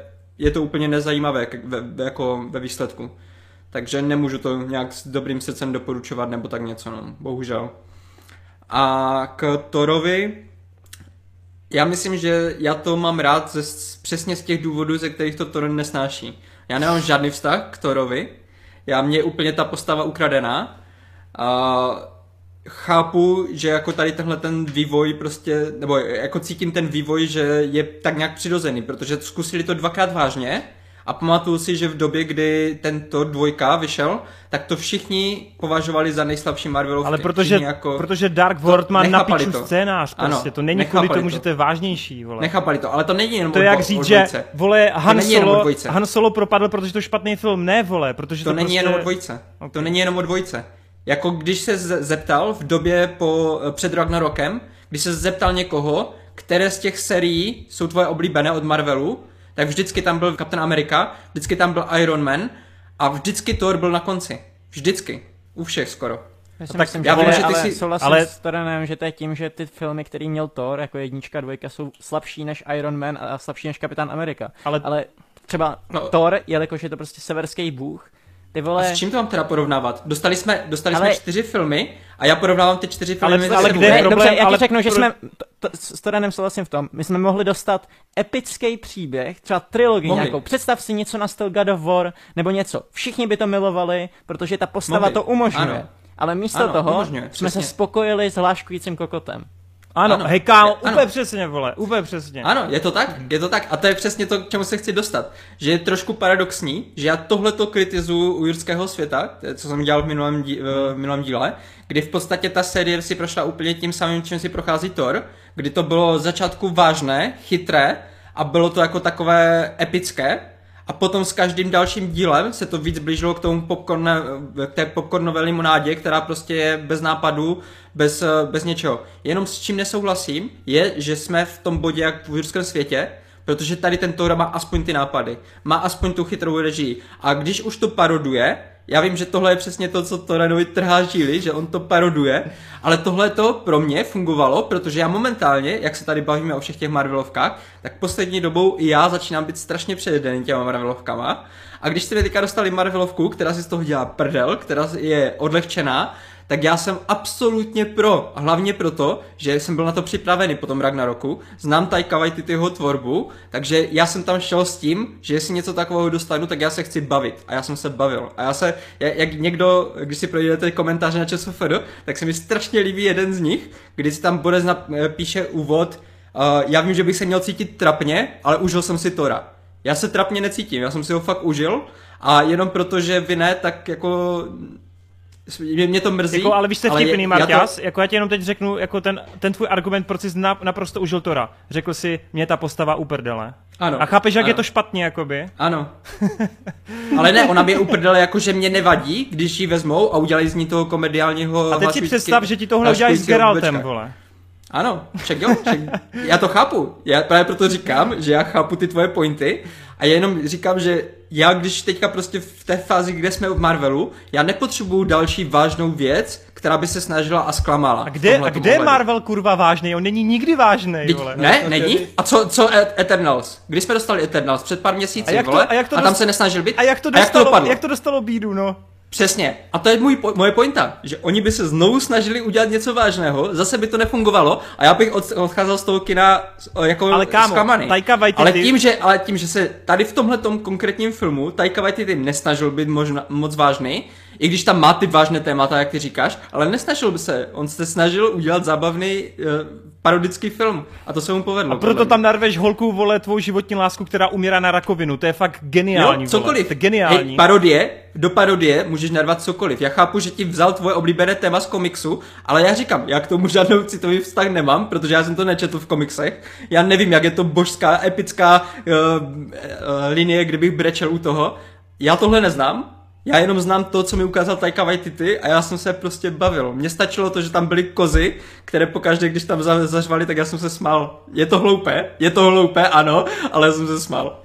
Speaker 2: je to úplně nezajímavé ve, ve, jako ve výsledku. Takže nemůžu to nějak s dobrým srdcem doporučovat nebo tak něco, no, bohužel. A k Thorovi, já myslím, že já to mám rád ze, přesně z těch důvodů, ze kterých to Thor nesnáší. Já nemám žádný vztah k Thorovi, já mě je úplně ta postava ukradená. A chápu, že jako tady tenhle ten vývoj prostě, nebo jako cítím ten vývoj, že je tak nějak přirozený, protože zkusili to dvakrát vážně A pamatuju si, že v době, kdy tento dvojka vyšel, tak to všichni považovali za nejslabší Marvelovky.
Speaker 1: Ale protože,
Speaker 2: jako...
Speaker 1: protože Dark World má na piču
Speaker 2: to.
Speaker 1: scénář, prostě.
Speaker 2: Ano,
Speaker 1: to není kvůli tomu,
Speaker 2: to.
Speaker 1: že to je vážnější, vole.
Speaker 2: Nechápali to, ale to není jenom
Speaker 1: to je jak říct, že, vole, Han Solo, Han Solo propadl, protože to je špatný film. Ne, vole, protože to,
Speaker 2: to není
Speaker 1: prostě...
Speaker 2: jenom o dvojce. Okay. To není jenom o dvojce. Jako když se zeptal v době po, před Ragnarokem, když se zeptal někoho, které z těch serií jsou tvoje oblíbené od Marvelu, tak vždycky tam byl Captain America, vždycky tam byl Iron Man a vždycky Thor byl na konci. Vždycky. U všech skoro.
Speaker 4: Já si
Speaker 2: tak
Speaker 4: myslím,
Speaker 2: já
Speaker 4: že
Speaker 2: vím,
Speaker 4: ale,
Speaker 2: že ty
Speaker 4: ale
Speaker 2: si...
Speaker 4: souhlasím
Speaker 1: ale...
Speaker 4: s Torenem, že to je tím, že ty filmy, který měl Thor, jako jednička, dvojka, jsou slabší než Iron Man a slabší než Kapitán Amerika. Ale, ale třeba no. Thor, jelikož je to prostě severský bůh, ty vole...
Speaker 2: A s čím to mám teda porovnávat? Dostali jsme, dostali ale... jsme čtyři filmy a já porovnávám ty čtyři filmy.
Speaker 1: Ale, ale kde je problém?
Speaker 4: Dobře, já ti
Speaker 1: ale...
Speaker 4: řeknu, že jsme, to, to, s Torenem souhlasím v tom, my jsme mohli dostat epický příběh, třeba trilogii
Speaker 2: mohli.
Speaker 4: nějakou, představ si něco na styl God of War, nebo něco. Všichni by to milovali, protože ta postava
Speaker 2: mohli.
Speaker 4: to umožňuje.
Speaker 2: Ano.
Speaker 4: Ale místo
Speaker 2: ano,
Speaker 4: toho
Speaker 2: umožňuje,
Speaker 4: jsme
Speaker 2: přesně.
Speaker 4: se spokojili s hláškujícím kokotem.
Speaker 1: Ano,
Speaker 2: ano,
Speaker 1: hej kámo,
Speaker 2: ano.
Speaker 1: úplně přesně, vole, úplně přesně.
Speaker 2: Ano, je to tak, je to tak a to je přesně to, k čemu se chci dostat. Že je trošku paradoxní, že já tohleto kritizuju u Jurského světa, co jsem dělal v minulém, dí, v minulém díle, kdy v podstatě ta série si prošla úplně tím samým, čím si prochází Thor, kdy to bylo z začátku vážné, chytré a bylo to jako takové epické. A potom s každým dalším dílem se to víc blížilo k tomu popcorn, k té popcornové limonádě, která prostě je bez nápadu, bez, bez něčeho. Jenom s čím nesouhlasím, je, že jsme v tom bodě jak v Jurském světě, protože tady ten Thor má aspoň ty nápady, má aspoň tu chytrou režii. A když už to paroduje, já vím, že tohle je přesně to, co Torenovi trhá žíly, že on to paroduje, ale tohle to pro mě fungovalo, protože já momentálně, jak se tady bavíme o všech těch Marvelovkách, tak poslední dobou i já začínám být strašně předjedený těma Marvelovkama. A když jste teďka dostali Marvelovku, která si z toho dělá prdel, která je odlehčená, tak já jsem absolutně pro. A hlavně proto, že jsem byl na to připravený po tom Ragnaroku, znám Taika Waititiho tvorbu, takže já jsem tam šel s tím, že jestli něco takového dostanu, tak já se chci bavit. A já jsem se bavil. A já se, jak někdo, když si projdete komentáře na ČSFD, tak se mi strašně líbí jeden z nich, kdy si tam Borez píše úvod, uh, já vím, že bych se měl cítit trapně, ale užil jsem si Thora. Já se trapně necítím, já jsem si ho fakt užil a jenom proto, že vy ne, tak jako... Mě, mě to mrzí.
Speaker 1: Jako, ale víš, jste vtipný, Marťas,
Speaker 2: to...
Speaker 1: jako já ti jenom teď řeknu, jako ten, ten tvůj argument, proč jsi na, naprosto užil Thora. Řekl si, mě ta postava uprdele.
Speaker 2: Ano.
Speaker 1: A chápeš, jak
Speaker 2: ano.
Speaker 1: je to špatně, jakoby?
Speaker 2: Ano. Ale ne, ona mě uprdele, jako že mě nevadí, když ji vezmou a udělají z ní toho komediálního...
Speaker 1: A teď si představ, že ti tohle udělají s Geraltem, vole.
Speaker 2: Ano, však jo, však já to chápu. Já právě proto říkám, že já chápu ty tvoje pointy a já jenom říkám, že já když teďka prostě v té fázi, kde jsme v Marvelu, já nepotřebuju další vážnou věc, která by se snažila a zklamala.
Speaker 1: A kde, a kde je Marvel kurva vážný? On není nikdy vážný, vole.
Speaker 2: Ne, není? A co, co Eternals? Kdy jsme dostali Eternals? Před pár měsíci,
Speaker 1: a
Speaker 2: vole?
Speaker 1: To, a, jak to
Speaker 2: a
Speaker 1: dost...
Speaker 2: tam se nesnažil být?
Speaker 1: A jak to
Speaker 2: dostalo,
Speaker 1: dostalo,
Speaker 2: jak to dopadlo?
Speaker 1: Jak to dostalo bídu, no?
Speaker 2: Přesně. A to je můj, moje pointa, že oni by se znovu snažili udělat něco vážného, zase by to nefungovalo a já bych od, odcházel z toho kina jako
Speaker 1: ale kámo,
Speaker 2: zklamaný.
Speaker 1: Taika Waititi...
Speaker 2: Ale tím, že, ale tím, že se tady v tomhletom konkrétním filmu Taika Waititi nesnažil být možná, moc vážný, i když tam má ty vážné témata, jak ty říkáš, ale nesnažil by se. On se snažil udělat zábavný uh, parodický film a to se mu povedlo.
Speaker 1: A proto tam narveš holku, vole, tvou životní lásku, která umírá na rakovinu. To je fakt geniální,
Speaker 2: jo, cokoliv.
Speaker 1: Vole. To je geniální.
Speaker 2: Hej, parodie, do parodie můžeš narvat cokoliv. Já chápu, že ti vzal tvoje oblíbené téma z komiksu, ale já říkám, já k tomu žádnou citový vztah nemám, protože já jsem to nečetl v komiksech. Já nevím, jak je to božská, epická uh, uh, linie, kdybych brečel u toho. Já tohle neznám. Já jenom znám to, co mi ukázal Taika Waititi a já jsem se prostě bavil. Mně stačilo to, že tam byly kozy, které pokaždé, když tam za- zařvali, tak já jsem se smál. Je to hloupé, je to hloupé, ano, ale já jsem se smál.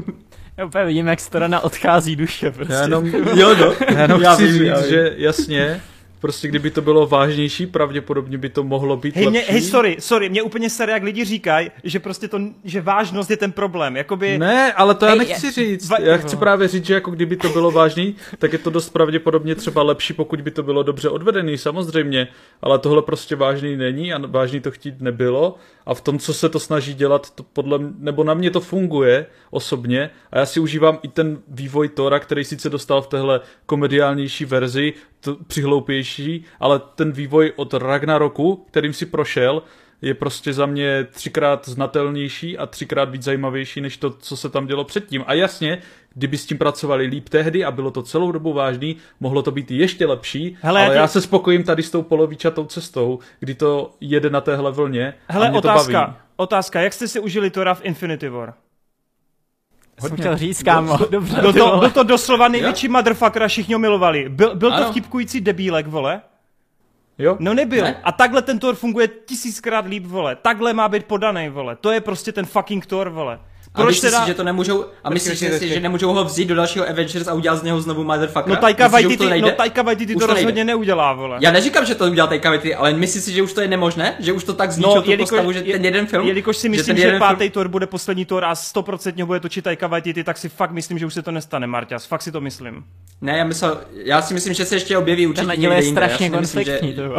Speaker 4: Já úplně vidím, jak Storana odchází duše prostě.
Speaker 3: Já jenom,
Speaker 2: jo, no.
Speaker 3: já jenom
Speaker 2: já
Speaker 3: chci
Speaker 2: vím,
Speaker 3: říct,
Speaker 2: já vím.
Speaker 3: že jasně, prostě kdyby to bylo vážnější, pravděpodobně by to mohlo být
Speaker 1: Hej, mě,
Speaker 3: lepší.
Speaker 1: hej, sorry, sorry, mě úplně sere, jak lidi říkají, že prostě to, že vážnost je ten problém, jakoby...
Speaker 3: Ne, ale to já
Speaker 4: Hej,
Speaker 3: nechci
Speaker 4: je-
Speaker 3: říct.
Speaker 1: Va-
Speaker 3: Já chci právě říct, že jako kdyby to bylo vážný, tak je to dost pravděpodobně třeba lepší, pokud by to bylo dobře odvedený, samozřejmě. Ale tohle prostě vážný není a vážný to chtít nebylo. A v tom, co se to snaží dělat, to podle mě, nebo na mě to funguje osobně. A já si užívám i ten vývoj Thora, který sice dostal v téhle komediálnější verzi, to přihloupější, ale ten vývoj od Ragnaroku, kterým si prošel, je prostě za mě třikrát znatelnější a třikrát víc zajímavější, než to, co se tam dělo předtím. A jasně, kdyby s tím pracovali líp tehdy a bylo to celou dobu vážný, mohlo to být ještě lepší, hele, ale já, tě... já se spokojím tady s tou polovičatou cestou, kdy to jede na téhle vlně.
Speaker 1: Hele,
Speaker 3: a mě
Speaker 1: otázka,
Speaker 3: to baví.
Speaker 1: otázka, jak jste si užili Thora v Infinity War?
Speaker 4: Jsem chtěl říct, kámo,
Speaker 1: do,
Speaker 4: dobře.
Speaker 1: Byl to, byl to doslova největší motherfucker a všichni ho milovali. Byl, byl to
Speaker 2: ano.
Speaker 1: vtipkující debílek, vole?
Speaker 3: Jo?
Speaker 1: No nebyl.
Speaker 2: Ne?
Speaker 1: A takhle ten Thor funguje tisíckrát líp, vole. Takhle má být podaný, vole. To je prostě ten fucking Thor, vole.
Speaker 2: A myslíš teda... si, že to nemůžou, a myslíš
Speaker 5: Počkej,
Speaker 2: si, že nemůžou ho vzít do dalšího Avengers a udělat z něho znovu motherfuckera?
Speaker 1: No Taika
Speaker 2: Myslíš,
Speaker 1: Waititi, no Taika Waititi to, to rozhodně neudělá, vole.
Speaker 2: Já neříkám, že to udělá Taika Waititi, ale myslíš si, že už to je nemožné? Že už to tak zničil
Speaker 1: no,
Speaker 2: tu postavu, že ten jeden film?
Speaker 1: Jelikož si myslím,
Speaker 2: že,
Speaker 1: že pátý
Speaker 2: film...
Speaker 1: Thor bude poslední Thor a sto procent bude točit Taika Waititi, tak si fakt myslím, že už se to nestane, Marťas. Fakt si to myslím.
Speaker 2: Ne, já myslel, já si myslím, že se ještě objeví určitě
Speaker 4: někde
Speaker 2: někde
Speaker 4: je
Speaker 2: jinde.
Speaker 4: strašně konfliktní,
Speaker 2: že...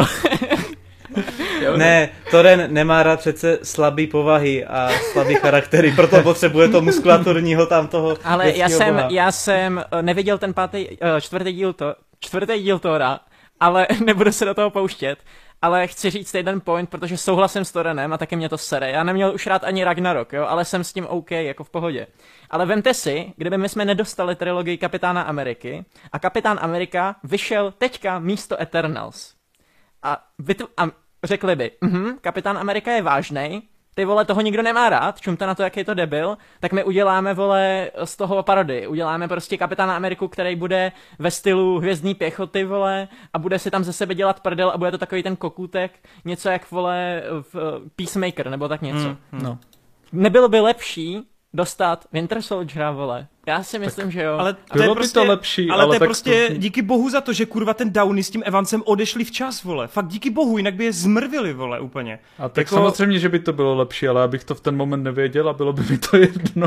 Speaker 5: Jo, ne, Thorin nemá rád přece slabý povahy a slabý charaktery, proto potřebuje to muskulaturního tam toho.
Speaker 4: Ale já jsem, boha. já jsem neviděl ten pátý, čtvrtý díl, to, čtvrtý díl Thora, ale nebudu se do toho pouštět. Ale chci říct jeden point, protože souhlasím s Thorem a taky mě to sere. Já neměl už rád ani Ragnarok, jo, ale jsem s tím OK, jako v pohodě. Ale vemte si, kdyby my jsme nedostali trilogii Kapitána Ameriky a Kapitán Amerika vyšel teďka místo Eternals. A, vytv- a řekli by, mhm, Kapitán Amerika je vážnej, ty vole, toho nikdo nemá rád, čumte na to, jak je to debil, tak my uděláme, vole, z toho parodii. Uděláme prostě Kapitána Ameriku, který bude ve stylu hvězdní pěchoty, vole, a bude si tam ze sebe dělat prdel a bude to takový ten kokůtek, něco jak, vole, v Peacemaker, nebo tak něco.
Speaker 1: Mm, mm.
Speaker 3: No.
Speaker 4: Nebylo by lepší dostat Winter Soldiera, vole? Já si myslím, tak, že jo.
Speaker 1: Ale to
Speaker 3: bylo
Speaker 1: je
Speaker 3: by
Speaker 1: prostě,
Speaker 3: to lepší,
Speaker 1: ale,
Speaker 3: ale
Speaker 1: to je
Speaker 3: tak
Speaker 1: prostě
Speaker 3: to...
Speaker 1: díky bohu za to, že kurva ten Downey s tím Evansem odešli včas, vole. Fakt díky bohu, jinak by je zmrvili, vole, úplně.
Speaker 3: A tak
Speaker 1: jako...
Speaker 3: samozřejmě, že by to bylo lepší, ale abych to v ten moment nevěděl a bylo by mi to jedno.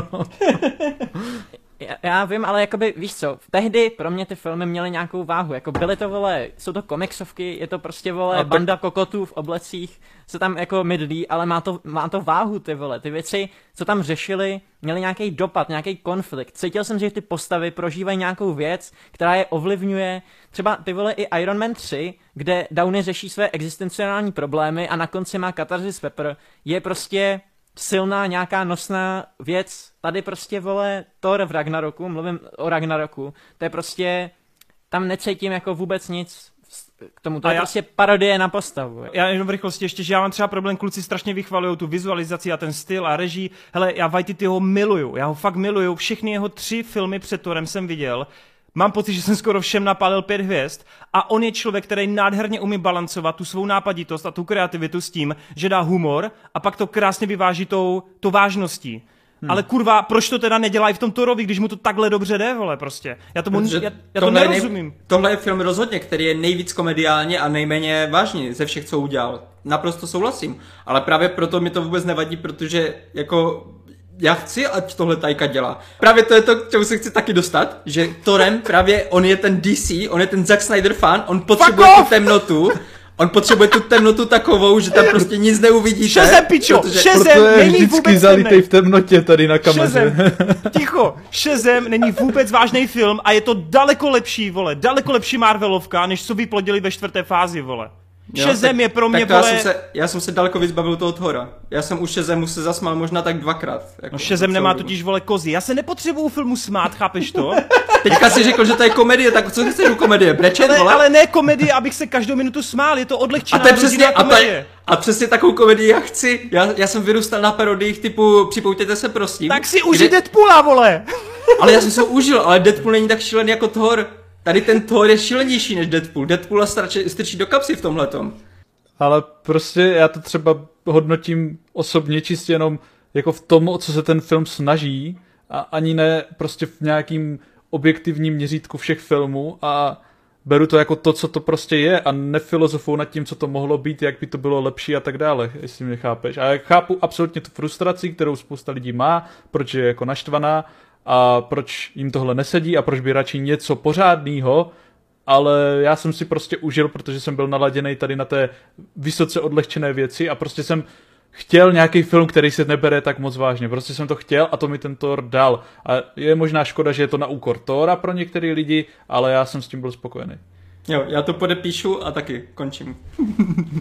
Speaker 4: Já, já vím, ale jakoby, víš co, tehdy pro mě ty filmy měly nějakou váhu, jako byly to, vole, jsou to komiksovky, je to prostě, vole, tak... banda kokotů v oblecích, se tam jako mydlí, ale má to, má to váhu, ty vole, ty věci, co tam řešili, měly nějaký dopad, nějaký konflikt, cítil jsem, že ty postavy prožívají nějakou věc, která je ovlivňuje, třeba ty vole i Iron Man tři, kde Downey řeší své existenciální problémy a na konci má Catharsis Pepper, je prostě silná nějaká nosná věc. Tady prostě, vole, Thor v Ragnaroku, mluvím o Ragnaroku, to je prostě, tam necítím jako vůbec nic k tomu, to a je já... prostě parodie na postavu.
Speaker 1: Já jenom v rychlosti ještě, že já mám třeba problém, kluci strašně vychvalujou tu vizualizaci a ten styl a režii. Hele, já Waititiho miluju, já ho fakt miluju, všechny jeho tři filmy před Thorem jsem viděl. Mám pocit, že jsem skoro všem napálil pět hvězd a on je člověk, který nádherně umí balancovat tu svou nápaditost a tu kreativitu s tím, že dá humor a pak to krásně vyváží tou, tou vážností. Hmm. Ale kurva, proč to teda nedělá i v tom Thorovi, když mu to takhle dobře jde, vole, prostě. Já, tomu, já, já to nerozumím.
Speaker 2: Nej, tohle je film rozhodně, který je nejvíc komediálně a nejméně vážný ze všech, co udělal. Naprosto souhlasím. Ale právě proto mi to vůbec nevadí, protože jako... Já chci, ať tohle Taika dělá. Právě to je to, k čemu se chci taky dostat, že Thorem právě on je ten D C, on je ten Zack Snyder fan, on potřebuje tu temnotu, on potřebuje tu temnotu takovou, že tam prostě nic neuvidíte.
Speaker 1: Shazam, pičo,
Speaker 3: protože...
Speaker 1: Shazam není vůbec
Speaker 3: zalitej v temnotě tady na kameře.
Speaker 1: Shazam, ticho, Shazam není vůbec vážný film a je to daleko lepší, vole, daleko lepší Marvelovka, než co vyplodili ve čtvrté fázi, vole. Shazam je pro mě,
Speaker 2: tak
Speaker 1: vole...
Speaker 2: Já jsem, se, já jsem se daleko víc bavil toho Thora. Já jsem u Shazamu se zasmál možná tak dvakrát. Jako
Speaker 1: no Shazam nemá totiž, vole, kozy. Já se nepotřebuju filmu smát, chápeš to?
Speaker 2: Teďka si řekl, že to je komedie, tak co chceš u komedie? Brečet,
Speaker 1: ale,
Speaker 2: vole?
Speaker 1: ale ne komedie, abych se každou minutu smál, je to odlehčená
Speaker 2: a to je přesně, a, to
Speaker 1: je,
Speaker 2: a přesně takovou komedii já chci. Já, já jsem vyrůstal na parodiích typu Připoutěte se prosím.
Speaker 1: Tak si užij kde... Deadpoola, vole!
Speaker 2: Ale já jsem se ho užil, ale Deadpool není tak šílený jako Thor. Tady ten Thor je šílenější než Deadpool. Deadpoola strčí do kapsy v tomhletom.
Speaker 3: Ale prostě já to třeba hodnotím osobně čistě jenom jako v tom, o co se ten film snaží a ani ne prostě v nějakým objektivním měřítku všech filmů a beru to jako to, co to prostě je a nefilozofuju nad tím, co to mohlo být, jak by to bylo lepší a tak dále, jestli mě chápeš. A já chápu absolutně tu frustraci, kterou spousta lidí má, proč je jako naštvaná a proč jim tohle nesedí a proč by radši něco pořádného, ale já jsem si prostě užil, protože jsem byl naladěný tady na té vysoce odlehčené věci a prostě jsem chtěl nějaký film, který se nebere tak moc vážně. Prostě jsem to chtěl a to mi ten Thor dal. A je možná škoda, že je to na úkor Thora pro některé lidi, ale já jsem s tím byl spokojený.
Speaker 2: Jo, já to podepíšu a taky končím.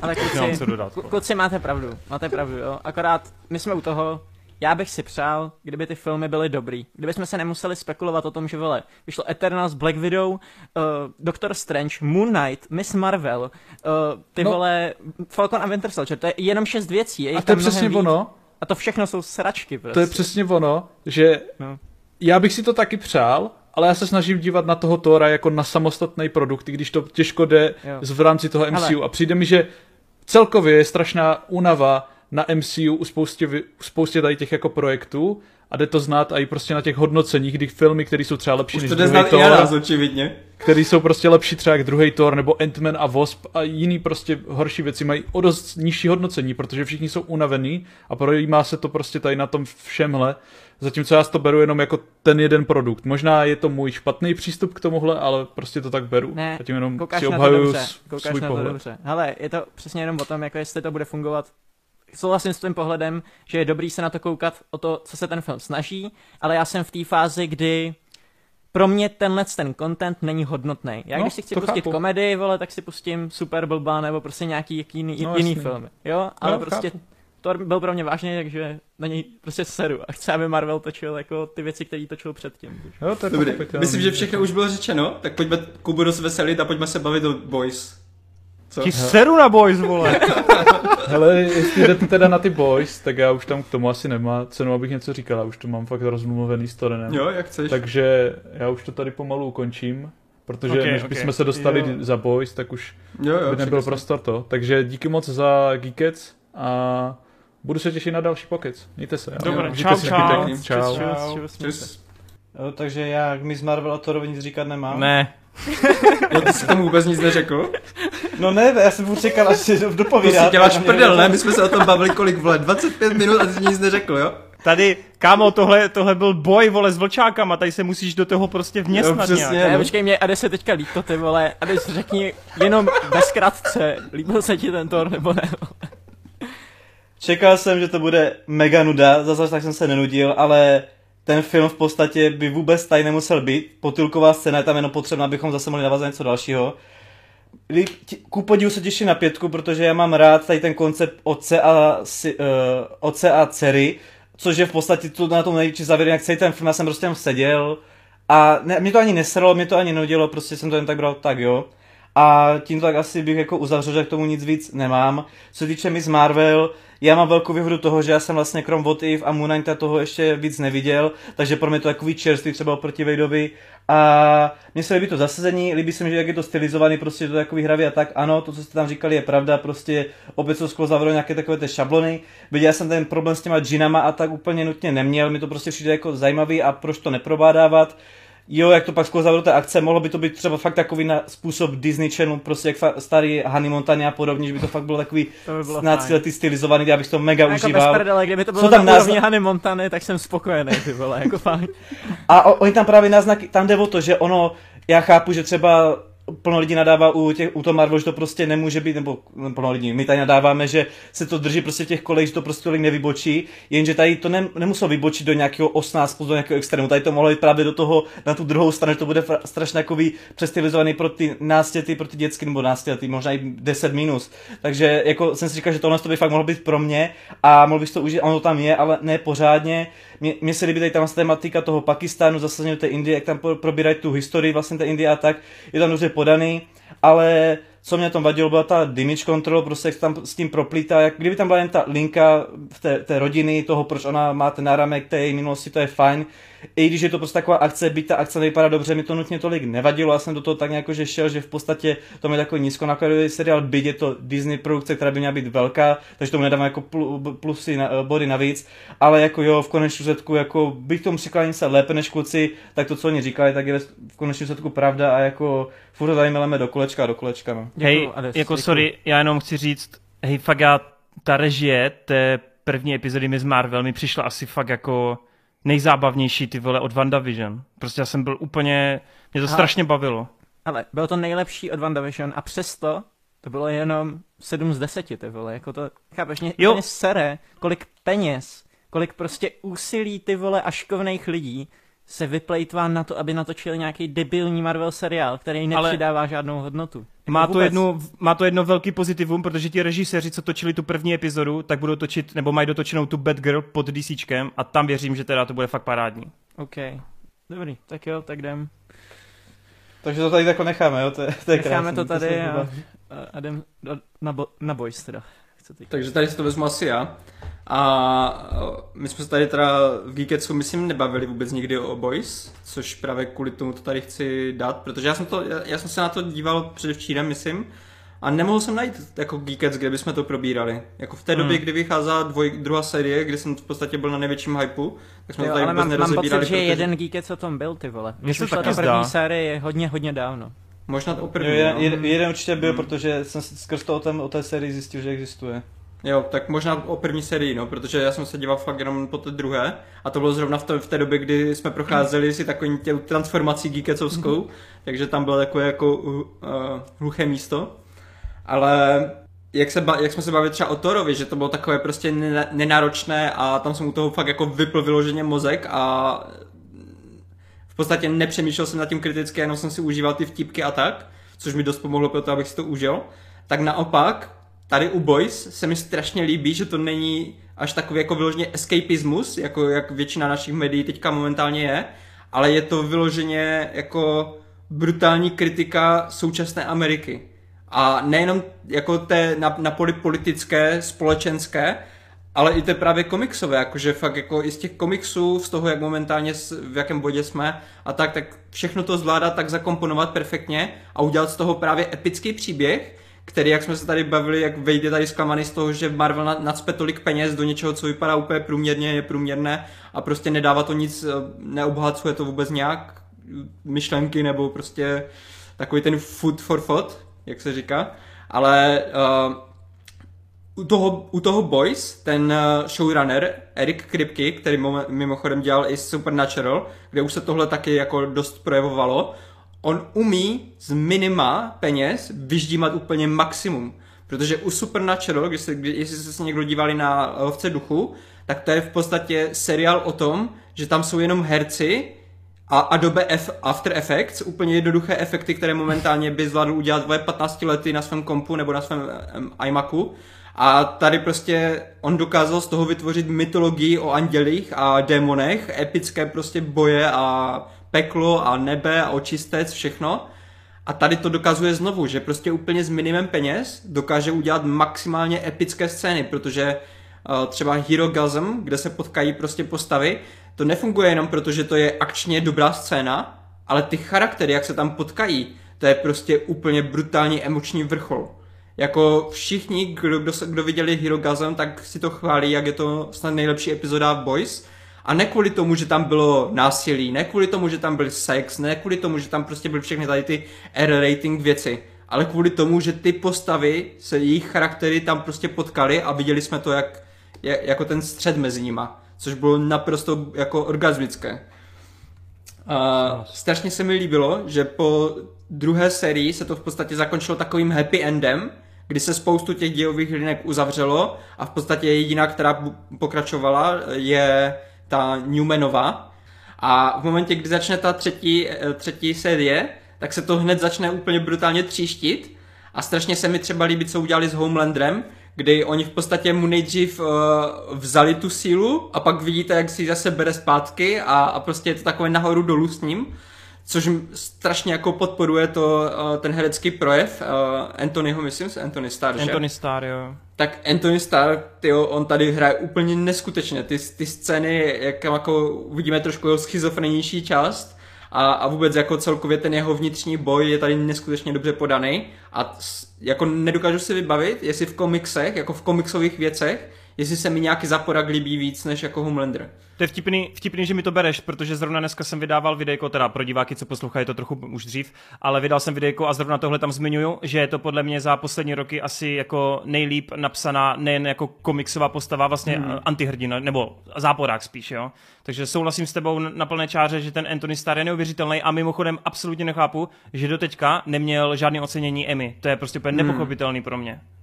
Speaker 4: Ale
Speaker 1: Nemám
Speaker 4: kluci,
Speaker 1: co dodat.
Speaker 4: klu- kluci, máte pravdu, máte pravdu, jo. Akorát my jsme u toho, já bych si přál, kdyby ty filmy byly dobrý. Kdyby jsme se nemuseli spekulovat o tom, že vole, vyšlo Eternals, Black Widow, uh, Doctor Strange, Moon Knight, Miss Marvel, uh, ty
Speaker 3: No.
Speaker 4: vole, Falcon a Winter Soldier, to je jenom šest věcí. Je
Speaker 3: A
Speaker 4: jich
Speaker 3: to je
Speaker 4: tam mnohem
Speaker 3: přesně
Speaker 4: víc.
Speaker 3: ono,
Speaker 4: A to všechno jsou sračky prostě.
Speaker 3: to je přesně ono, že
Speaker 4: No.
Speaker 3: já bych si to taky přál, ale já se snažím dívat na toho Thora jako na samostatný produkt, i když to těžko jde
Speaker 4: Jo.
Speaker 3: z- v rámci toho M C U.
Speaker 4: Ale-
Speaker 3: A přijde mi, že celkově je strašná únava na M C U u spoustě, vy- u spoustě tady těch jako projektů a jde to znát i prostě na těch hodnoceních, kdy filmy, které jsou třeba lepší
Speaker 2: Už
Speaker 3: než
Speaker 2: to jde
Speaker 3: druhý
Speaker 2: znát i na nás,
Speaker 3: Thor,
Speaker 2: očividně.
Speaker 3: který jsou prostě lepší třeba jak druhý Thor nebo Ant-Man a Wasp a jiný prostě horší věci mají o dost nižší hodnocení, protože všichni jsou unavený a projímá se to prostě tady na tom všemhle, zatímco já to beru jenom jako ten jeden produkt. Možná je to můj špatný přístup k tomuhle, ale prostě to tak beru.
Speaker 4: Ne,
Speaker 3: a tím jenom
Speaker 4: koukáš
Speaker 3: si
Speaker 4: na to
Speaker 3: obhajuju
Speaker 4: dobře,
Speaker 3: s-
Speaker 4: koukáš
Speaker 3: svůj
Speaker 4: na to
Speaker 3: pohled.
Speaker 4: dobře. Hele, je to přesně jenom o tom, jako jestli to bude fungovat. Souhlasím s tím pohledem, že je dobrý se na to koukat o to, co se ten film snaží, ale já jsem v té fázi, kdy pro mě tenhle ten content není hodnotný. Já
Speaker 3: No,
Speaker 4: když si chci
Speaker 3: to
Speaker 4: pustit
Speaker 3: chápu.
Speaker 4: komedii, vole, tak si pustím Super Blbá nebo prostě nějaký jiný,
Speaker 3: No,
Speaker 4: jiný
Speaker 3: jasný.
Speaker 4: film. Jo, ale
Speaker 3: Jo,
Speaker 4: prostě
Speaker 3: chápu.
Speaker 4: to byl pro mě vážný, takže na něj prostě seru a chci, aby Marvel točil jako ty věci, které točil předtím.
Speaker 3: Jo, to je
Speaker 2: Dobrý,
Speaker 3: pochopitelný.
Speaker 2: myslím, že všechno už bylo řečeno, tak pojďme Kubu rozveselit a pojďme se bavit o Boys. Co?
Speaker 1: Ti seru na boys, vole.
Speaker 3: Hele, jestli jdete teda na ty boys, tak já už tam k tomu asi nemá cenu, abych něco říkal, já už to mám fakt rozmluvený s Torenem.
Speaker 2: Jo, jak chceš.
Speaker 3: Takže já už to tady pomalu ukončím, protože
Speaker 1: Ok,
Speaker 3: než
Speaker 1: ok.
Speaker 3: bychom se dostali
Speaker 1: Jo.
Speaker 3: za boys, tak už
Speaker 2: jo, jo,
Speaker 3: by nebyl
Speaker 2: přesně.
Speaker 3: prostor to. Takže díky moc za Geekec a budu se těšit na další pokec. Mějte se. jo.
Speaker 1: Dobré,
Speaker 3: Mějte
Speaker 1: čau,
Speaker 3: se
Speaker 1: čau.
Speaker 3: pěkně. Čau.
Speaker 1: Čau.
Speaker 4: Čus, čus,
Speaker 2: Čus.
Speaker 5: Jo, takže já k Miss Marvel a Thorovi nic říkat nemám.
Speaker 1: Ne.
Speaker 2: Jo, ty jsi tomu vůbec nic neřekl?
Speaker 5: No ne, já jsem budu čekal, až si
Speaker 2: To
Speaker 5: dopovídat.
Speaker 2: si děláš prdel, ne? My jsme se o tom bavili kolik, vole, dvacet pět minut a ty jsi nic neřekl, jo?
Speaker 1: Tady, kámo, tohle, tohle byl boj, vole, s vlčákama, tady se musíš do toho prostě vměstnat
Speaker 2: Jo, přesně.
Speaker 1: nějak.
Speaker 4: Ne,
Speaker 2: no.
Speaker 4: počkej mě, Ade se teďka líto, ty vole, Ade řekni jenom ve zkratce, líbil se ti ten Thor nebo ne?
Speaker 5: Čekal jsem, že to bude mega nuda, zase tak jsem se nenudil, ale ten film v podstatě by vůbec tady nemusel být. Potulková scéna je tam jenom potřebná, abychom zase mohli navázat něco dalšího. Líp- ti- Ku podivu se těším na pětku, protože já mám rád tady ten koncept otce a, si, uh, otce a dcery, což je v podstatě to na tom největší závěr, jak celý ten film, já jsem prostě tam seděl a ne, mě to ani nesralo, mě to ani nudilo, prostě jsem to jen tak bral, tak jo. A tím tak asi bych jako uzavřel, že k tomu nic víc nemám. Co se týče Miss Marvel, já mám velkou výhodu toho, že já jsem vlastně krom What If a Moon Knighta toho ještě víc neviděl, takže pro mě to takový čerstvý třeba oproti Wadeovi. A mně se líbí to zasazení, líbí se mi, že jak je to stylizovaný, prostě to takový hravý a tak, ano, to, co jste tam říkali, je pravda, prostě opět jsou skoro zavřelo nějaké takové ty šablony. Viděl jsem ten problém s těma džinama a tak úplně nutně neměl, mi to prostě přijde jako zajímavý a proč to neprobádávat. Jo, jak to pak skoro zavřelo té akce, mohlo by to být třeba fakt takový na způsob Disney Channel, prostě jak fa- starý Hannah Montana a podobně, že by to fakt bylo takový
Speaker 4: To by bylo
Speaker 5: náctiletý stylizovaný, já bych to mega
Speaker 4: Jako bez
Speaker 5: užíval.
Speaker 4: prdele, kdyby to
Speaker 5: Co
Speaker 4: bylo
Speaker 5: tam
Speaker 4: na
Speaker 5: názna-
Speaker 4: úrovni Hany Montany, tak jsem spokojený, ty vole, jako fakt.
Speaker 5: A o, oni tam právě náznaky, tam jde o to, že ono, já chápu, že třeba plno lidí nadává u, těch, u toho Marvel, že to prostě nemůže být, nebo plno lidí, my tady nadáváme, že se to drží prostě v těch kolejích, že to prostě tolik nevybočí, jenže tady to ne, nemuselo vybočit do nějakého osmnáct plus do nějakého extrému, tady to mohlo jít právě do toho, na tu druhou stranu, že to bude fra, strašně takový přestylizovaný pro ty náctiletý, pro ty dětský, nebo náctiletý, možná i deset minus, takže jako jsem si říkal, že tohle to by fakt mohlo být pro mě a mohl bych to užít, ono tam je, ale ne pořádně. Mně, mně se líbí tady tam tematika toho Pakistánu, zase té Indie, jak tam probírají tu historii vlastně té Indie a tak, je tam dobře podaný, ale co mě na tom vadilo, byla ta damage control, prostě jak tam s tím proplítá, jak kdyby tam byla jen ta linka v té, té rodiny, toho, proč ona má ten náramek té její minulosti, to je fajn. I když je to prostě taková akce, byť ta akce nevypadá dobře, mi to nutně tolik nevadilo, já jsem do toho tak nějak že šel, že v podstatě to je takový nízkonákladový seriál, byť je to Disney produkce, která by měla být velká, takže tomu nedávám jako plusy, na, body navíc, ale jako jo, v konečném důsledku, jako bych tomu říkal něco lépe než kluci, tak to, co oni říkali, tak je v konečném důsledku pravda a jako furt tady meleme do kolečka a do kolečka, no.
Speaker 1: Hej,
Speaker 4: Děkuju, Ades,
Speaker 1: jako
Speaker 4: děkuju.
Speaker 1: sorry, já jenom chci říct, hej, fakt já, ta režie té první epizody Miss Marvel mi přišla asi fakt jako nejzábavnější, ty vole, od WandaVision. Prostě já jsem byl úplně, mě to
Speaker 4: Aha.
Speaker 1: strašně bavilo.
Speaker 4: Ale bylo to nejlepší od WandaVision a přesto to bylo jenom sedm z deseti, ty vole, jako to, chápeš, mě,
Speaker 1: Jo.
Speaker 4: mě sere, kolik peněz, kolik prostě úsilí, ty vole, a šikovných lidí se vyplejtvá na to, aby natočil nějaký debilní Marvel seriál, který nepřidává ale žádnou hodnotu. Jako
Speaker 1: má, to jedno, má to jedno velký pozitivum, protože ti režiséři, co točili tu první epizodu, tak budou točit, nebo mají dotočenou tu Batgirl pod DCčkem a tam věřím, že teda to bude fakt parádní.
Speaker 4: OK, dobrý, tak jo, tak jdem.
Speaker 5: Takže to tady takhle necháme, jo? To je, to je
Speaker 4: necháme
Speaker 5: krásný,
Speaker 4: to tady
Speaker 5: to
Speaker 4: a, a jdem na, bo, na boys teda.
Speaker 2: Takže tady si to vezmu asi já. A my jsme se tady teda v Geeketsu, myslím, nebavili vůbec nikdy o Boys, což právě kvůli tomu to tady chci dát, protože já jsem, to, já, já jsem se na to díval předevčírem, myslím, a nemohl jsem najít jako Geekets, kde bychom to probírali. Jako v té hmm. době, kdy vycházela dvoj, druhá série, kdy jsem v podstatě byl na největším hypeu, tak jsme jo, to tady vůbec nerozebírali.
Speaker 4: Mám pocit, že
Speaker 2: protože...
Speaker 4: jeden Geekets o tom byl, ty vole.
Speaker 1: Mně se
Speaker 4: ta
Speaker 1: taky
Speaker 4: první série je hodně, hodně dávno.
Speaker 2: Možná to první,
Speaker 5: jo, jeden,
Speaker 2: no.
Speaker 5: jeden, jeden určitě byl, hmm. protože jsem skrz to o, tém, o té sérii zjistil, že existuje.
Speaker 2: Jo, tak možná o první sérii, no, protože já jsem se díval fakt jenom po té druhé a to bylo zrovna v té, v té době, kdy jsme procházeli si takovým těm transformací geeketsovskou, mm-hmm. takže tam bylo takové jako uh, uh, hluché místo, ale jak, se ba- jak jsme se bavili třeba o Thorovi, že to bylo takové prostě nenáročné a tam jsem u toho fakt jako vypl vyloženě mozek a v podstatě nepřemýšlel jsem nad tím kriticky, jenom jsem si užíval ty vtipky a tak, což mi dost pomohlo pro to, abych si to užil, tak naopak tady u Boys se mi strašně líbí, že to není až takový jako vyloženě escapismus, jako jak většina našich médií teďka momentálně je, ale je to vyloženě jako brutální kritika současné Ameriky. A nejenom jako té na, na poli politické, společenské, ale i té právě komiksové, jakože fakt jako i z těch komiksů, z toho, jak momentálně, v jakém bodě jsme a tak, tak všechno to zvládá tak zakomponovat perfektně a udělat z toho právě epický příběh, který, jak jsme se tady bavili, jak vejde tady zklamaný z toho, že Marvel nacpe tolik peněz do něčeho, co vypadá úplně průměrně, je průměrné a prostě nedává to nic, neobohacuje to vůbec nějak myšlenky nebo prostě takový ten food for thought, jak se říká, ale uh, u, toho, u toho Boys, ten showrunner Eric Kripke, který mimochodem dělal i Supernatural, kde už se tohle taky jako dost projevovalo, on umí z minima peněz vyždímat úplně maximum. Protože u Supernatural, když se, jestli jste se někdo dívali na Lovce duchu, tak to je v podstatě seriál o tom, že tam jsou jenom herci a Adobe F- After Effects, úplně jednoduché efekty, které momentálně by zvládl udělat ve patnácti lety na svém kompu nebo na svém um, iMacu. A tady prostě on dokázal z toho vytvořit mytologii o andělích a démonech, epické prostě boje a peklo a nebe a očistec, všechno. A tady to dokazuje znovu, že prostě úplně s minimem peněz dokáže udělat maximálně epické scény, protože uh, třeba Herogasm, kde se potkají prostě postavy, to nefunguje jenom proto, že to je akčně dobrá scéna, ale ty charaktery, jak se tam potkají, to je prostě úplně brutální emoční vrchol. Jako všichni, kdo, kdo, kdo viděli Herogasm, tak si to chválí, jak je to snad nejlepší epizoda v Boys. A ne kvůli tomu, že tam bylo násilí, ne kvůli tomu, že tam byl sex, ne kvůli tomu, že tam prostě byly všechny tady ty R rating věci, ale kvůli tomu, že ty postavy, se jejich charaktery tam prostě potkali a viděli jsme to jak, jako ten střed mezi nima, což bylo naprosto jako orgasmické. A strašně se mi líbilo, že po druhé sérii se to v podstatě zakončilo takovým happy endem, kdy se spoustu těch dějových linek uzavřelo a v podstatě jediná, která pokračovala, je ta Newmanová. A v momentě, kdy začne ta třetí, třetí série, tak se to hned začne úplně brutálně tříštit a strašně se mi třeba líbí, co udělali s Homelanderem, kdy oni v podstatě mu nejdřív uh, vzali tu sílu a pak vidíte, jak si ji zase bere zpátky a, a prostě je to takové nahoru dolů s ním, což strašně jako podporuje to, uh, ten herecký projev uh, Anthonyho, myslím, Anthony Starr, že?
Speaker 1: Anthony Starr, jo.
Speaker 2: Tak Anthony Starr, tyjo, on tady hraje úplně neskutečně, ty, ty scény, jak jako uvidíme trošku jeho schizofrenější část a, a vůbec jako celkově ten jeho vnitřní boj je tady neskutečně dobře podaný a jako nedokážu si vybavit, jestli v komiksech, jako v komiksových věcech, jestli se mi nějaký Zaporak líbí víc než jako Homelander.
Speaker 1: To je vtipný, vtipný, že mi to bereš, protože zrovna dneska jsem vydával videjko, teda pro diváky, co poslouchají to trochu už dřív, ale vydal jsem videjko a zrovna tohle tam zmiňuju, že je to podle mě za poslední roky asi jako nejlíp napsaná nejen jako komiksová postava, vlastně hmm. antihrdina, nebo záporák spíš, jo. Takže souhlasím s tebou na plné čáře, že ten Anthony Starr je neuvěřitelný a mimochodem absolutně nechápu, že doteďka neměl žádné ocenění Emmy. To je prostě úplně hmm. nepochopitelný pro mě.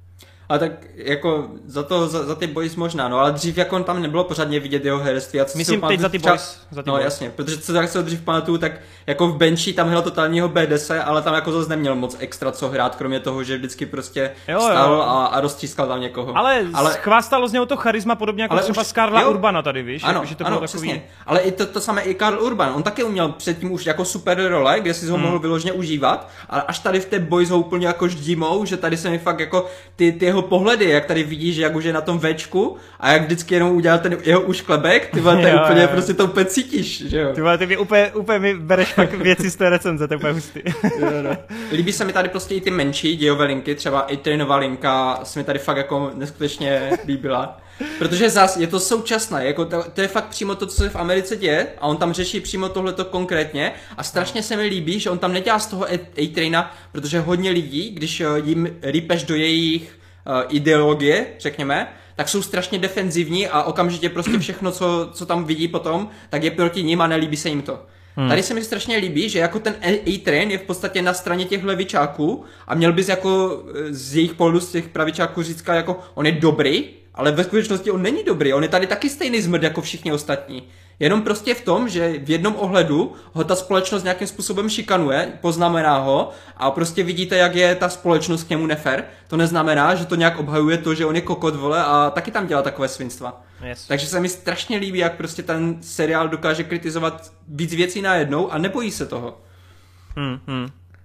Speaker 2: A tak jako za to, za, za ty boys možná, no, ale dřív jako tam nebylo pořádně vidět jeho herectví.
Speaker 1: Myslím teď za ty
Speaker 2: třeba,
Speaker 1: boys. Za ty
Speaker 2: no
Speaker 1: boys.
Speaker 2: jasně, protože co tak se dřív pamatuju, tak jako v Benchy tam hrál totálního bé dé es, ale tam jako zase neměl moc extra co hrát, kromě toho, že vždycky prostě
Speaker 1: Jo,
Speaker 2: stál
Speaker 1: jo.
Speaker 2: a, a roztřískal tam někoho.
Speaker 1: Ale,
Speaker 2: ale
Speaker 1: chvástalo z něho to charisma podobně jako
Speaker 2: ale
Speaker 1: třeba
Speaker 2: už-
Speaker 1: z Karla
Speaker 2: jo.
Speaker 1: Urbana tady, víš?
Speaker 2: Ano,
Speaker 1: jako, že to
Speaker 2: ano,
Speaker 1: bylo takový...
Speaker 2: přesně. Ale i to, to samé i Karl Urban, on taky uměl předtím už jako super role, kde si ho
Speaker 1: Hmm.
Speaker 2: mohl vyloženě užívat, ale až tady v té Boys ho úplně jako ždímou, že tady se mi fakt jako ty, ty jeho pohledy, jak tady vidíš, jak už je na tom Včku a jak vždycky jenom udělal ten jeho ušklebek, ty vole, to je
Speaker 1: Jo,
Speaker 2: úplně
Speaker 1: jo.
Speaker 2: prostě to úplně cítíš, že jo.
Speaker 1: Ty vole, ty mi úplně, úplně mi bereš fakt věci z té recenze, to je úplně hustý.
Speaker 2: Líbí se mi tady prostě i ty menší dějové linky, třeba i Trainová linka se mi tady fakt jako neskutečně líbila. Protože zas je to současné, jako to, to je fakt přímo to, co se v Americe děje a on tam řeší přímo tohleto konkrétně a strašně se mi líbí, že on tam nedělá z toho A-Traina, protože hodně lidí, když eh, jim rýpeš do jejich uh, ideologie, řekněme, tak jsou strašně defenzivní a okamžitě prostě všechno, co, co tam vidí potom, tak je proti ním a nelíbí se jim to. Hmm. Tady se mi strašně líbí, že jako ten A-Train je v podstatě na straně těch levičáků a měl bys jako eh, z jejich pohledu, z těch pravičáků říct, jako on je dobrý, ale ve skutečnosti on není dobrý, on je tady taky stejný zmrd jako všichni ostatní. Jenom prostě v tom, že v jednom ohledu ho ta společnost nějakým způsobem šikanuje, poznamená ho a prostě vidíte, jak je ta společnost k němu nefer. To neznamená, že to nějak obhajuje to, že on je kokot, vole, a taky tam dělá takové svinstva.
Speaker 1: Yes.
Speaker 2: Takže se mi strašně líbí, jak prostě ten seriál dokáže kritizovat víc věcí najednou a nebojí se toho.
Speaker 1: Hmm, hmm.
Speaker 2: Uh,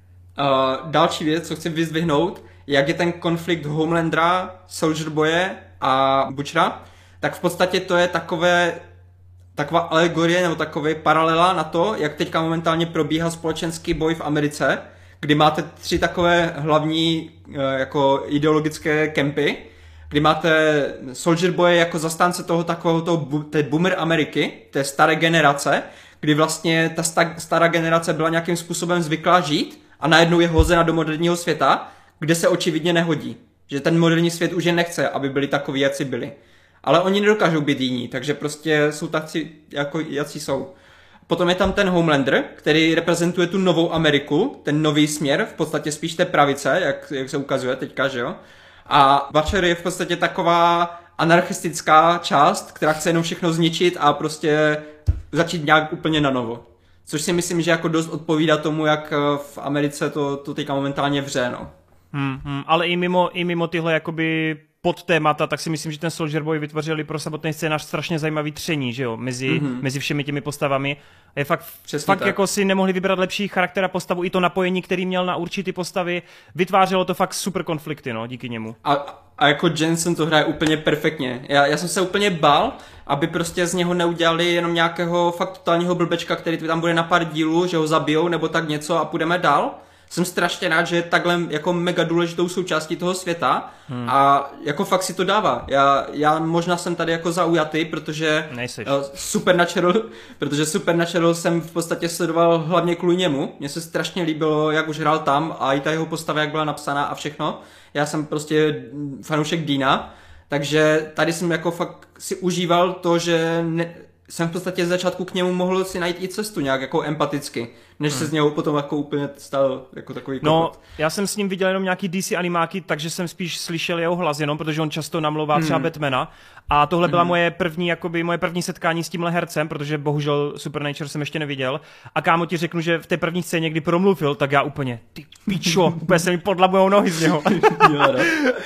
Speaker 2: další věc, co chci vyzdvihnout, jak je ten konflikt Homelandera, Soldier Boye a Butchera, tak v podstatě to je takové, taková alegorie nebo takové paralela na to, jak teďka momentálně probíhá společenský boj v Americe, kdy máte tři takové hlavní uh, jako ideologické kempy, kdy máte Soldier Boye jako zastánce toho takového toho, bu- té boomer Ameriky, té staré generace, kdy vlastně ta sta- stará generace byla nějakým způsobem zvyklá žít a najednou je hozena do moderního světa, kde se očividně nehodí. Že ten moderní svět už je nechce, aby byli takoví, jací byli. Ale oni nedokážou být jiní, takže prostě jsou taci, jako jací jsou. Potom je tam ten Homelander, který reprezentuje tu novou Ameriku, ten nový směr, v podstatě spíš té pravice, jak, jak se ukazuje teďka, že jo. A Butcher je v podstatě taková anarchistická část, která chce jenom všechno zničit a prostě začít nějak úplně na novo. Což si myslím, že jako dost odpovídá tomu, jak v Americe to, to teďka momentálně vře, no.
Speaker 1: Hmm, hmm. Ale i mimo, i mimo tyhle jakoby podtémata, tak si myslím, že ten Soldier Boy vytvořili pro samotný scénář strašně zajímavý tření, že jo, mezi, mm-hmm. mezi všemi těmi postavami. Je fakt, fakt jako si nemohli vybrat lepší charakter a postavu, i to napojení, který měl na určitý postavy, vytvářelo to fakt super konflikty, no, díky němu.
Speaker 2: A, a jako Jensen to hraje úplně perfektně. Já, já jsem se úplně bál, aby prostě z něho neudělali jenom nějakého fakt totálního blbečka, který tam bude na pár dílů, že ho zabijou nebo tak něco a půjdeme dál. Jsem strašně rád, že je takhle jako mega důležitou součástí toho světa hmm. a jako fakt si to dává. Já, já možná jsem tady jako zaujatý, protože
Speaker 1: Nejseš.
Speaker 2: Supernatural, protože Supernatural jsem v podstatě sledoval hlavně kvůli němu. Mně se strašně líbilo, jak už hrál tam a i ta jeho postava, jak byla napsaná a všechno. Já jsem prostě fanoušek Deana, takže tady jsem jako fakt si užíval to, že ne, jsem v podstatě z začátku k němu mohl si najít i cestu nějak jako empaticky, než hmm. se z něho potom jako úplně stal jako takový
Speaker 1: No,
Speaker 2: kokot.
Speaker 1: já jsem s ním viděl jenom nějaký D C animáky, takže jsem spíš slyšel jeho hlas jenom, protože on často namlouvá třeba hmm. Batmana. A tohle byla hmm. moje první, jakoby, moje první setkání s tímhle hercem, protože bohužel Supernature jsem ještě neviděl. A kámo ti řeknu, že v té první scéně, kdy promluvil, tak já úplně, ty pičo, úplně se mi podlabujou nohy z něho.
Speaker 2: Jo, no.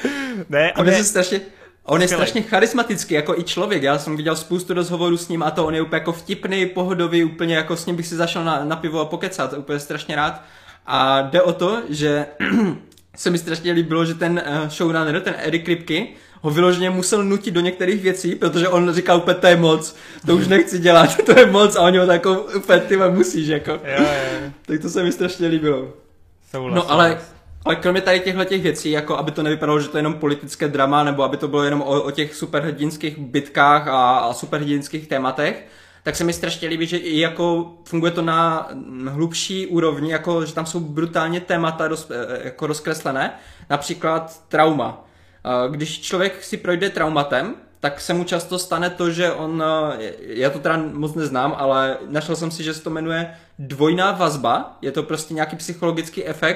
Speaker 1: Ne,
Speaker 2: on
Speaker 1: ne.
Speaker 2: je strašně, on je strašně charismatický, jako i člověk. Já jsem viděl spoustu rozhovorů s ním a to on je úplně jako vtipný, pohodový, úplně jako s ním bych si zašel na, na pivo a pokecat, úplně strašně rád. A jde o to, že se mi strašně líbilo, že ten showrunner, ten Eric Kripke, ho vyloženě musel nutit do některých věcí, protože on říkal úplně, to je moc, to už nechci dělat, to je moc a oni ho tak úplně, ty musíš, jako.
Speaker 1: Jo, jo.
Speaker 2: Tak to se mi strašně líbilo.
Speaker 1: Souhlas,
Speaker 2: no ale, ale kromě tady těchto těch věcí, jako aby to nevypadalo, že to je jenom politické drama, nebo aby to bylo jenom o, o těch superhrdinských bitkách a, a superhrdinských tématech, tak se mi strašně líbí, že i jako funguje to na hlubší úrovni, jako že tam jsou brutálně témata roz, jako rozkreslené, například trauma. Když člověk si projde traumatem, tak se mu často stane to, že on, já to teda moc neznám, ale našel jsem si, že se to jmenuje dvojná vazba, je to prostě nějaký psychologický efekt,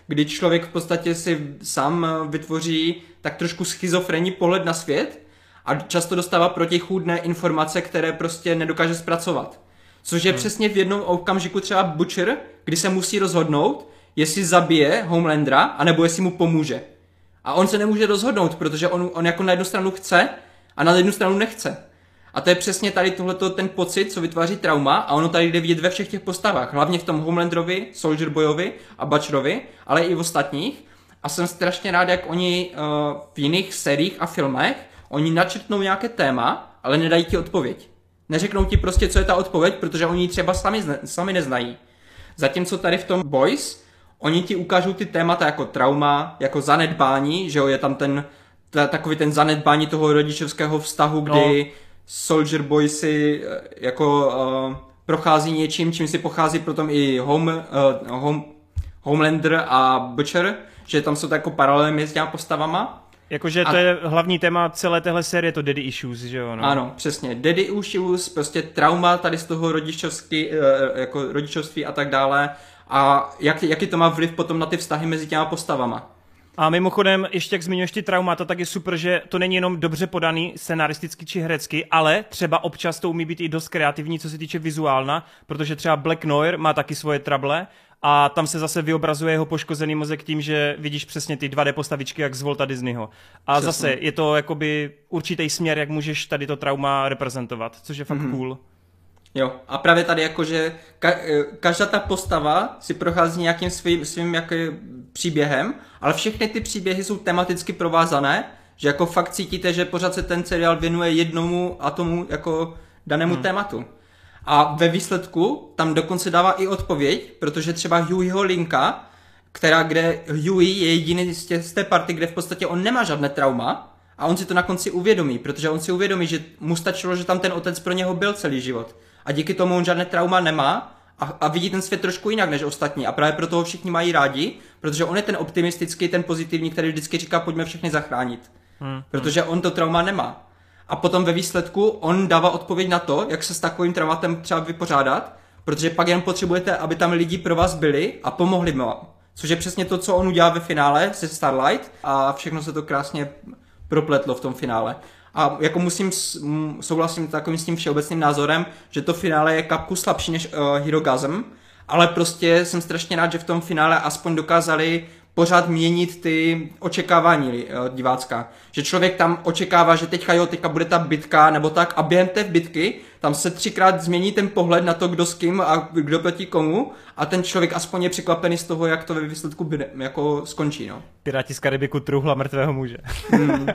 Speaker 2: kdy člověk v podstatě si sám vytvoří tak trošku schizofrenní pohled na svět a často dostává protichůdné informace, které prostě nedokáže zpracovat. Což je hmm. přesně v jednom okamžiku třeba Butcher, kdy se musí rozhodnout, jestli zabije Homelandera, anebo jestli mu pomůže. A on se nemůže rozhodnout, protože on, on jako na jednu stranu chce a na jednu stranu nechce. A to je přesně tady tohleto ten pocit, co vytváří trauma a ono tady jde vidět ve všech těch postavách. Hlavně v tom Homelanderovi, Soldier Boyovi a Butcherovi, ale i v ostatních. A jsem strašně rád, jak oni uh, v jiných seriích a filmech, oni načrtnou nějaké téma, ale nedají ti odpověď. Neřeknou ti prostě, co je ta odpověď, protože oni ji třeba sami, sami neznají. Zatímco tady v tom Boys, oni ti ukážou ty témata jako trauma, jako zanedbání, že jo, je tam ten, ta, takový ten zanedbání toho rodičovského vztahu, kdy no. Soldier Boy si jako uh, prochází něčím, čím si pochází potom i home, uh, home, Homelander a Butcher, že tam jsou tak jako paralely mezi těma postavama.
Speaker 1: Jakože to a... je hlavní téma celé téhle série, to daddy issues, že jo? No?
Speaker 2: Ano, přesně. Daddy issues, prostě trauma tady z toho rodičovství, jako rodičovství a tak dále. A jak, jaký to má vliv potom na ty vztahy mezi těma postavama.
Speaker 1: A mimochodem, ještě jak zmiňuješ ty traumata, tak je super, že to není jenom dobře podaný scenaristicky či herecky, ale třeba občas to umí být i dost kreativní, co se týče vizuálna, protože třeba Black Noir má taky svoje trable a tam se zase vyobrazuje jeho poškozený mozek tím, že vidíš přesně ty dva dé postavičky jak z Walta Disneyho. A přesně. Zase je to jakoby určitý směr, jak můžeš tady to trauma reprezentovat, což je fakt mm-hmm. cool.
Speaker 2: Jo, a právě tady jakože ka- každá ta postava si prochází nějakým svým, svým jaký příběhem, ale všechny ty příběhy jsou tematicky provázané, že jako fakt cítíte, že pořád se ten seriál věnuje jednomu a tomu jako danému hmm. tématu. A ve výsledku tam dokonce dává i odpověď, protože třeba Hueyho linka, která, kde Huey je jediný z, tě, z té party, kde v podstatě on nemá žádné trauma a on si to na konci uvědomí, protože on si uvědomí, že mu stačilo, že tam ten otec pro něho byl celý život. A díky tomu on žádné trauma nemá a, a vidí ten svět trošku jinak než ostatní. A právě proto ho všichni mají rádi, protože on je ten optimistický, ten pozitivní, který vždycky říká, pojďme všechny zachránit. Hmm. Protože on to trauma nemá. A potom ve výsledku on dává odpověď na to, jak se s takovým traumatem třeba vypořádat, protože pak jen potřebujete, aby tam lidi pro vás byli a pomohli vám. Což je přesně to, co on udělá ve finále se Starlight a všechno se to krásně propletlo v tom finále. A jako musím souhlasit takovým s tím všeobecným názorem, že to finále je kapku slabší než uh, Herogasm, ale prostě jsem strašně rád, že v tom finále aspoň dokázali pořád měnit ty očekávání uh, divácká. Že člověk tam očekává, že teďka jo, teďka bude ta bitka nebo tak a během té bitky tam se třikrát změní ten pohled na to, kdo s kým a kdo proti komu a ten člověk aspoň je překvapený z toho, jak to ve výsledku bude, jako skončí. No.
Speaker 1: Piráti z Karibiku, truhla mrtvého muže.
Speaker 2: Hmm.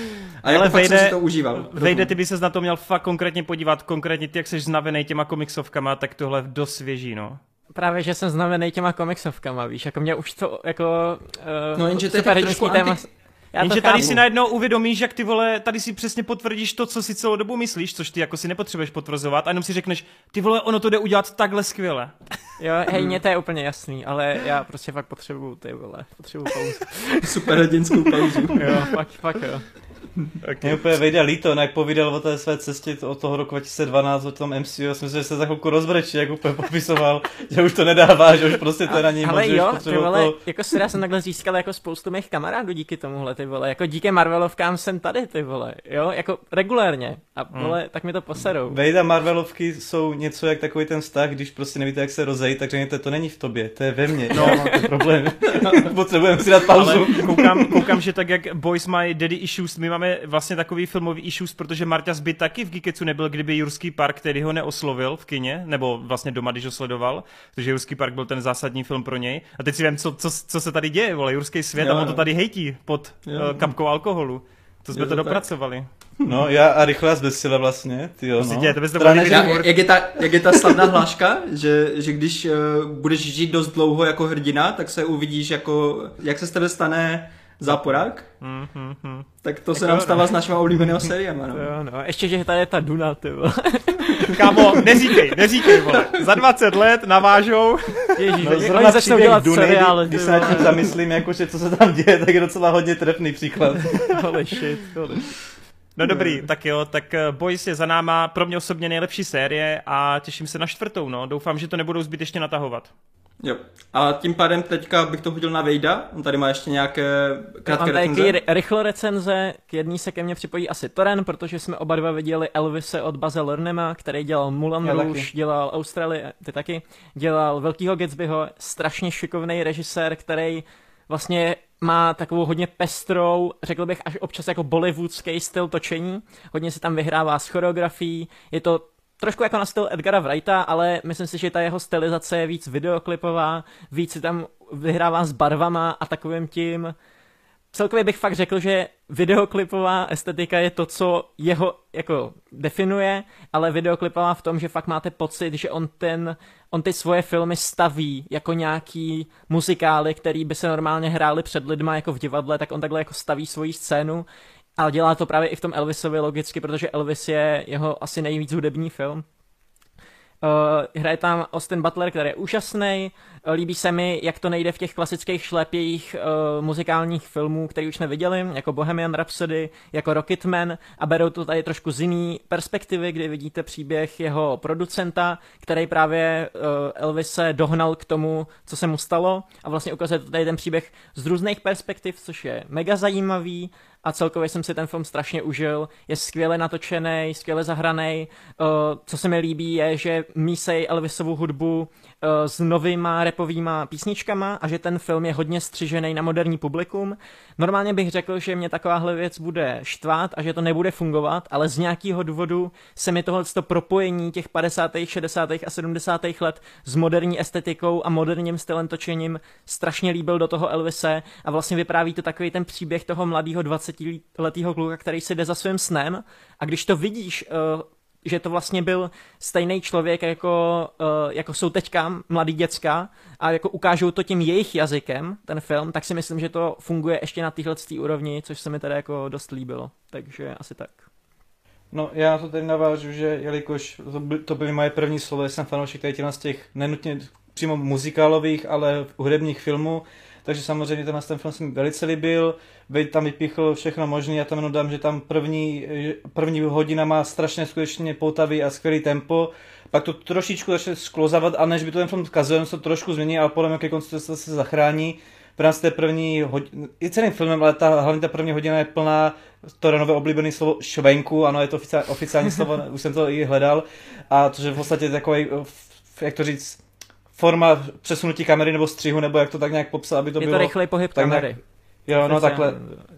Speaker 2: A ale jako Vejde, si to užíval.
Speaker 1: Vejde, ty by ses na to měl fakt konkrétně podívat, konkrétně ty, jak jsi znavenej těma komiksovkama, tak tohle dost svěží, no.
Speaker 4: Právě, že jsem znavenej těma komiksovkama, víš, jako mě už to, jako... Uh,
Speaker 2: no jenže to je trošku
Speaker 4: téma...
Speaker 2: anti...
Speaker 1: Jenže tady si najednou uvědomíš, jak ty vole, tady si přesně potvrdíš to, co si celou dobu myslíš, což ty jako si nepotřebuješ potvrzovat, a jenom si řekneš, ty vole, ono to jde udělat takhle skvěle.
Speaker 4: Jo, hej, mně to je úplně jasný, ale já prostě fakt potřebuju, ty vole, potřebuju pauzu.
Speaker 2: Super hrdinskou pauzu.
Speaker 4: Jo, fakt, fakt jo.
Speaker 5: Okay. Mě úplně vejde líto, jak povídal o té své cestě od toho roku dva tisíce dvanáct, o tom M C U, já si myslím, že se za chvilku rozbrečí, jak úplně popisoval, že už to nedává, že už prostě to na ní moc, že
Speaker 4: jo,
Speaker 5: už potřeboval
Speaker 4: to... jako já jsem takhle získal jako spoustu mých kamarádů díky tomuhle, ty vole, jako díky Marvelovkám jsem tady, ty vole, jo, jako regulérně a vole, hmm. tak mi to poserou.
Speaker 5: Vejda Marvelovky jsou něco jak takový ten vztah, když prostě nevíte, jak se rozejít, tak řekněte, to není v tobě, to je ve mně, no. Já mám ty problémy, potřebujeme si dát pauzu.
Speaker 1: Ale koukám, koukám, že tak jak Boys mají daddy issues, my máme vlastně takový filmový issues, protože Marťas by taky v Geeketsu nebyl, kdyby Jurský park, který ho neoslovil v kině, nebo vlastně doma, když ho sledoval, protože Jurský park byl ten zásadní film pro něj. A teď si vím, co, co, co se tady děje, vole, Jurský svět, jo, a on to tady hejtí pod uh, kapkou alkoholu. To jsme jo, to dopracovali.
Speaker 5: No, já a rychle a zbesile vlastně, tyjo, no.
Speaker 1: Tě, to bys to
Speaker 2: já, jak, je ta, jak je ta slavná hláška, že, že když uh, budeš žít dost dlouho jako hrdina, tak se uvidíš jako, jak se z tebe stane záporák, mm, mm, mm. tak to se jako, nám stává s našimi oblíbenými sériemi. No.
Speaker 4: Jo, no. Ještě, že tady je ta Duna, ty vole.
Speaker 1: Kámo, neříkej, neříkej, vole. Za dvacet let navážou.
Speaker 4: Ježíš, no, zrovna začnou dělat
Speaker 5: Duny,
Speaker 4: seriály.
Speaker 5: Když se nad tím zamyslím, jakože co se tam děje, tak je docela hodně trefný příklad.
Speaker 4: Holy shit, holy shit.
Speaker 1: No dobrý, tak jo, tak Boys je za náma, pro mě osobně nejlepší série a těším se na čtvrtou, no. Doufám, že to nebudou zbytečně natahovat.
Speaker 2: Jo. A tím pádem teďka bych to hodil na Vejda. On tady má ještě nějaké krátké recenze.
Speaker 4: Mám rychlo recenze, k jedný se ke mně připojí asi Toren, protože jsme oba dva viděli Elvise od Baze Lurnema, který dělal Moulin Rouge, dělal Austrálii, ty taky, dělal Velkýho Gatsbyho, strašně šikovný režisér, který vlastně má takovou hodně pestrou, řekl bych až občas jako bollywoodský styl točení, hodně si tam vyhrává s choreografií, je to trošku jako na styl Edgara Wrighta, ale myslím si, že ta jeho stylizace je víc videoklipová, víc si tam vyhrává s barvama a takovým tím. Celkově bych fakt řekl, že videoklipová estetika je to, co jeho jako definuje, ale videoklipová v tom, že fakt máte pocit, že on, ten, on ty svoje filmy staví jako nějaký muzikály, který by se normálně hrály před lidma jako v divadle, tak on takhle jako staví svoji scénu. Ale dělá to právě i v tom Elvisovi logicky, protože Elvis je jeho asi nejvíc hudební film. Uh, hraje tam Austin Butler, který je úžasný. Uh, líbí se mi, jak to nejde v těch klasických šlepějích uh, muzikálních filmů, který už jsme viděli, jako Bohemian Rhapsody, jako Rocketman, a berou to tady trošku z jiný perspektivy, kdy vidíte příběh jeho producenta, který právě uh, Elvise dohnal k tomu, co se mu stalo, a vlastně ukazuje to tady ten příběh z různých perspektiv, což je mega zajímavý. A celkově jsem si ten film strašně užil, je skvěle natočený, skvěle zahraný. Uh, co se mi líbí je, že mísej Elvisovu hudbu uh, s novýma rapovýma písničkama a že ten film je hodně střižený na moderní publikum. Normálně bych řekl, že mě takováhle věc bude štvát a že to nebude fungovat, ale z nějakého důvodu se mi tohleto propojení těch padesátých, šedesátých a sedmdesátých let s moderní estetikou a moderním stylem točením strašně líbil do toho Elvise a vlastně vypráví to takový ten příběh toho mladého dvacetiletého kluka, který si jde za svým snem, a když to vidíš, uh, že to vlastně byl stejný člověk, jako, uh, jako jsou teďka mladý děcka, a jako ukážou to tím jejich jazykem, ten film, tak si myslím, že to funguje ještě na téhle úrovni, což se mi tady jako dost líbilo. Takže asi tak.
Speaker 5: No, já to tady navážu, že jelikož to, by, to byly moje první slovo, jsem fanoušek tady z těch nenutně přímo muzikálových, ale hudebních filmů, takže samozřejmě tenhle ten film se mi velice líbil, veď tam vypíchl všechno možné, já tam jenom dám, že tam první, první hodina má strašně skutečně poutavý a skvělý tempo, pak to trošičku začne sklozávat, a než by to ten film zkazuje, se to trošku změní, ale podle mě ke konci to se zachrání. V rámci té první hodiny, i celým filmem, ale ta, hlavně ta první hodina je plná to nové oblíbené slovo švenku, ano, je to oficiální, oficiální slovo, už jsem to i hledal, a to, že v podstatě takový, jak to říct, forma přesunutí kamery nebo střihu, nebo jak to tak nějak popsat, aby to
Speaker 4: je
Speaker 5: bylo...
Speaker 4: Je to rychlej pohyb kamery.
Speaker 5: Nějak, jo, no takhle.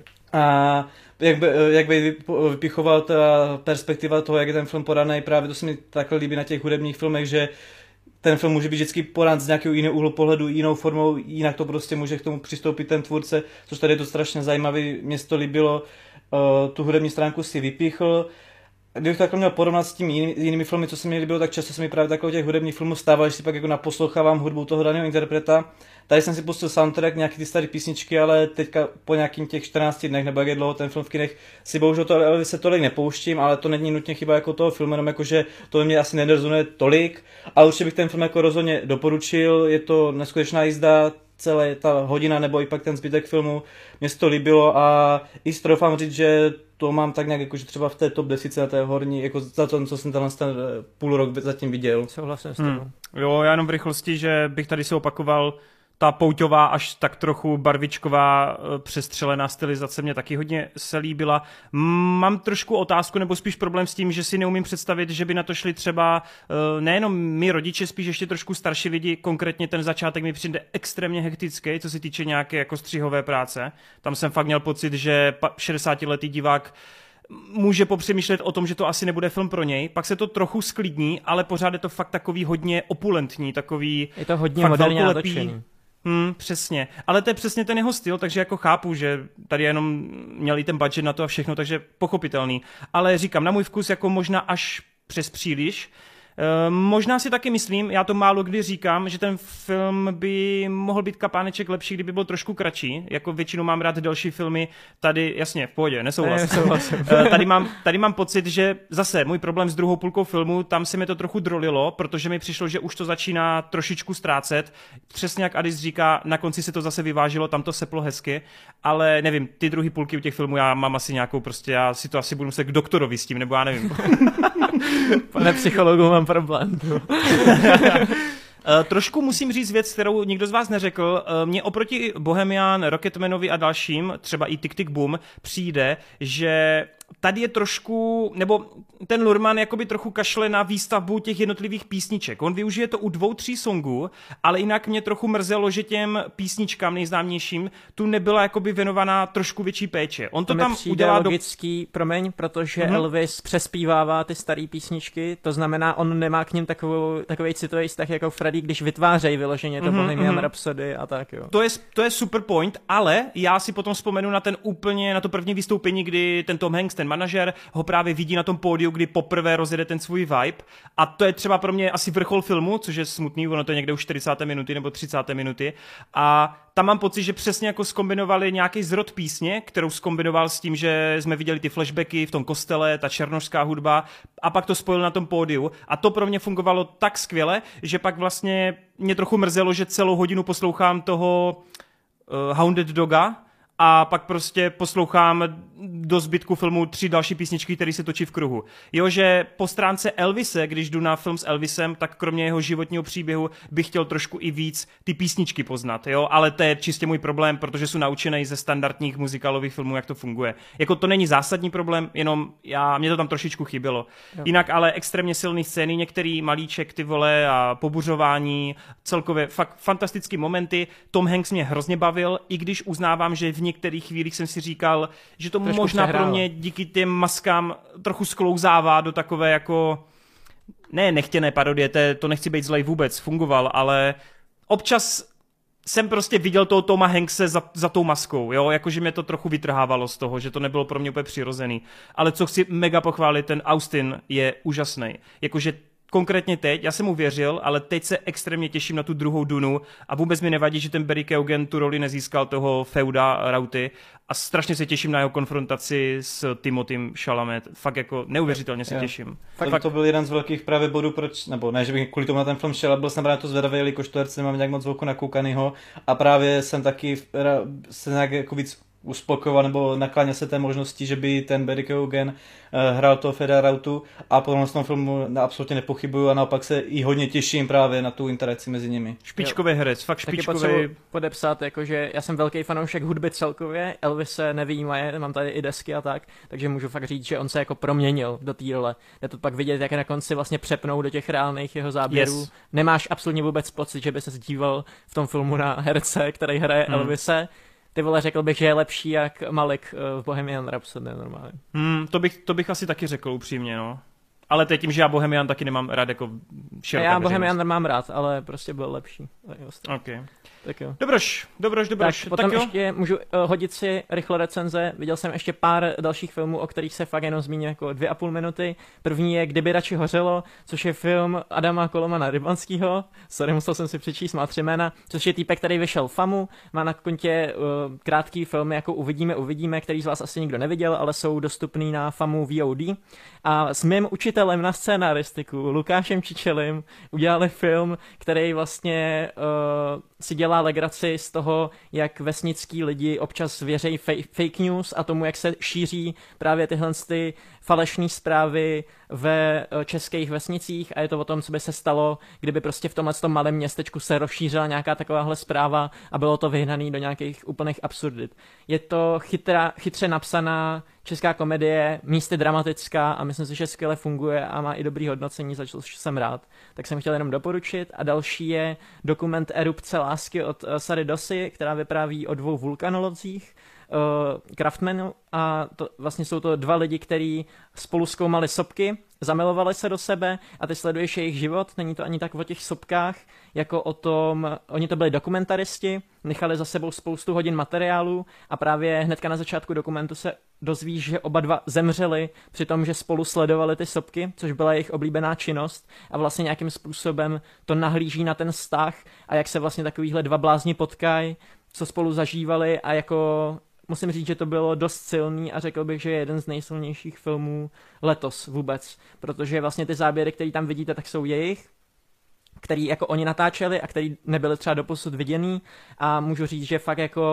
Speaker 5: A jak by, jak by vypichoval ta perspektiva toho, jak je ten film podaný, právě to se mi takhle líbí na těch hudebních filmech, že ten film může být vždycky podán z nějakého jiného úhlu pohledu, jinou formou, jinak to prostě může k tomu přistoupit ten tvůrce, což tady je to strašně zajímavý, mě to líbilo, uh, tu hudební stránku si vypíchl. Kdybych to takhle měl porovnat s těmi jinými, jinými filmy, co se mi líbilo, tak často se mi právě takové těch hudebních filmů stává, že si pak jako naposlouchávám hudbu toho daného interpreta. Tady jsem si pustil soundtrack, nějaký ty staré písničky, ale teďka po nějakých těch čtrnácti dnech, nebo jak je dlouho ten film v kinech, si bohužel to Elvise tolik nepouštím, ale to není nutně chyba jako toho filmu, jenom jakože to ve mně asi nerezonuje tolik, ale určitě bych ten film jako rozhodně doporučil, je to neskutečná jízda, celé ta hodina nebo i pak ten zbytek filmu, mně se to líbilo a i troufám říct, že to mám tak nějak jakože třeba v té top desítce na té horní, jako za to, co jsem tam ten půl rok zatím viděl.
Speaker 4: Souhlasím s tebou. Hmm.
Speaker 1: Jo, já jenom v rychlosti, že bych tady se opakoval, ta pouťová až tak trochu barvičková přestřelená stylizace mě taky hodně se líbila. Mám trošku otázku, nebo spíš problém s tím, že si neumím představit, že by na to šli třeba nejenom my rodiče, spíš ještě trošku starší lidi, konkrétně ten začátek mi přijde extrémně hektický, co se týče nějaké jako střihové práce. Tam jsem fakt měl pocit, že šedesátiletý divák může popřemýšlet o tom, že to asi nebude film pro něj, pak se to trochu sklidní, ale pořád je to fakt takový hodně opulentní, takový...
Speaker 4: Je to hodně moderně natočený.
Speaker 1: Hmm, přesně. Ale to je přesně ten jeho styl, takže jako chápu, že tady jenom měli ten budget na to a všechno, takže pochopitelný. Ale říkám, na můj vkus jako možná až přes příliš. E, možná si taky myslím, já to málo kdy říkám, že ten film by mohl být kapáneček lepší, kdyby byl trošku kratší. Jako většinou mám rád delší filmy, tady jasně, v pohodě, nesouhlasím. Ne, tady, mám, tady mám pocit, že zase můj problém s druhou půlkou filmu, tam se mi to trochu drolilo, protože mi přišlo, že už to začíná trošičku ztrácet. Přesně jak Adis říká, na konci se to zase vyvážilo, tam to seplo hezky, ale nevím, ty druhý půlky u těch filmů já mám asi nějakou prostě, já si to asi budu muset k doktorovi s tím, nebo já nevím.
Speaker 4: Pane psychologu, mám problém.
Speaker 1: trošku musím říct věc, kterou nikdo z vás neřekl. Uh, mně oproti Bohemian, Rocketmanovi a dalším, třeba i Tick Tick Boom, přijde, že tady je trošku, nebo ten Luhrmann jakoby trochu kašle na výstavbu těch jednotlivých písniček. On využije to u dvou, tří songů, ale jinak mě trochu mrzelo, že těm písničkám nejznámějším tu nebyla jakoby věnovaná trošku větší péče. On to, to tam udělá
Speaker 4: logický, do... promiň, protože mm-hmm. Elvis přespívává ty staré písničky, to znamená, on nemá k nim takovou, takový citový vztah jako Freddie, když vytvářejí vyloženě to mm-hmm, Bohemian mm-hmm. Rhapsody a tak, jo.
Speaker 1: To je, to je super point, ale já si potom vzpomenu na ten úplně, na to první vystoupení, kdy ten Tom Hanks, ten manažer, ho právě vidí na tom pódiu, kdy poprvé rozjede ten svůj vibe, a to je třeba pro mě asi vrchol filmu, což je smutný, ono to je někde už čtyřicáté minuty nebo třicáté minuty, a tam mám pocit, že přesně jako zkombinovali nějaký zrod písně, kterou zkombinoval s tím, že jsme viděli ty flashbacky v tom kostele, ta černošská hudba, a pak to spojil na tom pódiu, a to pro mě fungovalo tak skvěle, že pak vlastně mě trochu mrzelo, že celou hodinu poslouchám toho uh, Hounded Doga, a pak prostě poslouchám do zbytku filmu tři další písničky, které se točí v kruhu. Jo, že po stránce Elvise, když jdu na film s Elvisem, tak kromě jeho životního příběhu bych chtěl trošku i víc ty písničky poznat, jo, ale to je čistě můj problém, protože jsem naučený ze standardních muzikálových filmů, jak to funguje. Jako to není zásadní problém, jenom já, mě to tam trošičku chybělo. Jo. Jinak ale extrémně silný scény, některý malíček, ty vole, a pobuřování, celkově fakt fantastický momenty. Tom Hanks mě hrozně bavil, i když uznávám, že v některých chvílích jsem si říkal, že to trošku možná přehrálo. Pro mě díky těm maskám trochu sklouzává do takové jako, ne nechtěné parodie, to, to nechci být zlej vůbec, fungoval, ale občas jsem prostě viděl toho Toma Hankse za, za tou maskou, jo, jakože mě to trochu vytrhávalo z toho, že to nebylo pro mě úplně přirozený. Ale co chci mega pochválit, ten Austin je úžasný, jakože konkrétně teď, já jsem mu věřil, ale teď se extrémně těším na tu druhou Dunu a vůbec mi nevadí, že ten Barry Keoghan tu roli nezískal, toho feuda Rauty, a strašně se těším na jeho konfrontaci s Timothym Chalamet. Fakt jako neuvěřitelně se
Speaker 5: jo.
Speaker 1: těším.
Speaker 5: Fakt, fakt to byl jeden z velkých právě bodů, proč, nebo ne, že bych kvůli tomu na ten film šel, ale byl jsem právě to zvedavý, jelikož to herce nemám nějak moc velkou nakoukanýho, a právě jsem taky se nějak jako víc uspokojoval nebo nakláněl se té možnosti, že by ten Barry Keoghan uh, hrál toho Feda Rautu, a potom v tom filmu absolutně nepochybuju a naopak se i hodně těším právě na tu interakci mezi nimi.
Speaker 1: Špičkový herec, fakt špičkový.
Speaker 4: Taky potřebuji podepsat, jakože já jsem velký fanoušek hudby celkově, Elvise nevyjímaje, mám tady i desky a tak, takže můžu fakt říct, že on se jako proměnil do té role. Je to pak vidět, jak na konci vlastně přepnou do těch reálných jeho záběrů. Yes. Nemáš absolutně vůbec pocit, že by se díval v tom filmu na herce, který hraje hmm. Elvise. Ty vole, řekl bych, že je lepší jak Malik v Bohemian Rhapsody normálně.
Speaker 1: Hmm, to bych, to bych asi taky řekl upřímně, no. Ale teď tím, že já Bohemian taky nemám rád jako široká
Speaker 4: Já Bohemian nemám rád, ale prostě byl lepší.
Speaker 1: Okay.
Speaker 4: Tak jo.
Speaker 1: Dobroš, dobroš, dobroš.
Speaker 4: Tak potom
Speaker 1: tak jo.
Speaker 4: ještě můžu uh, hodit si rychle recenze. Viděl jsem ještě pár dalších filmů, o kterých se fakt jenom zmíním jako dvě a půl minuty. První je Kdyby radši hořelo, což je film Adama Kolomana Rybanskýho. Sorry, musel jsem si přečíst, má tři jména. Což je týpek, který vyšel FAMu. Má na kontě uh, krátký filmy jako Uvidíme, uvidíme, který z vás asi nikdo neviděl, ale jsou dostupný na FAMu V O D. A s mým učitelem na scénaristiku, Lukášem Čičelem, udělali film, který vlastně uh, si dělá legraci z toho, jak vesnický lidi občas věří fake news a tomu, jak se šíří právě tyhle ty falešné zprávy ve českých vesnicích, a je to o tom, co by se stalo, kdyby prostě v tomhle tom malém městečku se rozšířila nějaká takováhle zpráva a bylo to vyhnaný do nějakých úplných absurdit. Je to chytra, chytře napsaná česká komedie, místy dramatická, a myslím si, že skvěle funguje a má i dobrý hodnocení, za což jsem rád. Tak jsem chtěl jenom doporučit. A další je dokument Erupce lásky od Sary Dosy, která vypráví o dvou vulkanolodcích, uh, Craftmanu, a to, vlastně jsou to dva lidi, kteří spolu zkoumali sopky, zamilovali se do sebe a ty sleduješ jejich život. Není to ani tak o těch sopkách, jako o tom, oni to byli dokumentaristi, nechali za sebou spoustu hodin materiálu a právě hnedka na začátku dokumentu se dozvíš, že oba dva zemřeli při tom, že spolu sledovali ty sopky, což byla jejich oblíbená činnost, a vlastně nějakým způsobem to nahlíží na ten vztah a jak se vlastně takovýhle dva blázni potkají, co spolu zažívali, a jako musím říct, že to bylo dost silný a řekl bych, že je jeden z nejsilnějších filmů letos vůbec, protože vlastně ty záběry, které tam vidíte, tak jsou jejich, který jako oni natáčeli a který nebyly třeba doposud viděný, a můžu říct, že fakt jako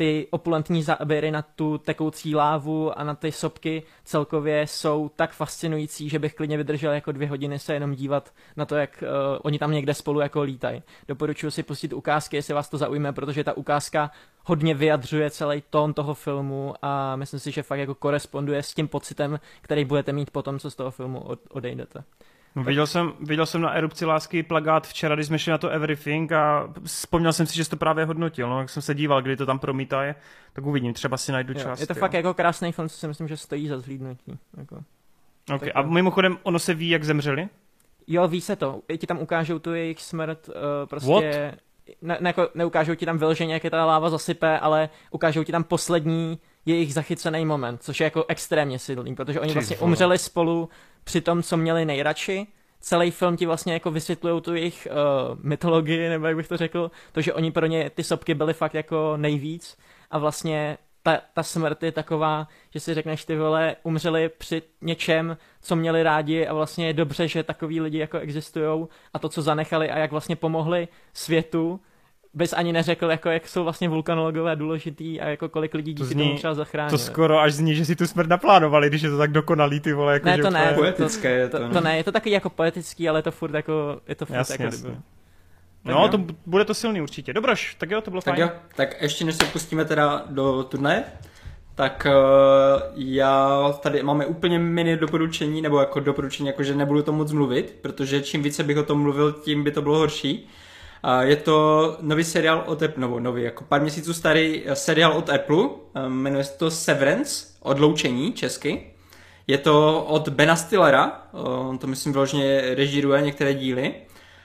Speaker 4: ty opulentní záběry na tu tekoucí lávu a na ty sopky celkově jsou tak fascinující, že bych klidně vydržel jako dvě hodiny se jenom dívat na to, jak uh, oni tam někde spolu jako lítají. Doporučuji si pustit ukázky, jestli vás to zaujme, protože ta ukázka hodně vyjadřuje celý tón toho filmu a myslím si, že fakt jako koresponduje s tím pocitem, který budete mít potom, co z toho filmu od, odejdete.
Speaker 1: No, viděl, jsem, viděl jsem na Erupci lásky plagát včera, když jsme šli na to Everything a vzpomněl jsem si, že jsi to právě hodnotil. No, jak jsem se díval, kdy to tam promítají, tak uvidím, třeba si najdu čas.
Speaker 4: Je to
Speaker 1: jo.
Speaker 4: fakt jako krásný film, co si myslím, že stojí za zhlídnutí. Jako.
Speaker 1: Okay. A mimochodem, ono se ví, jak zemřeli?
Speaker 4: Jo, ví se to. Ti tam ukážou tu jejich smrt, uh, prostě...
Speaker 1: What?
Speaker 4: Ne, ne, jako, neukážou ti tam vyloženě, jak je ta láva zasype, ale ukážou ti tam poslední jejich zachycený moment, což je jako extrémně silný, protože oni
Speaker 1: Či
Speaker 4: vlastně
Speaker 1: vole.
Speaker 4: umřeli spolu při tom, co měli nejradši. Celý film ti vlastně jako vysvětlujou tu jejich uh, mytologii, nebo jak bych to řekl, to, že oni pro ně ty sopky byly fakt jako nejvíc a vlastně ta, ta smrt je taková, že si řekneš, ty vole, umřeli při něčem, co měli rádi a vlastně je dobře, že takový lidi jako existujou a to, co zanechali a jak vlastně pomohli světu, bys ani neřekl, jako jak jsou vlastně vulkanologové důležitý a jako kolik lidí díky
Speaker 1: zní,
Speaker 4: tomu třeba zachránili.
Speaker 1: To skoro až zní, že si tu smrt naplánovali, když je to tak dokonalý, ty vole. Jako
Speaker 4: ne,
Speaker 1: že
Speaker 4: to ne,
Speaker 2: poetické je to,
Speaker 4: to,
Speaker 2: no.
Speaker 4: to ne, je to takový jako poetický, ale je to furt jako, je to furt
Speaker 1: Jasně,
Speaker 4: jako
Speaker 1: jasně.
Speaker 4: kdyby.
Speaker 1: No, to bude to silný určitě. Dobroš, tak jo, to bylo
Speaker 2: Tak
Speaker 1: fajn.
Speaker 2: jo, tak ještě než se pustíme teda do turnaje, tak uh, já tady máme úplně mini doporučení, nebo jako doporučení, jako že nebudu to moc mluvit, protože čím více bych o tom mluvil, tím by to bylo horší. Uh, je to nový seriál od Apple, nebo nový, jako pár měsíců starý seriál od Apple, uh, jmenuje se to Severance, Odloučení česky. Je to od Bena Stillera, uh, on to myslím vyloženě režíruje některé díly.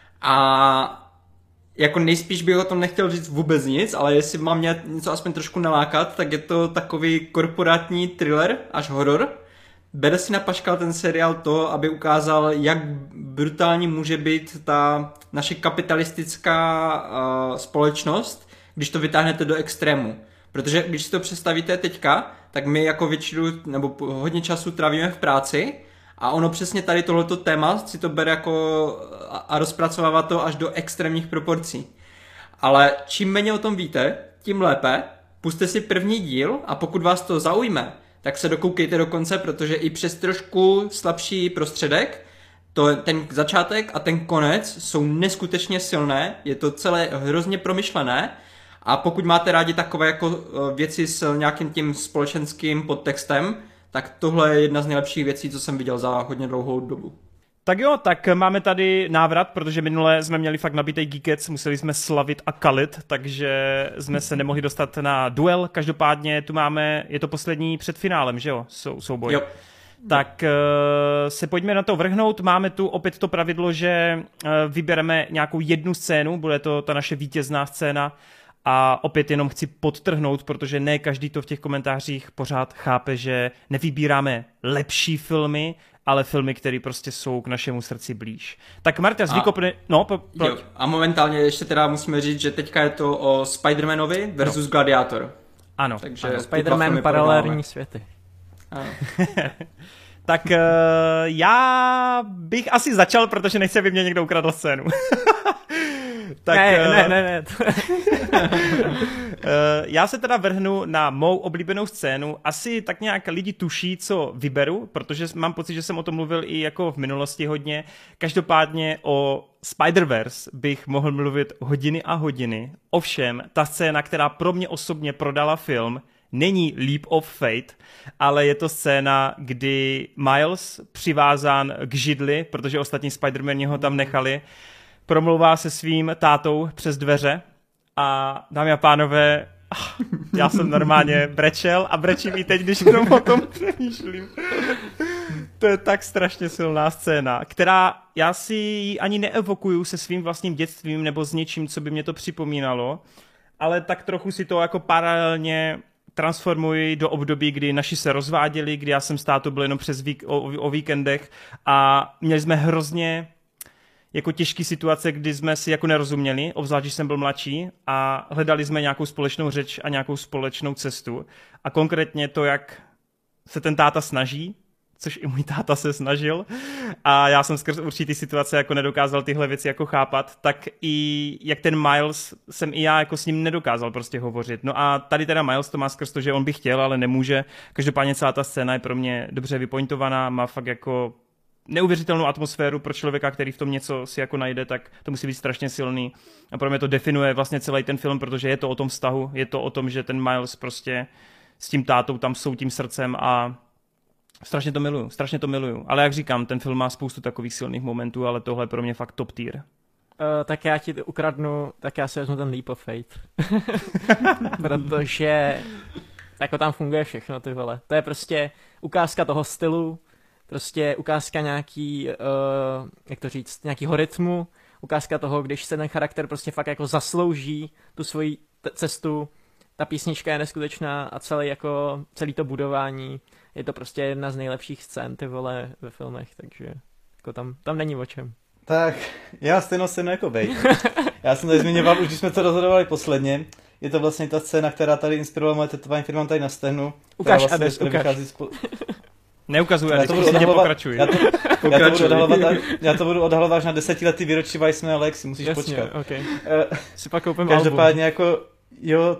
Speaker 2: A jako nejspíš bych o tom nechtěl říct vůbec nic, ale jestli mám něco aspoň trošku nalákat, tak je to takový korporátní thriller až horor. Bere si na paškal ten seriál to, aby ukázal, jak brutální může být ta naše kapitalistická uh, společnost, když to vytáhnete do extrému. Protože když si to představíte teďka, tak my jako většinu nebo hodně času trávíme v práci a ono přesně tady tohleto téma si to bere jako a rozpracovává to až do extrémních proporcí. Ale čím méně o tom víte, tím lépe. Pusťte si první díl a pokud vás to zaujme, tak se dokoukejte do konce, protože i přes trošku slabší prostředek, to, ten začátek a ten konec jsou neskutečně silné, je to celé hrozně promyšlené a pokud máte rádi takové jako věci s nějakým tím společenským podtextem, tak tohle je jedna z nejlepších věcí, co jsem viděl za hodně dlouhou dobu.
Speaker 1: Tak jo, tak máme tady návrat, protože minule jsme měli fakt nabitej Geekec, museli jsme slavit a kalit, takže jsme se nemohli dostat na duel. Každopádně tu máme, je to poslední před finálem, že jo, Sou, souboj.
Speaker 2: Jo.
Speaker 1: Tak uh, se pojďme na to vrhnout. Máme tu opět to pravidlo, že uh, vybereme nějakou jednu scénu, bude to ta naše vítězná scéna. A opět jenom chci podtrhnout, protože ne každý to v těch komentářích pořád chápe, že nevybíráme lepší filmy, ale filmy, které prostě jsou k našemu srdci blíž. Tak Marta, vykopne... No, po,
Speaker 2: jo, a momentálně ještě teda musíme říct, že teďka je to o Spider-Manovi versus no. Gladiátor.
Speaker 1: Ano.
Speaker 2: Takže
Speaker 4: ano, Spider-Man paralelní světy.
Speaker 2: Ano.
Speaker 1: Tak uh, já bych asi začal, protože nechci, aby mě někdo ukradl scénu. Tak,
Speaker 4: ne, ne, ne, ne.
Speaker 1: Já se teda vrhnu na mou oblíbenou scénu. Asi tak nějak lidi tuší, co vyberu, protože mám pocit, že jsem o tom mluvil i jako v minulosti hodně. Každopádně o Spider-Verse bych mohl mluvit hodiny a hodiny. Ovšem, ta scéna, která pro mě osobně prodala film, není Leap of Fate, ale je to scéna, kdy Miles, přivázán k židli, protože ostatní Spider-Mani ho tam nechali, promlouvá se svým tátou přes dveře a dámy a pánové, já jsem normálně brečel a brečím i teď, když jenom o tom přemýšlím. To je tak strašně silná scéna, která já si ji ani neevokuju se svým vlastním dětstvím nebo s něčím, co by mě to připomínalo, ale tak trochu si to jako paralelně transformuji do období, kdy naši se rozváděli, kdy já jsem s tátou byl jenom přes vík, o, o víkendech a měli jsme hrozně jako těžké situace, kdy jsme si jako nerozuměli, obzvlášť, když jsem byl mladší a hledali jsme nějakou společnou řeč a nějakou společnou cestu. A konkrétně to, jak se ten táta snaží, což i můj táta se snažil a já jsem skrz určitý situace jako nedokázal tyhle věci jako chápat, tak i jak ten Miles jsem i já jako s ním nedokázal prostě hovořit. No a tady teda Miles to má skrz to, že on by chtěl, ale nemůže. Každopádně celá ta scéna je pro mě dobře vypointovaná, má fakt jako neuvěřitelnou atmosféru pro člověka, který v tom něco si jako najde, tak to musí být strašně silný. A pro mě to definuje vlastně celý ten film, protože je to o tom vztahu, je to o tom, že ten Miles prostě s tím tátou tam jsou tím srdcem a strašně to miluju, strašně to miluju. Ale jak říkám, ten film má spoustu takových silných momentů, ale tohle je pro mě fakt top tier.
Speaker 4: Uh, tak já ti ukradnu, tak já si vezmu ten Leap of Faith. Protože jako tam funguje všechno, ty vole. To je prostě ukázka toho stylu, prostě ukázka nějaký, uh, jak to říct, nějakýho rytmu, ukázka toho, když se ten charakter prostě fakt jako zaslouží tu svoji t- cestu, ta písnička je neskutečná a celý jako, celý to budování, je to prostě jedna z nejlepších scén, ty vole, ve filmech, takže jako tam, tam není o čem.
Speaker 5: Tak, já stejnou scénu jako Bej. Já jsem tady zmiňoval, už když jsme to rozhodovali posledně, je to vlastně ta scéna, která tady inspirovala moje tetování firma tady na stehnu.
Speaker 4: Ukaž,
Speaker 5: vlastně
Speaker 4: Ades, ukaž.
Speaker 5: Spo...
Speaker 1: Neukazuj,
Speaker 5: já
Speaker 1: Ades,
Speaker 5: to budu
Speaker 1: prostě
Speaker 5: odhalovat,
Speaker 1: pokračuj.
Speaker 5: Já to, já, to budu odhalovat, já to budu odhalovat až na desetiletý výročí Weissman a Lex, musíš
Speaker 4: Jasně,
Speaker 5: počkat.
Speaker 4: Okay.
Speaker 5: Uh,
Speaker 4: si pak koupím
Speaker 5: každopádně
Speaker 4: album.
Speaker 5: jako, jo,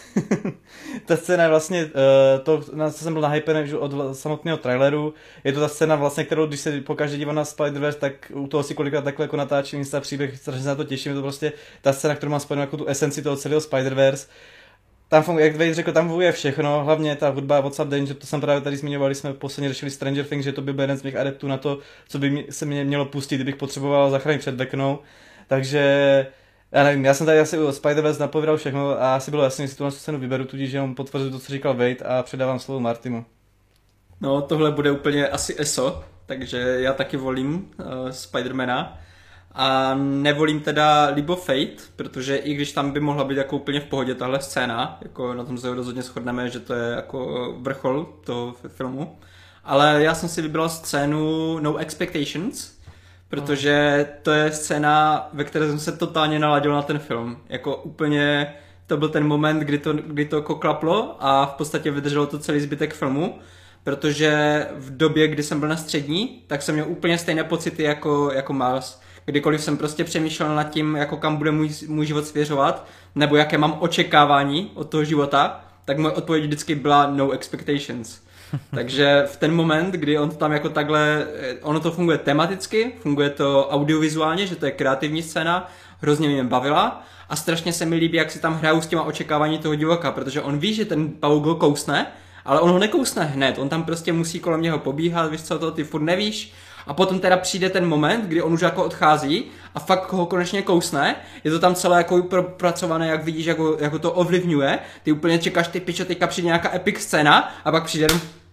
Speaker 5: ta scéna je vlastně, uh, to, na co jsem byl nahypený od samotného traileru, je to ta scéna vlastně, kterou když se pokaždé dívám na Spider-Verse, tak u toho si kolikrát takhle jako natáčím Insta příběh, strašně se na to těším, je to prostě ta scéna, kterou mám spojenou jako tu esenci toho celého Spider-Verse. Tam funguje, jak Dwayne řekl, tam funguje všechno, hlavně ta hudba What's Up Danger, to jsem právě tady zmiňoval, když jsme posledně řešili Stranger Things, že to by byl jeden z mých adeptů na to, co by se mě mělo pustit, kdybych potřeboval zachránit před Veknou. Takže já nevím, já jsem tady asi u Spider-Verse napovídal všechno a asi bylo jasné, že si tu na scénu vyberu, tudíž jenom potvrzuji to, co říkal Wade a předávám slovo Martimu.
Speaker 2: No, tohle bude úplně asi E S O, takže já taky volím uh, Spidermana. A nevolím teda Leap of Faith, protože i když tam by mohla být jako úplně v pohodě tahle scéna, jako na tom se rozhodně shodneme, že to je jako vrchol toho filmu, ale já jsem si vybral scénu No Expectations, protože to je scéna, ve které jsem se totálně naladil na ten film. Jako úplně, to byl ten moment, kdy to, kdy to jako klaplo a v podstatě vydrželo to celý zbytek filmu, protože v době, kdy jsem byl na střední, tak jsem měl úplně stejné pocity jako, jako Miles. Kdykoliv jsem prostě přemýšlel nad tím, jako kam bude můj, můj život svěřovat, nebo jaké mám očekávání od toho života, tak moje odpověď vždycky byla no expectations. Takže v ten moment, kdy on tam jako takhle, ono to funguje tematicky, funguje to audiovizuálně, že to je kreativní scéna, hrozně mě bavila a strašně se mi líbí, jak si tam hrajou s těma očekávání toho diváka, protože on ví, že ten pavouk ho kousne, ale on ho nekousne hned, on tam prostě musí kolem něho pobíhat, víš co, to ty furt nevíš. A potom teda přijde ten moment, kdy on už jako odchází a fakt ho konečně kousne. Je to tam celé jako propracované, jak vidíš, jako, jako to ovlivňuje. Ty úplně čekáš, ty pičo, teďka přijde nějaká epic scéna a pak přijde...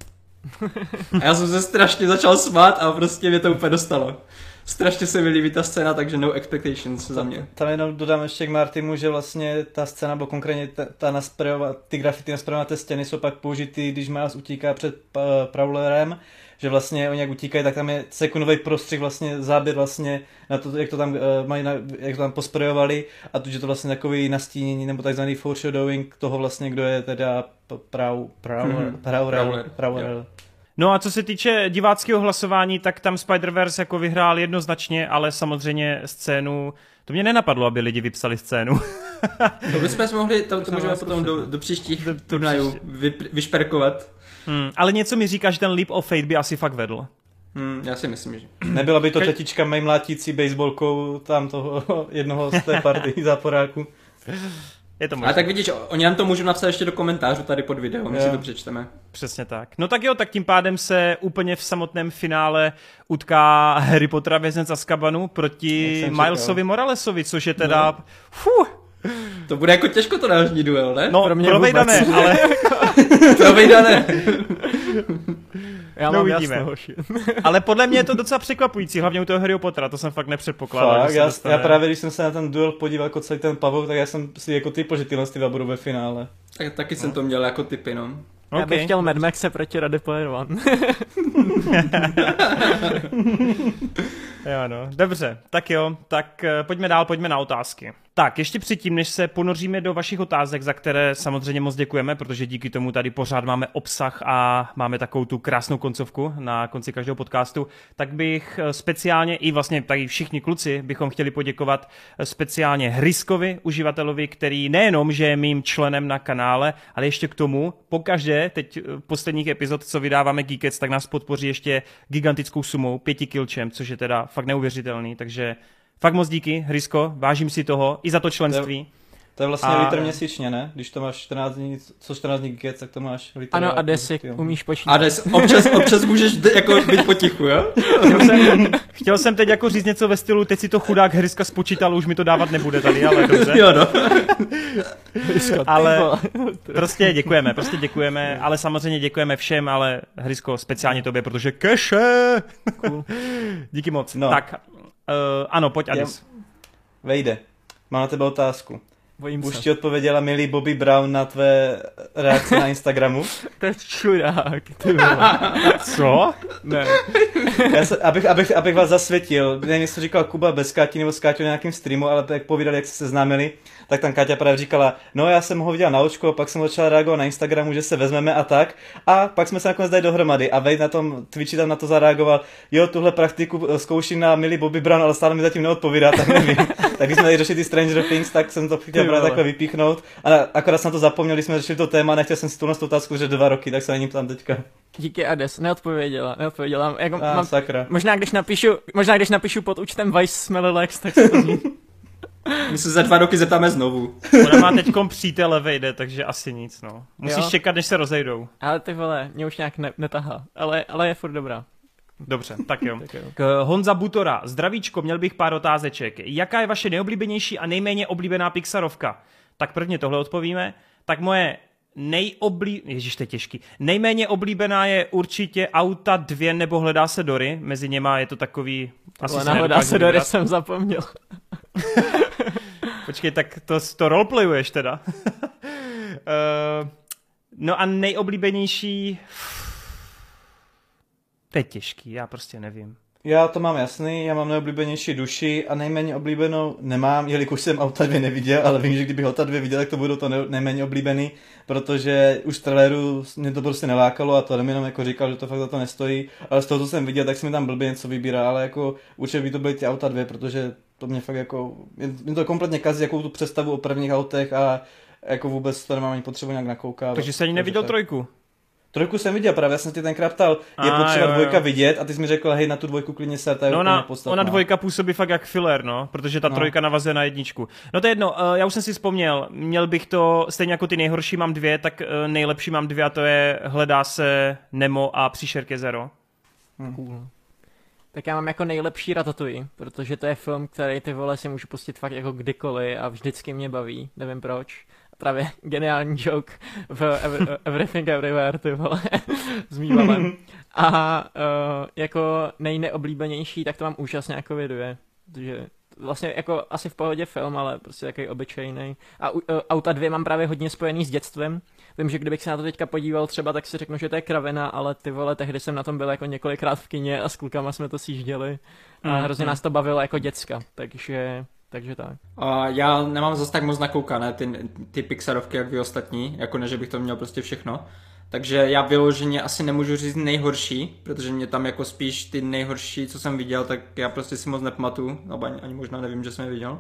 Speaker 2: A já jsem se strašně začal smát a prostě mě to úplně dostalo. Strašně se mi líbí ta scéna, takže no expectations za mě.
Speaker 5: Tam jenom dodám ještě k Martimu, že vlastně ta scéna, nebo konkrétně ta, ta nasprejova, ty grafity nasprejované té stěny jsou pak použity, když Miles utíká před uh, Prowlerem, že vlastně oni jak utíkají, tak tam je sekundový prostřih, vlastně záběr vlastně na to, jak to tam uh, mají, na, jak to tam posprejovali a tu, že to vlastně takový nastínění nebo takzvaný foreshadowing toho vlastně, kdo je teda Prow, Prowler, Prowler, Prowler.
Speaker 1: No a co se týče diváckého hlasování, tak tam Spider-Verse jako vyhrál jednoznačně, ale samozřejmě scénu, to mě nenapadlo, aby lidi vypsali scénu.
Speaker 2: To bychom mohli, to, to můžeme potom do, do příštích turnajů vy, vyšperkovat.
Speaker 1: Hmm, ale něco mi říká, že ten Leap of Faith by asi fakt vedl.
Speaker 2: Hmm, já si myslím, že...
Speaker 5: Nebyla by to tetička mej mlátící baseballkou tam toho jednoho z té party záporáku.
Speaker 1: Je to možné.
Speaker 2: A tak vidíš, oni nám to můžou napsat ještě do komentářů tady pod videem, my si to přečteme.
Speaker 1: Přesně tak. No tak jo, tak tím pádem se úplně v samotném finále utká Harry Potter a věznec Azkabanu proti Milesovi Moralesovi, což je teda... No. Fuh.
Speaker 2: To bude jako těžko to nážní duel, ne?
Speaker 1: No, pro mě provejdané, ale...
Speaker 2: provejdané.
Speaker 4: Já
Speaker 1: no,
Speaker 4: mám
Speaker 1: uvidíme.
Speaker 4: jasno, hoši.
Speaker 1: Ale podle mě je to docela překvapující, hlavně u toho Harryho Pottera, to jsem fakt nepředpokládal.
Speaker 5: Fakt, já, já právě, když jsem se na ten duel podíval jako celý ten pavouk, tak já jsem si jako typl, že tyhle dva budou ve finále.
Speaker 2: Tak, taky jsem to měl jako typy, no.
Speaker 4: Okay. Já bych chtěl Mad Maxe proti Ready Player One.
Speaker 1: Jo no, dobře, tak jo, tak pojďme dál, pojďme na otázky. Tak, ještě předtím, než se ponoříme do vašich otázek, za které samozřejmě moc děkujeme, protože díky tomu tady pořád máme obsah a máme takovou tu krásnou koncovku na konci každého podcastu, tak bych speciálně, i vlastně tady všichni kluci, bychom chtěli poděkovat speciálně Hryskovi, uživatelovi, který nejenom, že je mým členem na kanále, ale ještě k tomu, pokaždé, teď posledních epizod, co vydáváme Geekets, tak nás podpoří ještě gigantickou sumou, pěti kilčem, což je teda fakt neuvěřitelný, takže fakt moc díky, Hrysko, vážím si toho, i za to členství.
Speaker 5: To je vlastně
Speaker 1: a...
Speaker 5: litr měsíčně, ne? Když to máš čtrnáct dní, co čtrnáct dní Geekets, tak to máš litr.
Speaker 4: Ano, a Desi, umíš počítat.
Speaker 2: A Des, občas, občas můžeš d- jako být potichu, jo?
Speaker 1: Chtěl jsem, chtěl jsem teď jako říct něco ve stylu, teď si to chudák Hryska spočítal, už mi to dávat nebude tady, ale dobře.
Speaker 2: Jo, no.
Speaker 1: Ale prostě děkujeme, prostě děkujeme, ale samozřejmě děkujeme všem, ale Hrysko speciálně tobě, protože keše!
Speaker 4: Cool.
Speaker 1: Díky moc.
Speaker 5: No.
Speaker 1: Tak, uh, ano, pojď Adis.
Speaker 5: Vejde, mám na tebe otázku.
Speaker 4: Bojím
Speaker 5: Už
Speaker 4: se.
Speaker 5: ti odpověděla Millie Bobby Brown na tvé reakce na Instagramu?
Speaker 4: To je čurák, ty vole.
Speaker 1: Co?
Speaker 4: Ne.
Speaker 5: Já se, abych, abych, abych vás zasvětil, nevím, jestli to říkal Kuba bez Káti nebo s Káťou na nějakým streamu, ale jak povídali, jak se seznámili, tak tam Káťa právě říkala, no já jsem ho viděla na očko, pak jsem začala reagovat na Instagramu, že se vezmeme a tak, a pak jsme se nakonec dali dohromady a Vejde na tom Twitchi tam na to zareagoval, jo, tuhle praktiku zkouším na Millie Bobby Brown, ale stále mi zatím neodpovídá, tak nevím. Tak když jsme tady řešili ty Stranger Things, tak jsem to chtěl právě takhle vypíchnout, a akorát jsem na to zapomněl, když jsme řešili to téma, nechtěl jsem si tuhle otázku že dva roky, tak se na ní ptám teďka.
Speaker 4: Díky Ades, neodpověděla, neodpověděla. Jako,
Speaker 5: Ah,
Speaker 4: mám,
Speaker 5: sakra.
Speaker 4: možná, když napíšu, možná když napíšu pod účtem Vice Smelly Legs, tak se to zní.
Speaker 2: My se za dva roky zeptáme znovu.
Speaker 1: Ona má teďkom přítele Vejde, takže asi nic, no. Musíš
Speaker 4: Jo.
Speaker 1: čekat, než se rozejdou.
Speaker 4: Ale ty vole, mě už nějak ne, netahá, ale, ale je furt dobrá.
Speaker 1: Dobře, tak jo.
Speaker 4: Tak jo.
Speaker 1: K Honza Butora. Zdravíčko, měl bych pár otázeček. Jaká je vaše nejoblíbenější a nejméně oblíbená Pixarovka? Tak prvně tohle odpovíme. Tak moje nejoblí... Ježiš, to je těžký. Nejméně oblíbená je určitě Auta dva nebo Hledá se Dory. Mezi něma je to takový...
Speaker 4: Ale na Hledá se Dory jsem zapomněl.
Speaker 1: Počkej, tak to, to roleplayuješ teda. uh, no a nejoblíbenější... To je těžký, já prostě nevím.
Speaker 5: Já to mám jasný, já mám nejoblíbenější duši a nejméně oblíbenou nemám, jelikož jsem Auta dva neviděl, ale vím, že kdybych Auta dva viděl, tak to budou to nejméně oblíbený, protože už v traileru mě to prostě nelákalo a to jenom jako říkal, že to fakt za to nestojí, ale z toho, co jsem viděl, tak si mi tam blbě něco vybírá, ale jako určitě by to byly ty Auta dva, protože to mě fakt jako, mě to kompletně kazí jakou tu představu o prvních autech a jako vůbec to nemám ani potřebu nějak nakoukávat.
Speaker 1: Takže jsi ani neviděl
Speaker 5: tak.
Speaker 1: trojku?
Speaker 5: Trojku jsem viděl, právě já jsem ti tenkrát ptal, je
Speaker 1: A,
Speaker 5: potřeba
Speaker 1: jo, jo.
Speaker 5: dvojka vidět a ty jsi mi řekl, hej, na tu dvojku klidně se, to je
Speaker 1: No
Speaker 5: úplně
Speaker 1: ona,
Speaker 5: podstatná.
Speaker 1: ona dvojka působí fakt jak filler, no, protože ta
Speaker 5: No.
Speaker 1: trojka navazuje na jedničku. No to je jedno, uh, já už jsem si vzpomněl, měl bych to, stejně jako ty nejhorší mám dvě, tak uh, nejlepší mám dvě a to je Hledá se Nemo a Příšerky Zero.
Speaker 4: Cool. Tak já mám jako nejlepší Ratatouille, protože to je film, který ty vole si můžu pustit fakt jako kdykoliv a vždycky mě baví, nevím proč. Právě geniální joke v Ev- Everything Everywhere, ty vole, s mývalem. A uh, jako nejneoblíbenější, tak to mám úžasně jako dvě, protože vlastně jako asi v pohodě film, ale prostě takový obyčejný. A uh, Auta dva mám právě hodně spojený s dětstvem. Vím, že kdybych se na to teďka podíval třeba, tak si řeknu, že to je kravina, ale ty vole, tehdy jsem na tom byl jako několikrát v kině a s klukama jsme to sjížděli. A
Speaker 1: Mm,
Speaker 4: hrozně
Speaker 1: mm.
Speaker 4: nás to bavilo jako děcka, takže... Takže tak.
Speaker 2: A já nemám zase tak moc nakoukané ty, ty Pixarovky, jak vy ostatní, jako ne, že bych to měl prostě všechno. Takže já vyloženě asi nemůžu říct nejhorší, protože mě tam jako spíš ty nejhorší, co jsem viděl, tak já prostě si moc nepamatuju, nebo ani, ani možná nevím, že jsem je viděl.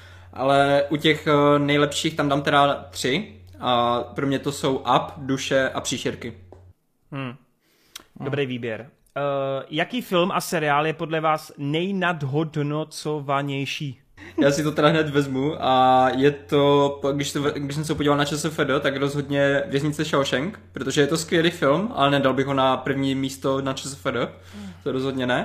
Speaker 2: Ale u těch uh, nejlepších tam dám teda tři a pro mě to jsou Up, Duše a Příšerky.
Speaker 1: Hmm. Dobrý výběr. Uh, jaký film a seriál je podle vás nejnadhodnocovanější?
Speaker 2: Já si to teda hned vezmu a je to, když, to, když jsem se podíval na ČSFD, tak rozhodně Věznice Shawshank, protože je to skvělý film, ale nedal bych ho na první místo na ČSFD, to rozhodně ne.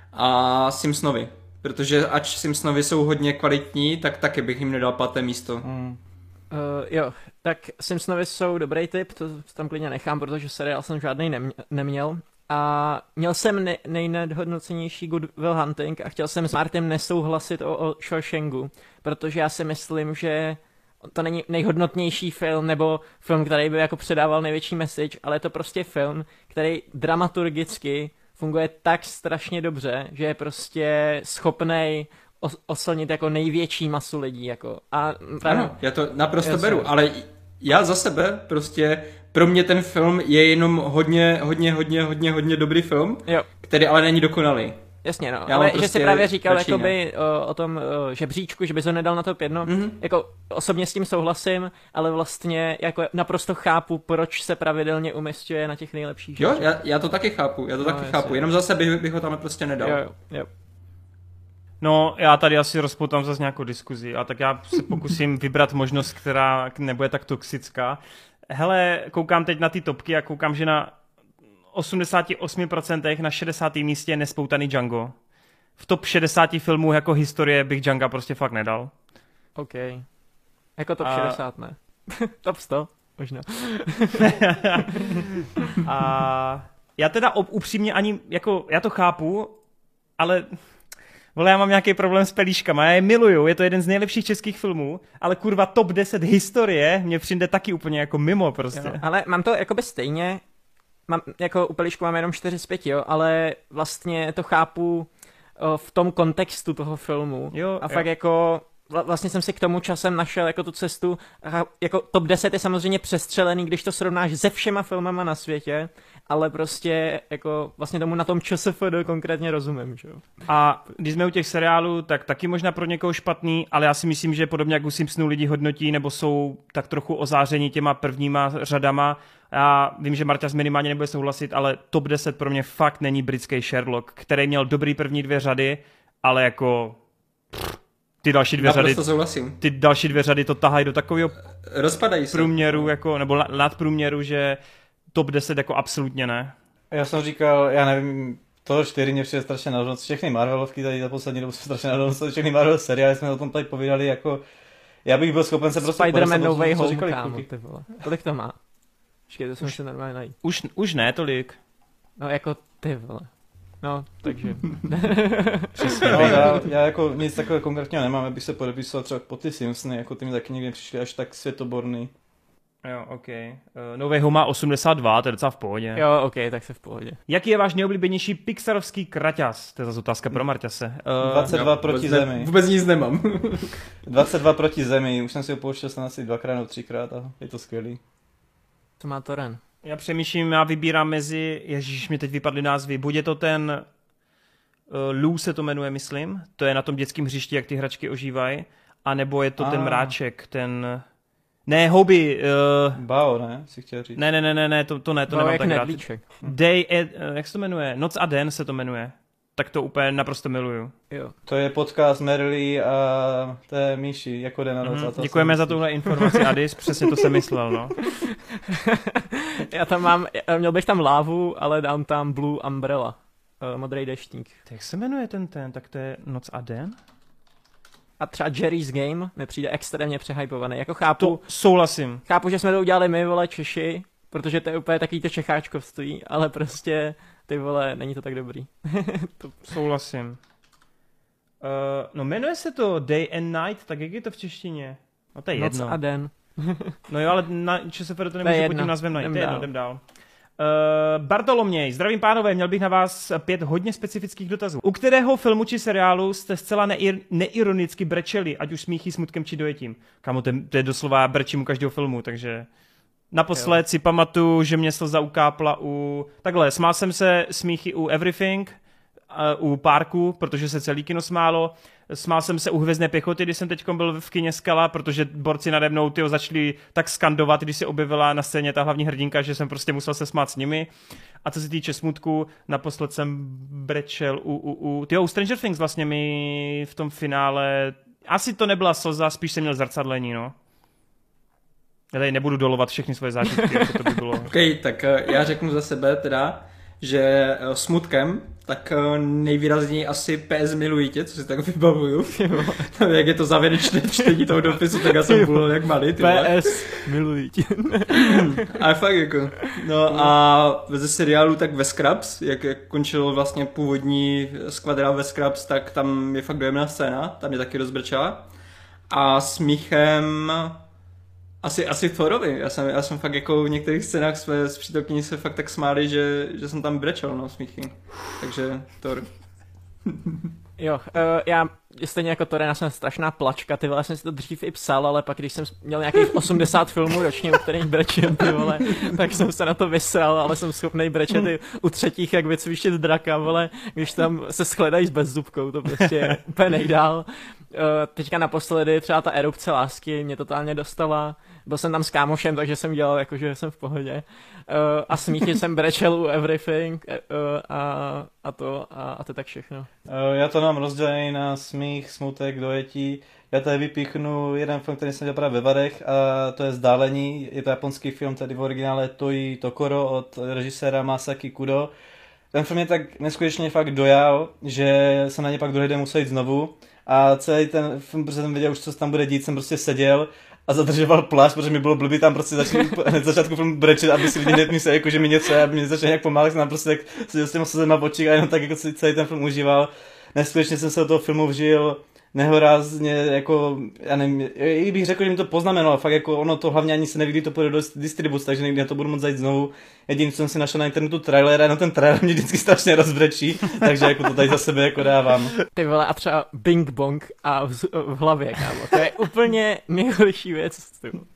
Speaker 2: A Simpsonovi, protože ač Simpsonovi jsou hodně kvalitní, tak taky bych jim nedal páté místo.
Speaker 5: Hmm.
Speaker 4: Uh, jo, tak Simpsonovi jsou dobrý tip, to tam klidně nechám, protože seriál jsem žádný nemě- neměl. A měl jsem ne- nejnedhodnocenější Good Will Hunting a chtěl jsem s Martinem nesouhlasit o, o Shawshanku, protože já si myslím, že to není nejhodnotnější film nebo film, který by jako předával největší message, ale je to prostě film, který dramaturgicky funguje tak strašně dobře, že je prostě schopnej os- oslnit jako největší masu lidí, jako. A právě,
Speaker 2: Ano, já to naprosto
Speaker 4: Jasně.
Speaker 2: beru, ale já za sebe prostě, pro mě ten film je jenom hodně, hodně, hodně, hodně, hodně dobrý film,
Speaker 4: jo,
Speaker 2: který ale není dokonalý.
Speaker 4: jasně, no.
Speaker 2: Já
Speaker 4: Ale
Speaker 2: mám
Speaker 4: že
Speaker 2: prostě
Speaker 4: jsi právě říkal
Speaker 2: radši
Speaker 4: jakoby o, o tom o, žebříčku, že bys ho nedal na top jedno,
Speaker 2: Mhm.
Speaker 4: jako osobně s tím souhlasím, ale vlastně jako naprosto chápu, proč se pravidelně umísťuje na těch nejlepších
Speaker 2: Jo,
Speaker 4: žebříčkách.
Speaker 2: já, já to taky chápu, já to
Speaker 4: No,
Speaker 2: taky
Speaker 4: jasně.
Speaker 2: chápu, jenom zase bych, bych ho tam prostě nedal.
Speaker 4: Jo, jo, jo.
Speaker 1: No, já tady asi rozpoutám zase nějakou diskuzi, a tak já se pokusím vybrat možnost, která nebude tak toxická. Hele, koukám teď na ty topky a koukám, že na osmdesát osm procent na šedesátém místě je Nespoutaný Django. V top šedesát filmů jako historie bych Djanga prostě fakt nedal.
Speaker 4: OK. Jako top
Speaker 1: A-
Speaker 4: šedesát, ne? Top sto, možná.
Speaker 1: A já teda ob- upřímně ani, jako, já to chápu, ale vole, já mám nějaký problém s pelíškama, já je miluju, je to jeden z nejlepších českých filmů, ale kurva top deset historie mě přijde taky úplně jako mimo prostě.
Speaker 4: Jo. Ale mám to jakoby stejně, mám, jako u Pelíšku mám jenom čtyři z pěti, jo, ale vlastně to chápu o, v tom kontextu toho filmu.
Speaker 1: Jo,
Speaker 4: a
Speaker 1: jo.
Speaker 4: fakt jako, vla- vlastně jsem si k tomu časem našel jako tu cestu, a jako top deset je samozřejmě přestřelený, když to srovnáš se všema filmama na světě, ale prostě jako vlastně tomu na tom ČSFD konkrétně rozumím, že jo.
Speaker 1: A když jsme u těch seriálů, tak taky možná pro někoho špatný, ale já si myslím, že podobně jak u Simpsonů lidi hodnotí, nebo jsou tak trochu ozáření těma prvníma řadama. Já vím, že Marťas minimálně nebude souhlasit, ale top deset pro mě fakt není britský Sherlock, který měl dobrý první dvě řady, ale jako pff, ty další dvě řady,
Speaker 2: Naprosto souhlasím.
Speaker 1: ty další dvě řady to tahají do takového
Speaker 2: Rozpadají se.
Speaker 1: průměru, jako, nebo na- nadprůměru, že top deset jako absolutně ne.
Speaker 5: Já jsem říkal, já nevím, to čtyři mě přijde strašně na dost. Všechny Marvelovky tady za poslední dobu jsou strašně na dost. Všechny Marvel seriály jsme o tom tady povídali, jako já bych byl schopen se prostě
Speaker 4: Spider-Man No
Speaker 5: podepsat,
Speaker 4: Way
Speaker 5: co
Speaker 4: Home,
Speaker 5: říkali
Speaker 4: kámo,
Speaker 5: kluky.
Speaker 4: ty vole. Kolik to má? Počkej, to jsem si normálně najít.
Speaker 1: Už, už ne tolik.
Speaker 4: No jako ty vole. No, takže.
Speaker 5: No, já, já, jako nic takového konkrétního nemám, abych se podepisoval třeba pod ty Simpsony, jako ty mi taky někdy přišly až tak světoborný.
Speaker 1: Jo, ok. Uh, No Way Home má osmdesát dva, to je docela v pohodě.
Speaker 4: Jo, ok, tak se v pohodě.
Speaker 1: Jaký je váš nejoblíbenější pixarovský kraťas? To je zase otázka pro Marťase. Uh,
Speaker 5: dvacet dva
Speaker 2: Já
Speaker 5: proti
Speaker 2: vůbec
Speaker 5: zemi.
Speaker 2: Ne, vůbec nic nemám.
Speaker 5: dvacet dva proti zemi, už jsem si ho pouštěl snad asi dvakrát nebo třikrát a je to skvělý.
Speaker 4: Co má to Ren?
Speaker 1: Já přemýšlím, já vybírám mezi, ježíš, mi teď vypadly názvy, buď je to ten uh, Lou se to jmenuje, myslím, to je na tom dětském hřišti, jak ty hračky ožívají, a nebo je to ten
Speaker 5: Ah.
Speaker 1: mráček, ten... Ne, Hobby, uh,
Speaker 5: Bao, ne? Si chtěl říct.
Speaker 1: ne, ne, ne, ne, ne, to, to ne, to
Speaker 4: No,
Speaker 1: nemám
Speaker 4: jak
Speaker 1: tak rád.
Speaker 4: nedlíček.
Speaker 1: Day, uh, jak se to jmenuje? Noc a den se to jmenuje. Tak to úplně naprosto miluju.
Speaker 4: Jo.
Speaker 5: To je podcast Merly a té Míši, jako den na noc.
Speaker 1: Mhm,
Speaker 5: a to
Speaker 1: děkujeme
Speaker 5: jsem-
Speaker 1: za tuhle informaci, Adis, přesně to jsem myslel, no.
Speaker 4: Já tam mám, měl bych tam lávu, ale dám tam Blue Umbrella. Uh, modrý deštník.
Speaker 1: Jak se jmenuje ten ten? Tak to je Noc a den?
Speaker 4: A třeba Jerry's Game mi přijde extrémně přehypovaný. Jako chápu,
Speaker 1: To souhlasím.
Speaker 4: chápu, že jsme to udělali my, vole, Češi, protože to je úplně takový to čecháčkovství, ale prostě, ty vole, není to tak dobrý. to...
Speaker 1: Souhlasím. Uh, no jmenuje se to Day and Night, tak jak je to v češtině? No to je
Speaker 4: Noc
Speaker 1: jedno.
Speaker 4: a den.
Speaker 1: No jo, ale na ČSFD to nemůžu pod
Speaker 4: jedno.
Speaker 1: tím názvem najít.
Speaker 4: Jdem
Speaker 1: To je jedno,
Speaker 4: dál.
Speaker 1: jdem dál. Uh, Bartoloměj, zdravím pánové, měl bych na vás pět hodně specifických dotazů. U kterého filmu či seriálu jste zcela neir- neironicky brečeli, ať už smíchy, smutkem či dojetím? Kámo, to je, to je doslova brečím u každého filmu, takže... Naposled si pamatuju, že mě slza ukápla u... Takhle, smál jsem se smíchy u Everything, uh, u Parku, protože se celý kino smálo. Smál jsem se u Hvězdné pěchoty, když jsem teď byl v kině Skala, protože borci nade mnou tyjo, začali tak skandovat, když se objevila na scéně ta hlavní hrdinka, že jsem prostě musel se smát s nimi. A co se týče smutku, naposled jsem brečel u, u, u, tyjo, u Stranger Things vlastně mi v tom finále, asi to nebyla slza, spíš jsem měl zrcadlení, no. Já tady nebudu dolovat všechny svoje zážitky, jako to by bylo.
Speaker 2: OK, tak eh, já řeknu za sebe teda, že eh, smutkem, tak eh, nejvýrazněji asi P S miluji tě, co si tak vybavuju. Jak je to závěrečné čtení toho dopisu, tak já jsem byl jak malý. Ty vole.
Speaker 4: P S, miluji tě.
Speaker 2: Ale fakt jako. No a ze seriálu tak ve Scrubs, jak, jak končil vlastně původní skvadrál ve Scrubs, tak tam je fakt dojemná scéna, tam je taky rozbrčela. A smíchem asi, asi Thorovi. Já jsem, já jsem fakt jako v některých scénách své s přítelkyní se fakt tak smáli, že, že jsem tam brečel, no, smíchy. Takže Thor.
Speaker 4: Jo, uh, já stejně jako Torena jsem strašná plačka, ty vole, já jsem si to dřív i psal, ale pak když jsem měl nějakých osmdesát filmů ročně, u kterých brečím, ty vole, tak jsem se na to vysral, ale jsem schopnej brečet i u třetích, jak vycvičit draka, vole, když tam se shledají s bezzubkou, to prostě úplně nejdál. Uh, teďka naposledy třeba ta erupce lásky mě totálně dostala, byl jsem tam s kámošem, takže jsem dělal jako, že jsem v pohodě. Uh, a smíchy jsem brečel u Everything uh, a, a to a, a to je tak všechno.
Speaker 5: Uh, já to mám rozdělený na smích, smutek, dojetí. Já tady vypíchnu jeden film, který jsem dělal právě ve Varech a to je Zdálení. Je to japonský film, tady v originále Toi Tokoro od režiséra Masaki Kudo. Ten film mě tak neskutečně fakt dojal, že jsem na ně pak druhý den musel jít znovu. A celý ten film, protože jsem věděl už, co se tam bude dít, jsem prostě seděl a zadržoval plášť, protože mi bylo blbý tam prostě začít hned začátku filmu brečet, aby si lidi hned mysleli, jako, že mi něco je, aby mě začal nějak pomáhat, jsem tam prostě tak seděl s těma slzema v očích a jenom tak jako celý ten film užíval. Neskutečně jsem se do toho filmu vžil, nehorázně, jako, já nevím, i bych řekl, že mi to poznamenalo, fakt jako ono to hlavně ani se neví, kdy to půjde do distribuce, takže někdy na to budu moc zajít znovu. Jediný, co jsem si našel na internetu trailer, a no ten trailer mě vždycky strašně rozbrečí, takže jako to tady za sebe jako dávám.
Speaker 4: Ty vole, a třeba Bing Bong a v, v hlavě, kámo, to je úplně nejhorší věc.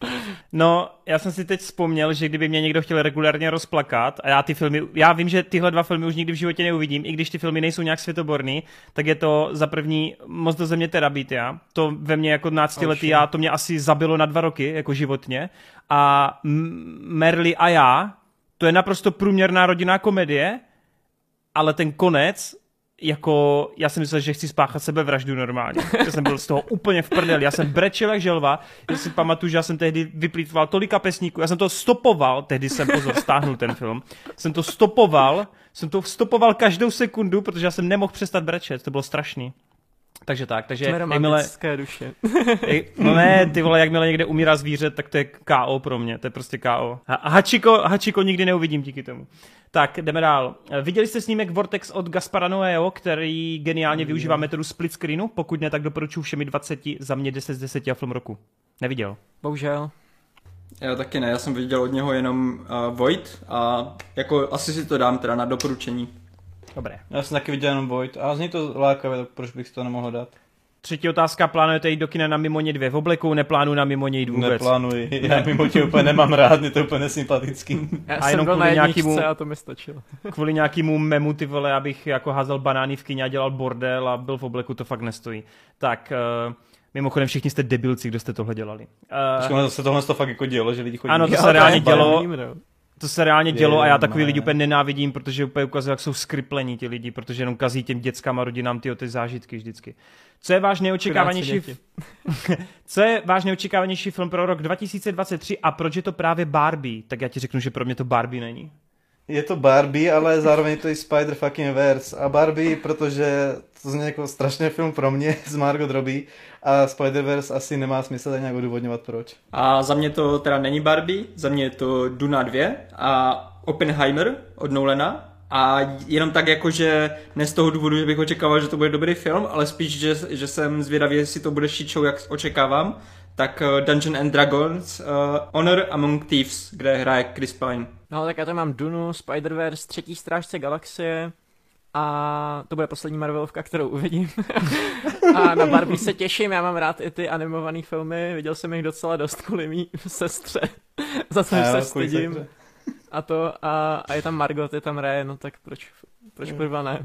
Speaker 1: No, já jsem si teď vzpomněl, že kdyby mě někdo chtěl regulárně rozplakat, a já ty filmy, já vím, že tyhle dva filmy už nikdy v životě neuvidím, i když ty filmy nejsou nějak světoborný, tak je to za první Moc do země Terabitia. To ve mně jako náctiletý, já to mě asi zabilo na dva roky, jako životně. A Merli a já, to je naprosto průměrná rodinná komedie, ale ten konec, jako, já jsem myslel, že chci spáchat sebevraždu normálně. Já jsem byl z toho úplně v prdeli, já jsem brečel jak želva, já si pamatuju, že já jsem tehdy vyplýtval tolika pesníků, já jsem to stopoval, tehdy jsem pozor, stáhnul ten film, jsem to stopoval, jsem to stopoval každou sekundu, protože já jsem nemohl přestat brečet, to bylo strašný. Takže tak, takže
Speaker 4: jsme romantické duše.
Speaker 1: No ne, ty vole, jakmile někde umírá zvíře, tak to je K O pro mě, to je prostě K O. A Hachiko, Hachiko nikdy neuvidím díky tomu. Tak, jdeme dál. Viděli jste snímek Vortex od Gaspara Noého, který geniálně využívá metodu split screenu? Pokud ne, tak doporučuji všemi dvaceti, za mě deset z deseti a film roku. Neviděl.
Speaker 4: Bohužel.
Speaker 2: Já taky ne, já jsem viděl od něho jenom uh, Void a jako asi si to dám teda na doporučení.
Speaker 1: Dobré.
Speaker 5: Já jsem taky viděl jenom Void a zní to lákavé, tak proč bych si to nemohl dát?
Speaker 1: Třetí otázka, plánujete jít do kina na Mimoně dvě v obleku, neplánuji na Mimoně jít vůbec?
Speaker 5: Neplánuji, já Mimo tě úplně nemám rád, mě to úplně nesympatický.
Speaker 4: Já
Speaker 1: a
Speaker 4: jsem
Speaker 1: jenom
Speaker 4: byl na
Speaker 1: kvůli
Speaker 4: jedničce
Speaker 1: nějakýmu,
Speaker 4: a to mi stačilo.
Speaker 1: Kvůli nějakému memu, ty vole, abych jako házel banány v kině a dělal bordel a byl v obleku, to fakt nestojí. Tak, uh, mimochodem všichni jste debilci, kdo jste tohle dělali. Uh,
Speaker 5: Počkej, se tohle to fakt jako dělo, že lidi chodí.
Speaker 1: Ano, to
Speaker 5: Jo,
Speaker 1: se reálně
Speaker 5: to je
Speaker 1: dělo.
Speaker 4: Nevím, no.
Speaker 1: To se reálně dělo
Speaker 5: Je,
Speaker 1: a já takový
Speaker 5: ne.
Speaker 1: lidi úplně nenávidím, protože úplně ukazují, jak jsou skriplení ti lidi, protože jenom kazí těm dětskám a rodinám ty, ty zážitky vždycky. Co je váš neočekávanější f... Co je váš neočekávanější film pro rok dva tisíce dvacet tři a proč je to právě Barbie? Tak já ti řeknu, že pro mě to Barbie není.
Speaker 5: Je to Barbie, ale zároveň je to i Spider fucking Verse. A Barbie, protože to zní jako strašný film pro mě s Margot Robbie a Spider-Verse asi nemá smysl nějak odůvodňovat proč.
Speaker 2: A za mě to teda není Barbie, za mě je to Duna dvě a Oppenheimer od Nolana. A jenom tak jako, že ne z toho důvodu, že bych očekával, že to bude dobrý film, ale spíš, že, že jsem zvědavý, jestli to bude shit show, jak očekávám. Tak uh, Dungeons and Dragons, uh, Honor Among Thieves, kde hraje Chris Pine.
Speaker 4: No tak já tam mám Dunu, Spider-Verse, Třetí strážce galaxie a to bude poslední Marvelovka, kterou uvidím. A na Barbie se těším, já mám rád i ty animované filmy, viděl jsem jich docela dost kvůli mý sestře, za co se stydím. A to, a, a je tam Margot, je tam Ray, no tak proč, proč kurva ne?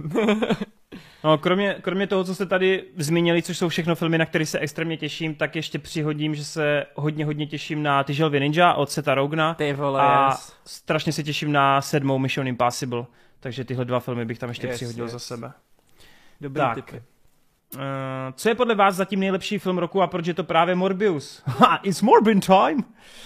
Speaker 1: No, kromě, kromě toho, co jste tady zmínili, což jsou všechno filmy, na které se extrémně těším, tak ještě přihodím, že se hodně, hodně těším na Ty želvy ninja od Setha Rogena.
Speaker 4: Ty vole,
Speaker 1: a
Speaker 4: yes.
Speaker 1: strašně se těším na sedmou Mission Impossible. Takže tyhle dva filmy bych tam ještě
Speaker 4: yes,
Speaker 1: přihodil
Speaker 4: yes.
Speaker 1: za sebe.
Speaker 4: Dobrý
Speaker 1: tak.
Speaker 4: typy.
Speaker 1: Uh, co je podle vás zatím nejlepší film roku a proč je to právě Morbius? Ha, it's Morbin time! Uh,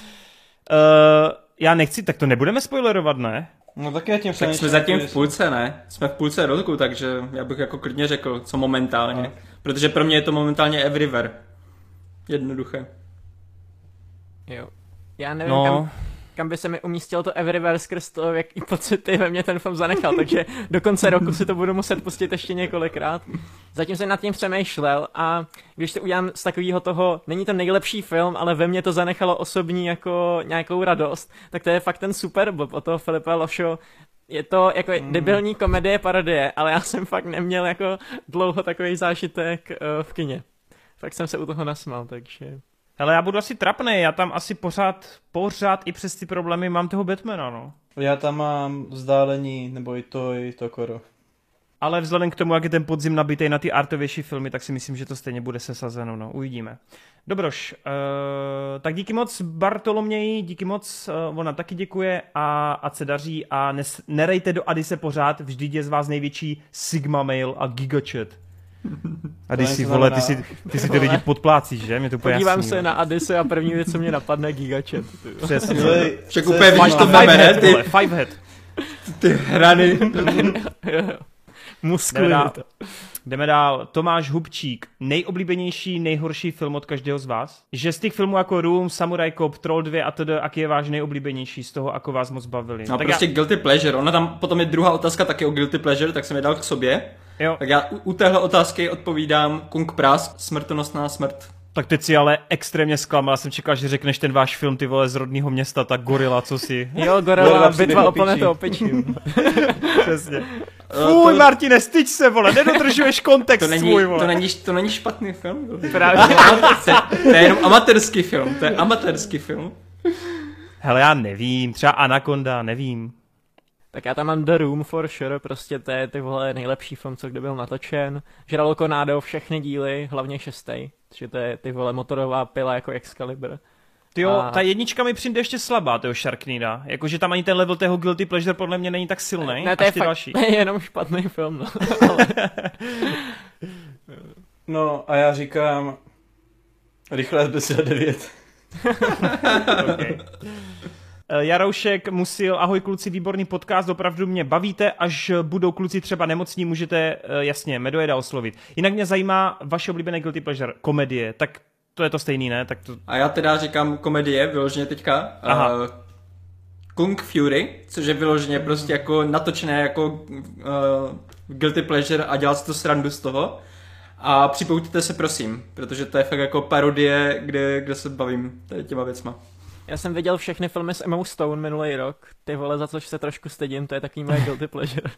Speaker 1: já nechci, tak to nebudeme spoilerovat, ne?
Speaker 5: No tak já tím
Speaker 2: Tak jsme zatím v půlce, ne? Jsme v půlce roku, takže já bych jako klidně řekl, co momentálně. No. Protože pro mě je to momentálně everywhere. Jednoduché.
Speaker 4: Jo. Já nevím,
Speaker 1: no.
Speaker 4: kam, kam by se mi umístil to everywhere skrz to, jaký pocity ve mně ten film zanechal, takže do konce roku si to budu muset pustit ještě několikrát. Zatím jsem nad tím přemýšlel a když to udělám z takového toho, není to nejlepší film, ale ve mně to zanechalo osobní jako nějakou radost, tak to je fakt ten Superbob od toho Filipa Lošo. Je to jako mm. debilní komedie, parodie, ale já jsem fakt neměl jako dlouho takový zážitek uh, v kině. Fakt jsem se u toho nasmál, takže...
Speaker 1: Hele, já budu asi trapnej, já tam asi pořád, pořád i přes ty problémy mám toho Batmana, no.
Speaker 5: Já tam mám Vzdálení, nebo i to, i to Koro.
Speaker 1: Ale vzhledem k tomu, jak je ten podzim nabitej na ty artovější filmy, tak si myslím, že to stejně bude sesazeno, no, uvidíme. Dobroš, uh, tak díky moc Bartoloměji, díky moc, uh, ona taky děkuje a ať se daří a nes, nerejte do Adise pořád, vždyť je z vás největší Sigma Mail a Gigachat. Adisi, vole, ty si, ty si ty lidi podplácíš, že? Mě to úplně
Speaker 4: Podívám
Speaker 1: jasný,
Speaker 4: se na Adise a první věc, co mě napadne, Gigachat.
Speaker 1: Přesně.
Speaker 2: Však úplně vidíš to meme, ne? Ty,
Speaker 1: Fivehead.
Speaker 2: ty hrany.
Speaker 4: Muskuly.
Speaker 1: Jdeme dál. Jdeme dál. Tomáš Hubčík. Nejoblíbenější, nejhorší film od každého z vás? Že z těch filmů jako Room, Samurai Cop, Troll dva a td. Aký je váš nejoblíbenější z toho, ako vás moc bavili?
Speaker 2: No
Speaker 1: tak
Speaker 2: prostě
Speaker 1: já...
Speaker 2: guilty pleasure. Ona tam potom je druhá otázka taky o guilty pleasure, tak jsem je dal k sobě.
Speaker 1: Jo.
Speaker 2: Tak já u, u téhle otázky odpovídám Kung Prask, Smrtonosná smrt.
Speaker 1: Tak teď si ale extrémně zklamal. Já jsem čekal, že řekneš ten váš film, ty vole, z rodného města, tak Gorila, co si?
Speaker 4: Jo, Gorila, bitva o planetu opičí.
Speaker 1: Přesně. Fuj, to... Martine, styď se, vole, nedodržuješ kontext
Speaker 2: to není,
Speaker 1: svůj, vole.
Speaker 2: To není, to není špatný film.
Speaker 4: Právě.
Speaker 2: to, to je jenom amatérský film, to je amatérský film.
Speaker 1: Hele, já nevím, třeba Anaconda, nevím.
Speaker 4: Tak já tam mám The Room for sure, prostě to je ty vole nejlepší film, co kdy byl natočen. Žralo Konádo všechny díly, hlavně šestý, že to je ty vole motorová pila jako Excalibur.
Speaker 1: Tyjo,
Speaker 4: A...
Speaker 1: ta jednička mi přijde ještě slabá, toho Sharknada. Jakože tam ani ten level tého guilty pleasure podle mě není tak silný.
Speaker 4: Ne, to je
Speaker 1: ty
Speaker 4: fakt,
Speaker 1: další.
Speaker 4: to je jenom špatný film, no. Ale...
Speaker 5: No a já říkám Rychlé z Besida devět.
Speaker 1: Okay. Jaroušek Musil, ahoj kluci, výborný podcast, opravdu mě bavíte, až budou kluci třeba nemocní, můžete jasně Medojeda oslovit. Jinak mě zajímá vaše oblíbené guilty pleasure, komedie, tak to je to stejný, ne? Tak to...
Speaker 2: A já teda říkám komedie, vyloženě teďka.
Speaker 1: Aha.
Speaker 2: Uh, Kung Fury, což je vyloženě prostě jako natočené jako uh, guilty pleasure a dělá si to srandu z toho. A připoujte se prosím, protože to je fakt jako parodie, kde, kde se bavím tady těma věcma.
Speaker 4: Já jsem viděl všechny filmy s Emma Stone minulý rok, ty vole, za což se trošku stydím, to je takový moje guilty pleasure.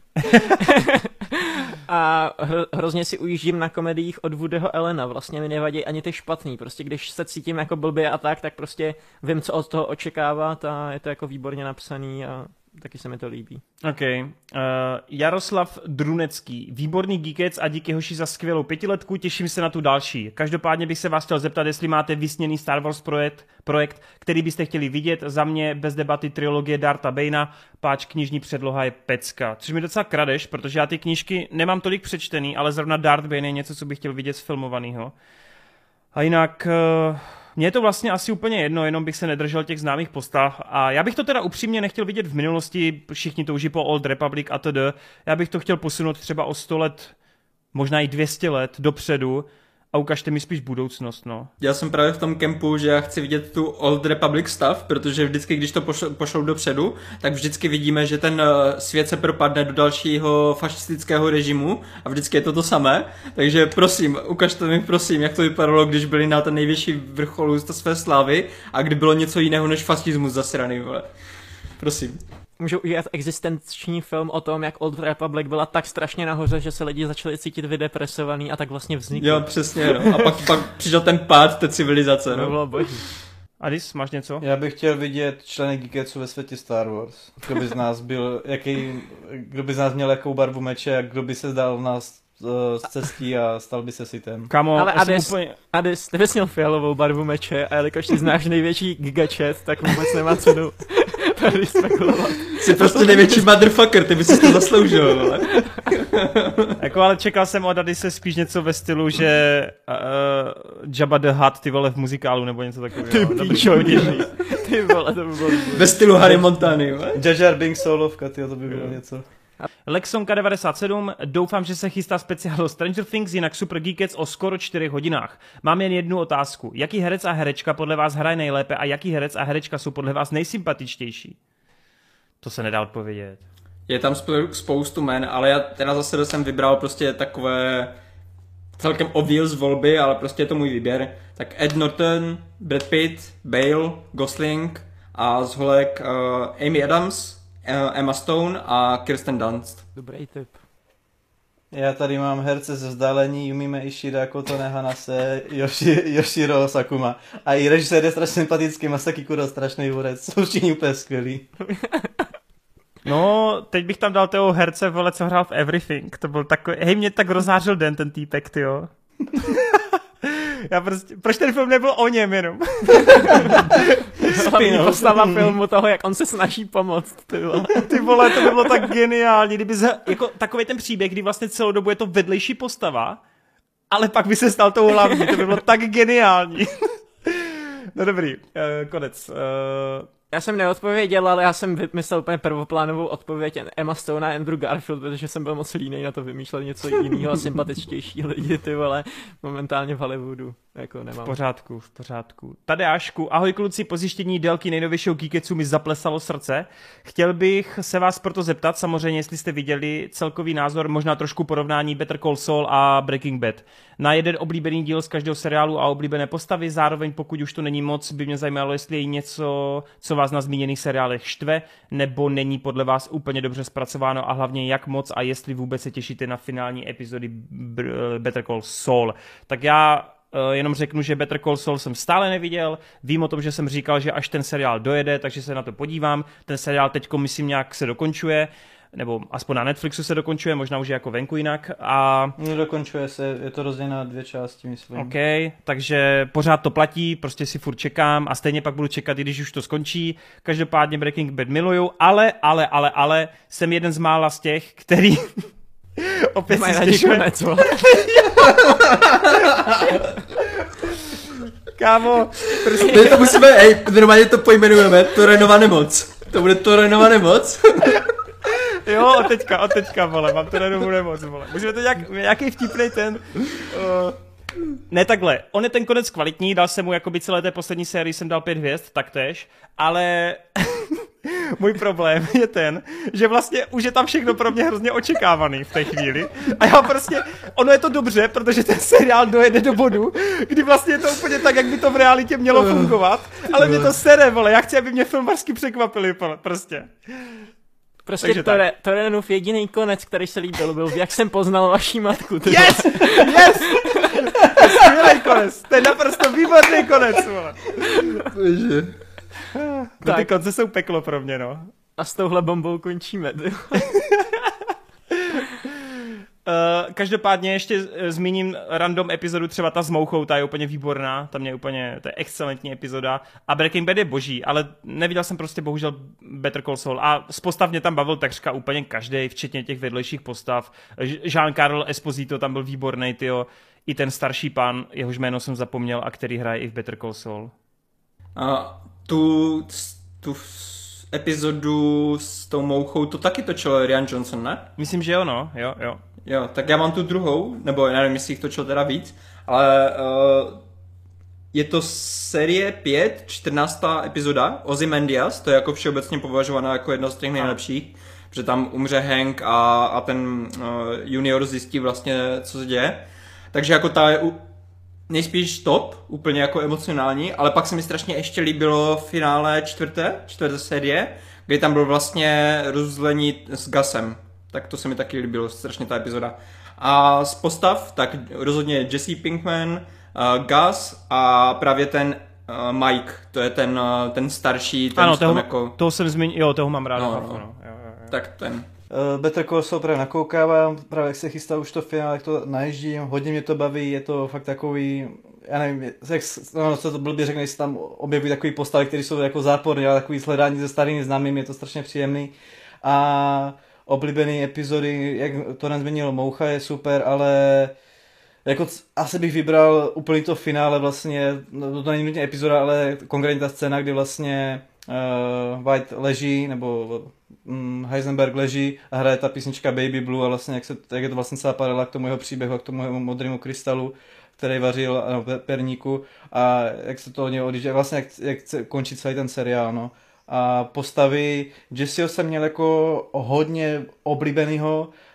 Speaker 4: A hro, hrozně si ujíždím na komediích od Woodyho Allena, vlastně mi nevadí ani ty špatný, prostě když se cítím jako blbě a tak, tak prostě vím, co od toho očekávat a je to jako výborně napsaný a taky se mi to líbí.
Speaker 1: OK. Uh, Jaroslav Drunecký. Výborný Geekec a díky hoši za skvělou pětiletku, těším se na tu další. Každopádně bych se vás chtěl zeptat, jestli máte vysněný Star Wars projekt, projekt, který byste chtěli vidět. Za mě bez debaty trilogie Dartha Banea, páč knižní předloha je pecka. Což mi docela kradeš, protože já ty knížky nemám tolik přečtený, ale zrovna Darth Bane je něco, co bych chtěl vidět z filmovaného. A jinak... Uh... Mně je to vlastně asi úplně jedno, jenom bych se nedržel těch známých postav a já bych to teda upřímně nechtěl vidět v minulosti, všichni touží po Old Republic a td. Já bych to chtěl posunout třeba o sto let, možná i dvě stě let dopředu a ukažte mi spíš budoucnost, no.
Speaker 2: Já jsem právě v tom kempu, že já chci vidět tu Old Republic stav, protože vždycky, když to pošlou, pošlou dopředu, tak vždycky vidíme, že ten svět se propadne do dalšího fašistického režimu a vždycky je to to samé. Takže prosím, ukažte mi prosím, jak to vypadalo, když byli na ten největší vrcholu své slávy a kdy bylo něco jiného než fascismus zasraný, vole. Prosím.
Speaker 4: Můžu udělat existenční film o tom, jak Old Republic byla tak strašně nahoře, že se lidi začali cítit vydepresovaný a tak vlastně vznikl.
Speaker 2: Jo, přesně, no. A pak, pak přišel ten pád té civilizace, no.
Speaker 4: To bylo boží.
Speaker 1: Adis, máš něco?
Speaker 5: Já bych chtěl vidět členy Geeketsu ve světě Star Wars. Kdo by z nás byl, jaký, kdo by z nás měl jakou barvu meče a kdo by se dal na z cestí a stal by se sitem.
Speaker 1: Kamo,
Speaker 4: ale Adis,
Speaker 1: úplně...
Speaker 4: Adis, ty bys měl fialovou barvu meče a jelikož ty znáš největší gigachat, tak vůbec nemá cenu tady spekulovat.
Speaker 2: Jsi prostě největší motherfucker, ty bys si to zasloužil, vole.
Speaker 1: Jako ale čekal jsem od Adise spíš něco ve stylu, že uh, Jabba the Hutt, ty vole, v muzikálu nebo něco takového.
Speaker 4: Ty píčo, ty vole, to by bylo...
Speaker 2: Ve stylu Harry Montany, vole.
Speaker 5: Jar Jar Binks solovka, tyjo, to by bylo něco.
Speaker 1: Lexonka devadesát sedm, doufám, že se chystá speciál Stranger Things, jinak Super Geekets o skoro čtyřech hodinách. Mám jen jednu otázku. Jaký herec a herečka podle vás hraje nejlépe a jaký herec a herečka jsou podle vás nejsympatičtější? To se nedá odpovědět.
Speaker 2: Je tam spoustu men, ale já teda zase jsem vybral prostě takové celkem obvious volby, ale prostě je to můj výběr. Tak Ed Norton, Brad Pitt, Bale, Gosling a z holek uh, Amy Adams Emma Stone a Kirsten Dunst.
Speaker 4: Dobrý tip.
Speaker 5: Já tady mám herce ze vzdálení, Yumime Ishida, Kotone Hanase, Yoshi, Yoshiro Sakuma. A i režisér je strašně sympatický, Masaki Kudo, strašný vůrec, jsou všichni úplně skvělí.
Speaker 1: No, teď bych tam dal toho herce, vole, co hrál v Everything. To byl takový, hej, mě tak rozářil den ten týpek, tyjo. Já prostě, proč ten film nebyl o něm jenom?
Speaker 4: Hlavní postava filmu toho, jak on se snaží pomoct, ty vole.
Speaker 1: Ty vole, to by bylo tak geniální, kdyby se, jako takový ten příběh, kdy vlastně celou dobu je to vedlejší postava, ale pak by se stal tou hlavní, to by bylo tak geniální. No dobrý, uh, konec. Uh...
Speaker 4: Já jsem neodpověděl, ale já jsem vymyslel úplně prvoplánovou odpověď Emma Stone a Andrew Garfield, protože jsem byl moc línej na to vymýšlet něco jiného a sympatičtější lidi, ty vole, momentálně v Hollywoodu, jako nemám.
Speaker 1: V pořádku, v pořádku. Tadeášku, ahoj kluci, po zjištění délky nejnovějšího Geeketsu mi zaplesalo srdce. Chtěl bych se vás proto zeptat, samozřejmě, jestli jste viděli celkový názor, možná trošku porovnání Better Call Saul a Breaking Bad. Na jeden oblíbený díl z každého seriálu a oblíbené postavy, zároveň pokud už to není moc, by mě zajímalo, jestli je něco, co vás na zmíněných seriálech štve, nebo není podle vás úplně dobře zpracováno a hlavně jak moc a jestli vůbec se těšíte na finální epizody Better Call Saul. Tak já uh, jenom řeknu, že Better Call Saul jsem stále neviděl, vím o tom, že jsem říkal, že až ten seriál dojede, takže se na to podívám. Ten seriál teďko myslím nějak se dokončuje, nebo aspoň na Netflixu se dokončuje, možná už je jako venku jinak. A...
Speaker 5: Nedokončuje se, je to rozdělené na dvě části, myslím.
Speaker 1: OK, takže pořád to platí, prostě si furt čekám a stejně pak budu čekat, i když už to skončí. Každopádně Breaking Bad miluju, ale, ale, ale, ale jsem jeden z mála z těch, který opět si stěžuje.
Speaker 4: Konec,
Speaker 1: Kámo, prostě...
Speaker 2: My to musíme, hej, normálně to pojmenujeme, Torenova nemoc. To bude Torenova nemoc.
Speaker 1: Jo, od teďka, od teďka, vole, mám to nedobu nemoc, vole. Můžeme to nějak, nějaký vtipnej ten... Uh, ne takhle, on je ten konec kvalitní, dal jsem mu jakoby celé té poslední sérii jsem dal pět hvězd, taktéž, ale můj problém je ten, že vlastně už je tam všechno pro mě hrozně očekávaný v té chvíli a já prostě, ono je to dobře, protože ten seriál dojede do bodu, kdy vlastně je to úplně tak, jak by to v realitě mělo fungovat, ale mě to sere, vole, já chci, aby mě filmařsky překvapili, prostě.
Speaker 4: Prostě Tore, Torenův jediný konec, který se líbil, byl jak jsem poznal vaší matku. Ty
Speaker 1: yes! Yes! To je skvělý konec, to je naprosto výborný konec, vole.
Speaker 2: Bože.
Speaker 1: No, ty konce jsou peklo pro mě, no.
Speaker 4: A s touhle bombou končíme, ty.
Speaker 1: Uh, každopádně ještě uh, zmíním random epizodu, třeba ta s mouchou, ta je úplně výborná, tam je úplně, to je excelentní epizoda a Breaking Bad je boží, ale neviděl jsem prostě bohužel Better Call Saul a z postav mě tam bavil takřka úplně každej, včetně těch vedlejších postav. Jean-Carl Esposito tam byl výborný, tyjo, i ten starší pán, jehož jméno jsem zapomněl a který hraje i v Better Call Saul.
Speaker 2: A tu, tu epizodu s tou mouchou, to taky točil Rian Johnson, ne?
Speaker 1: Myslím, že jo, no, jo, jo.
Speaker 2: Jo, tak já mám tu druhou, nebo nevím, jestli jich točil teda víc, ale uh, je to série pět, čtrnáctá epizoda, Ozymandias, to je jako všeobecně považovaná jako jedno z těch nejlepších, protože tam umře Hank a, a ten uh, junior zjistí vlastně, co se děje. Takže jako ta je u, nejspíš top, úplně jako emocionální, ale pak se mi strašně ještě líbilo v finále čtvrté, čtvrté série, kdy tam byl vlastně rozdělení s Gusem. Tak to se mi taky líbilo, strašně ta epizoda. A z postav, tak rozhodně Jesse Pinkman, uh, Gus a právě ten uh, Mike, to je ten, uh, ten starší, ten
Speaker 1: ano, toho,
Speaker 2: jako...
Speaker 1: toho jsem zmínil, jo, toho mám rád.
Speaker 2: No,
Speaker 1: Hafu,
Speaker 2: no.
Speaker 1: No. Jo, jo, jo.
Speaker 2: Tak ten.
Speaker 5: Uh, Better Call Saul právě nakoukávám, právě jak se chystá už to finále, jak to najíždím, hodně mě to baví, je to fakt takový, já nevím, jak, no, co to blbě řekne, jestli tam objevují takový postavy, které jsou jako záporné, ale takový sledání se starými známými, je to strašně příjemný. A oblíbený epizody, jak to nezměnilo, Moucha je super, ale jako asi bych vybral úplně to finále vlastně, no, to není nutně epizoda, ale konkrétně ta scéna, kdy vlastně uh, White leží, nebo um, Heisenberg leží a hraje ta písnička Baby Blue a vlastně jak, se, jak je to vlastně celá paralela k tomu jeho příběhu a k tomu jeho modrému krystalu, který vařil no, perníku a jak se to od něho odjíždí, vlastně jak, jak chce končit celý ten seriál, no. A postavy Jesseho jsem měl jako hodně oblíbenýho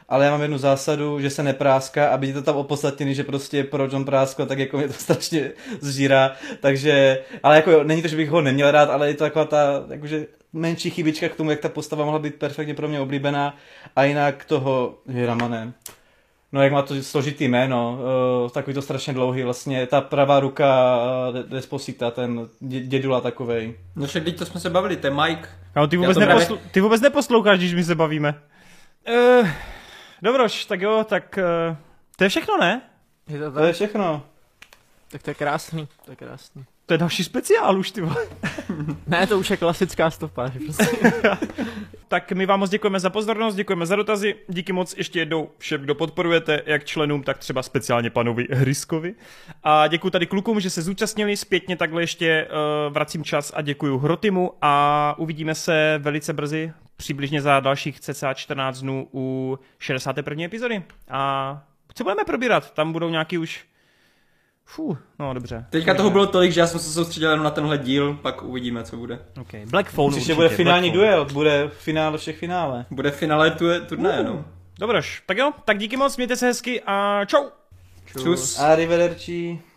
Speaker 5: ale já mám jednu zásadu, že se nepráská a být to tam opodstatněný, že prostě proč on práskl, tak jako mě to strašně zžírá, takže, ale jako není to, že bych ho neměl rád, ale je to taková ta, jakože menší chybička k tomu, jak ta postava mohla být perfektně pro mě oblíbená a jinak toho, je Ramane, no jak má to složitý jméno, uh, takový to strašně dlouhý vlastně, ta pravá ruka uh, Desposita, ten dě, dědula takovej.
Speaker 2: No však teď to jsme se bavili, to je Mike.
Speaker 1: No, ty, vůbec
Speaker 2: právě...
Speaker 1: neposl- ty vůbec neposloucháš, když my se bavíme. Uh, dobroš, tak jo, tak uh, to je všechno, ne?
Speaker 4: Je to,
Speaker 5: To je všechno.
Speaker 4: tak to je krásný, to je krásný.
Speaker 1: To je další speciál už, ty vole.
Speaker 4: Ne, to už je klasická stopa, že prostě.
Speaker 1: Tak my vám moc děkujeme za pozornost, děkujeme za dotazy, díky moc ještě jednou všem, kdo podporujete, jak členům, tak třeba speciálně panovi Hryskovi. A děkuji tady klukům, že se zúčastnili, zpětně takhle ještě uh, vracím čas a děkuji Hrotimu a uvidíme se velice brzy, přibližně za dalších cca čtrnáct dnů u šedesáté první epizody. A co budeme probírat? Tam budou nějaký už... Fů, no dobře.
Speaker 2: Teďka toho bylo tolik, že já jsem se soustředil jenom na tenhle díl, pak uvidíme, co bude.
Speaker 1: Okay. Black Phone
Speaker 5: Příště
Speaker 1: určitě,
Speaker 5: bude finální
Speaker 1: Black Phone.
Speaker 5: duel, bude finále všech finále.
Speaker 2: Bude finále tu, turnaje, no.
Speaker 1: Dobroš, tak jo, tak díky moc, mějte se hezky a čau!
Speaker 2: Čus.
Speaker 5: Arrivederci.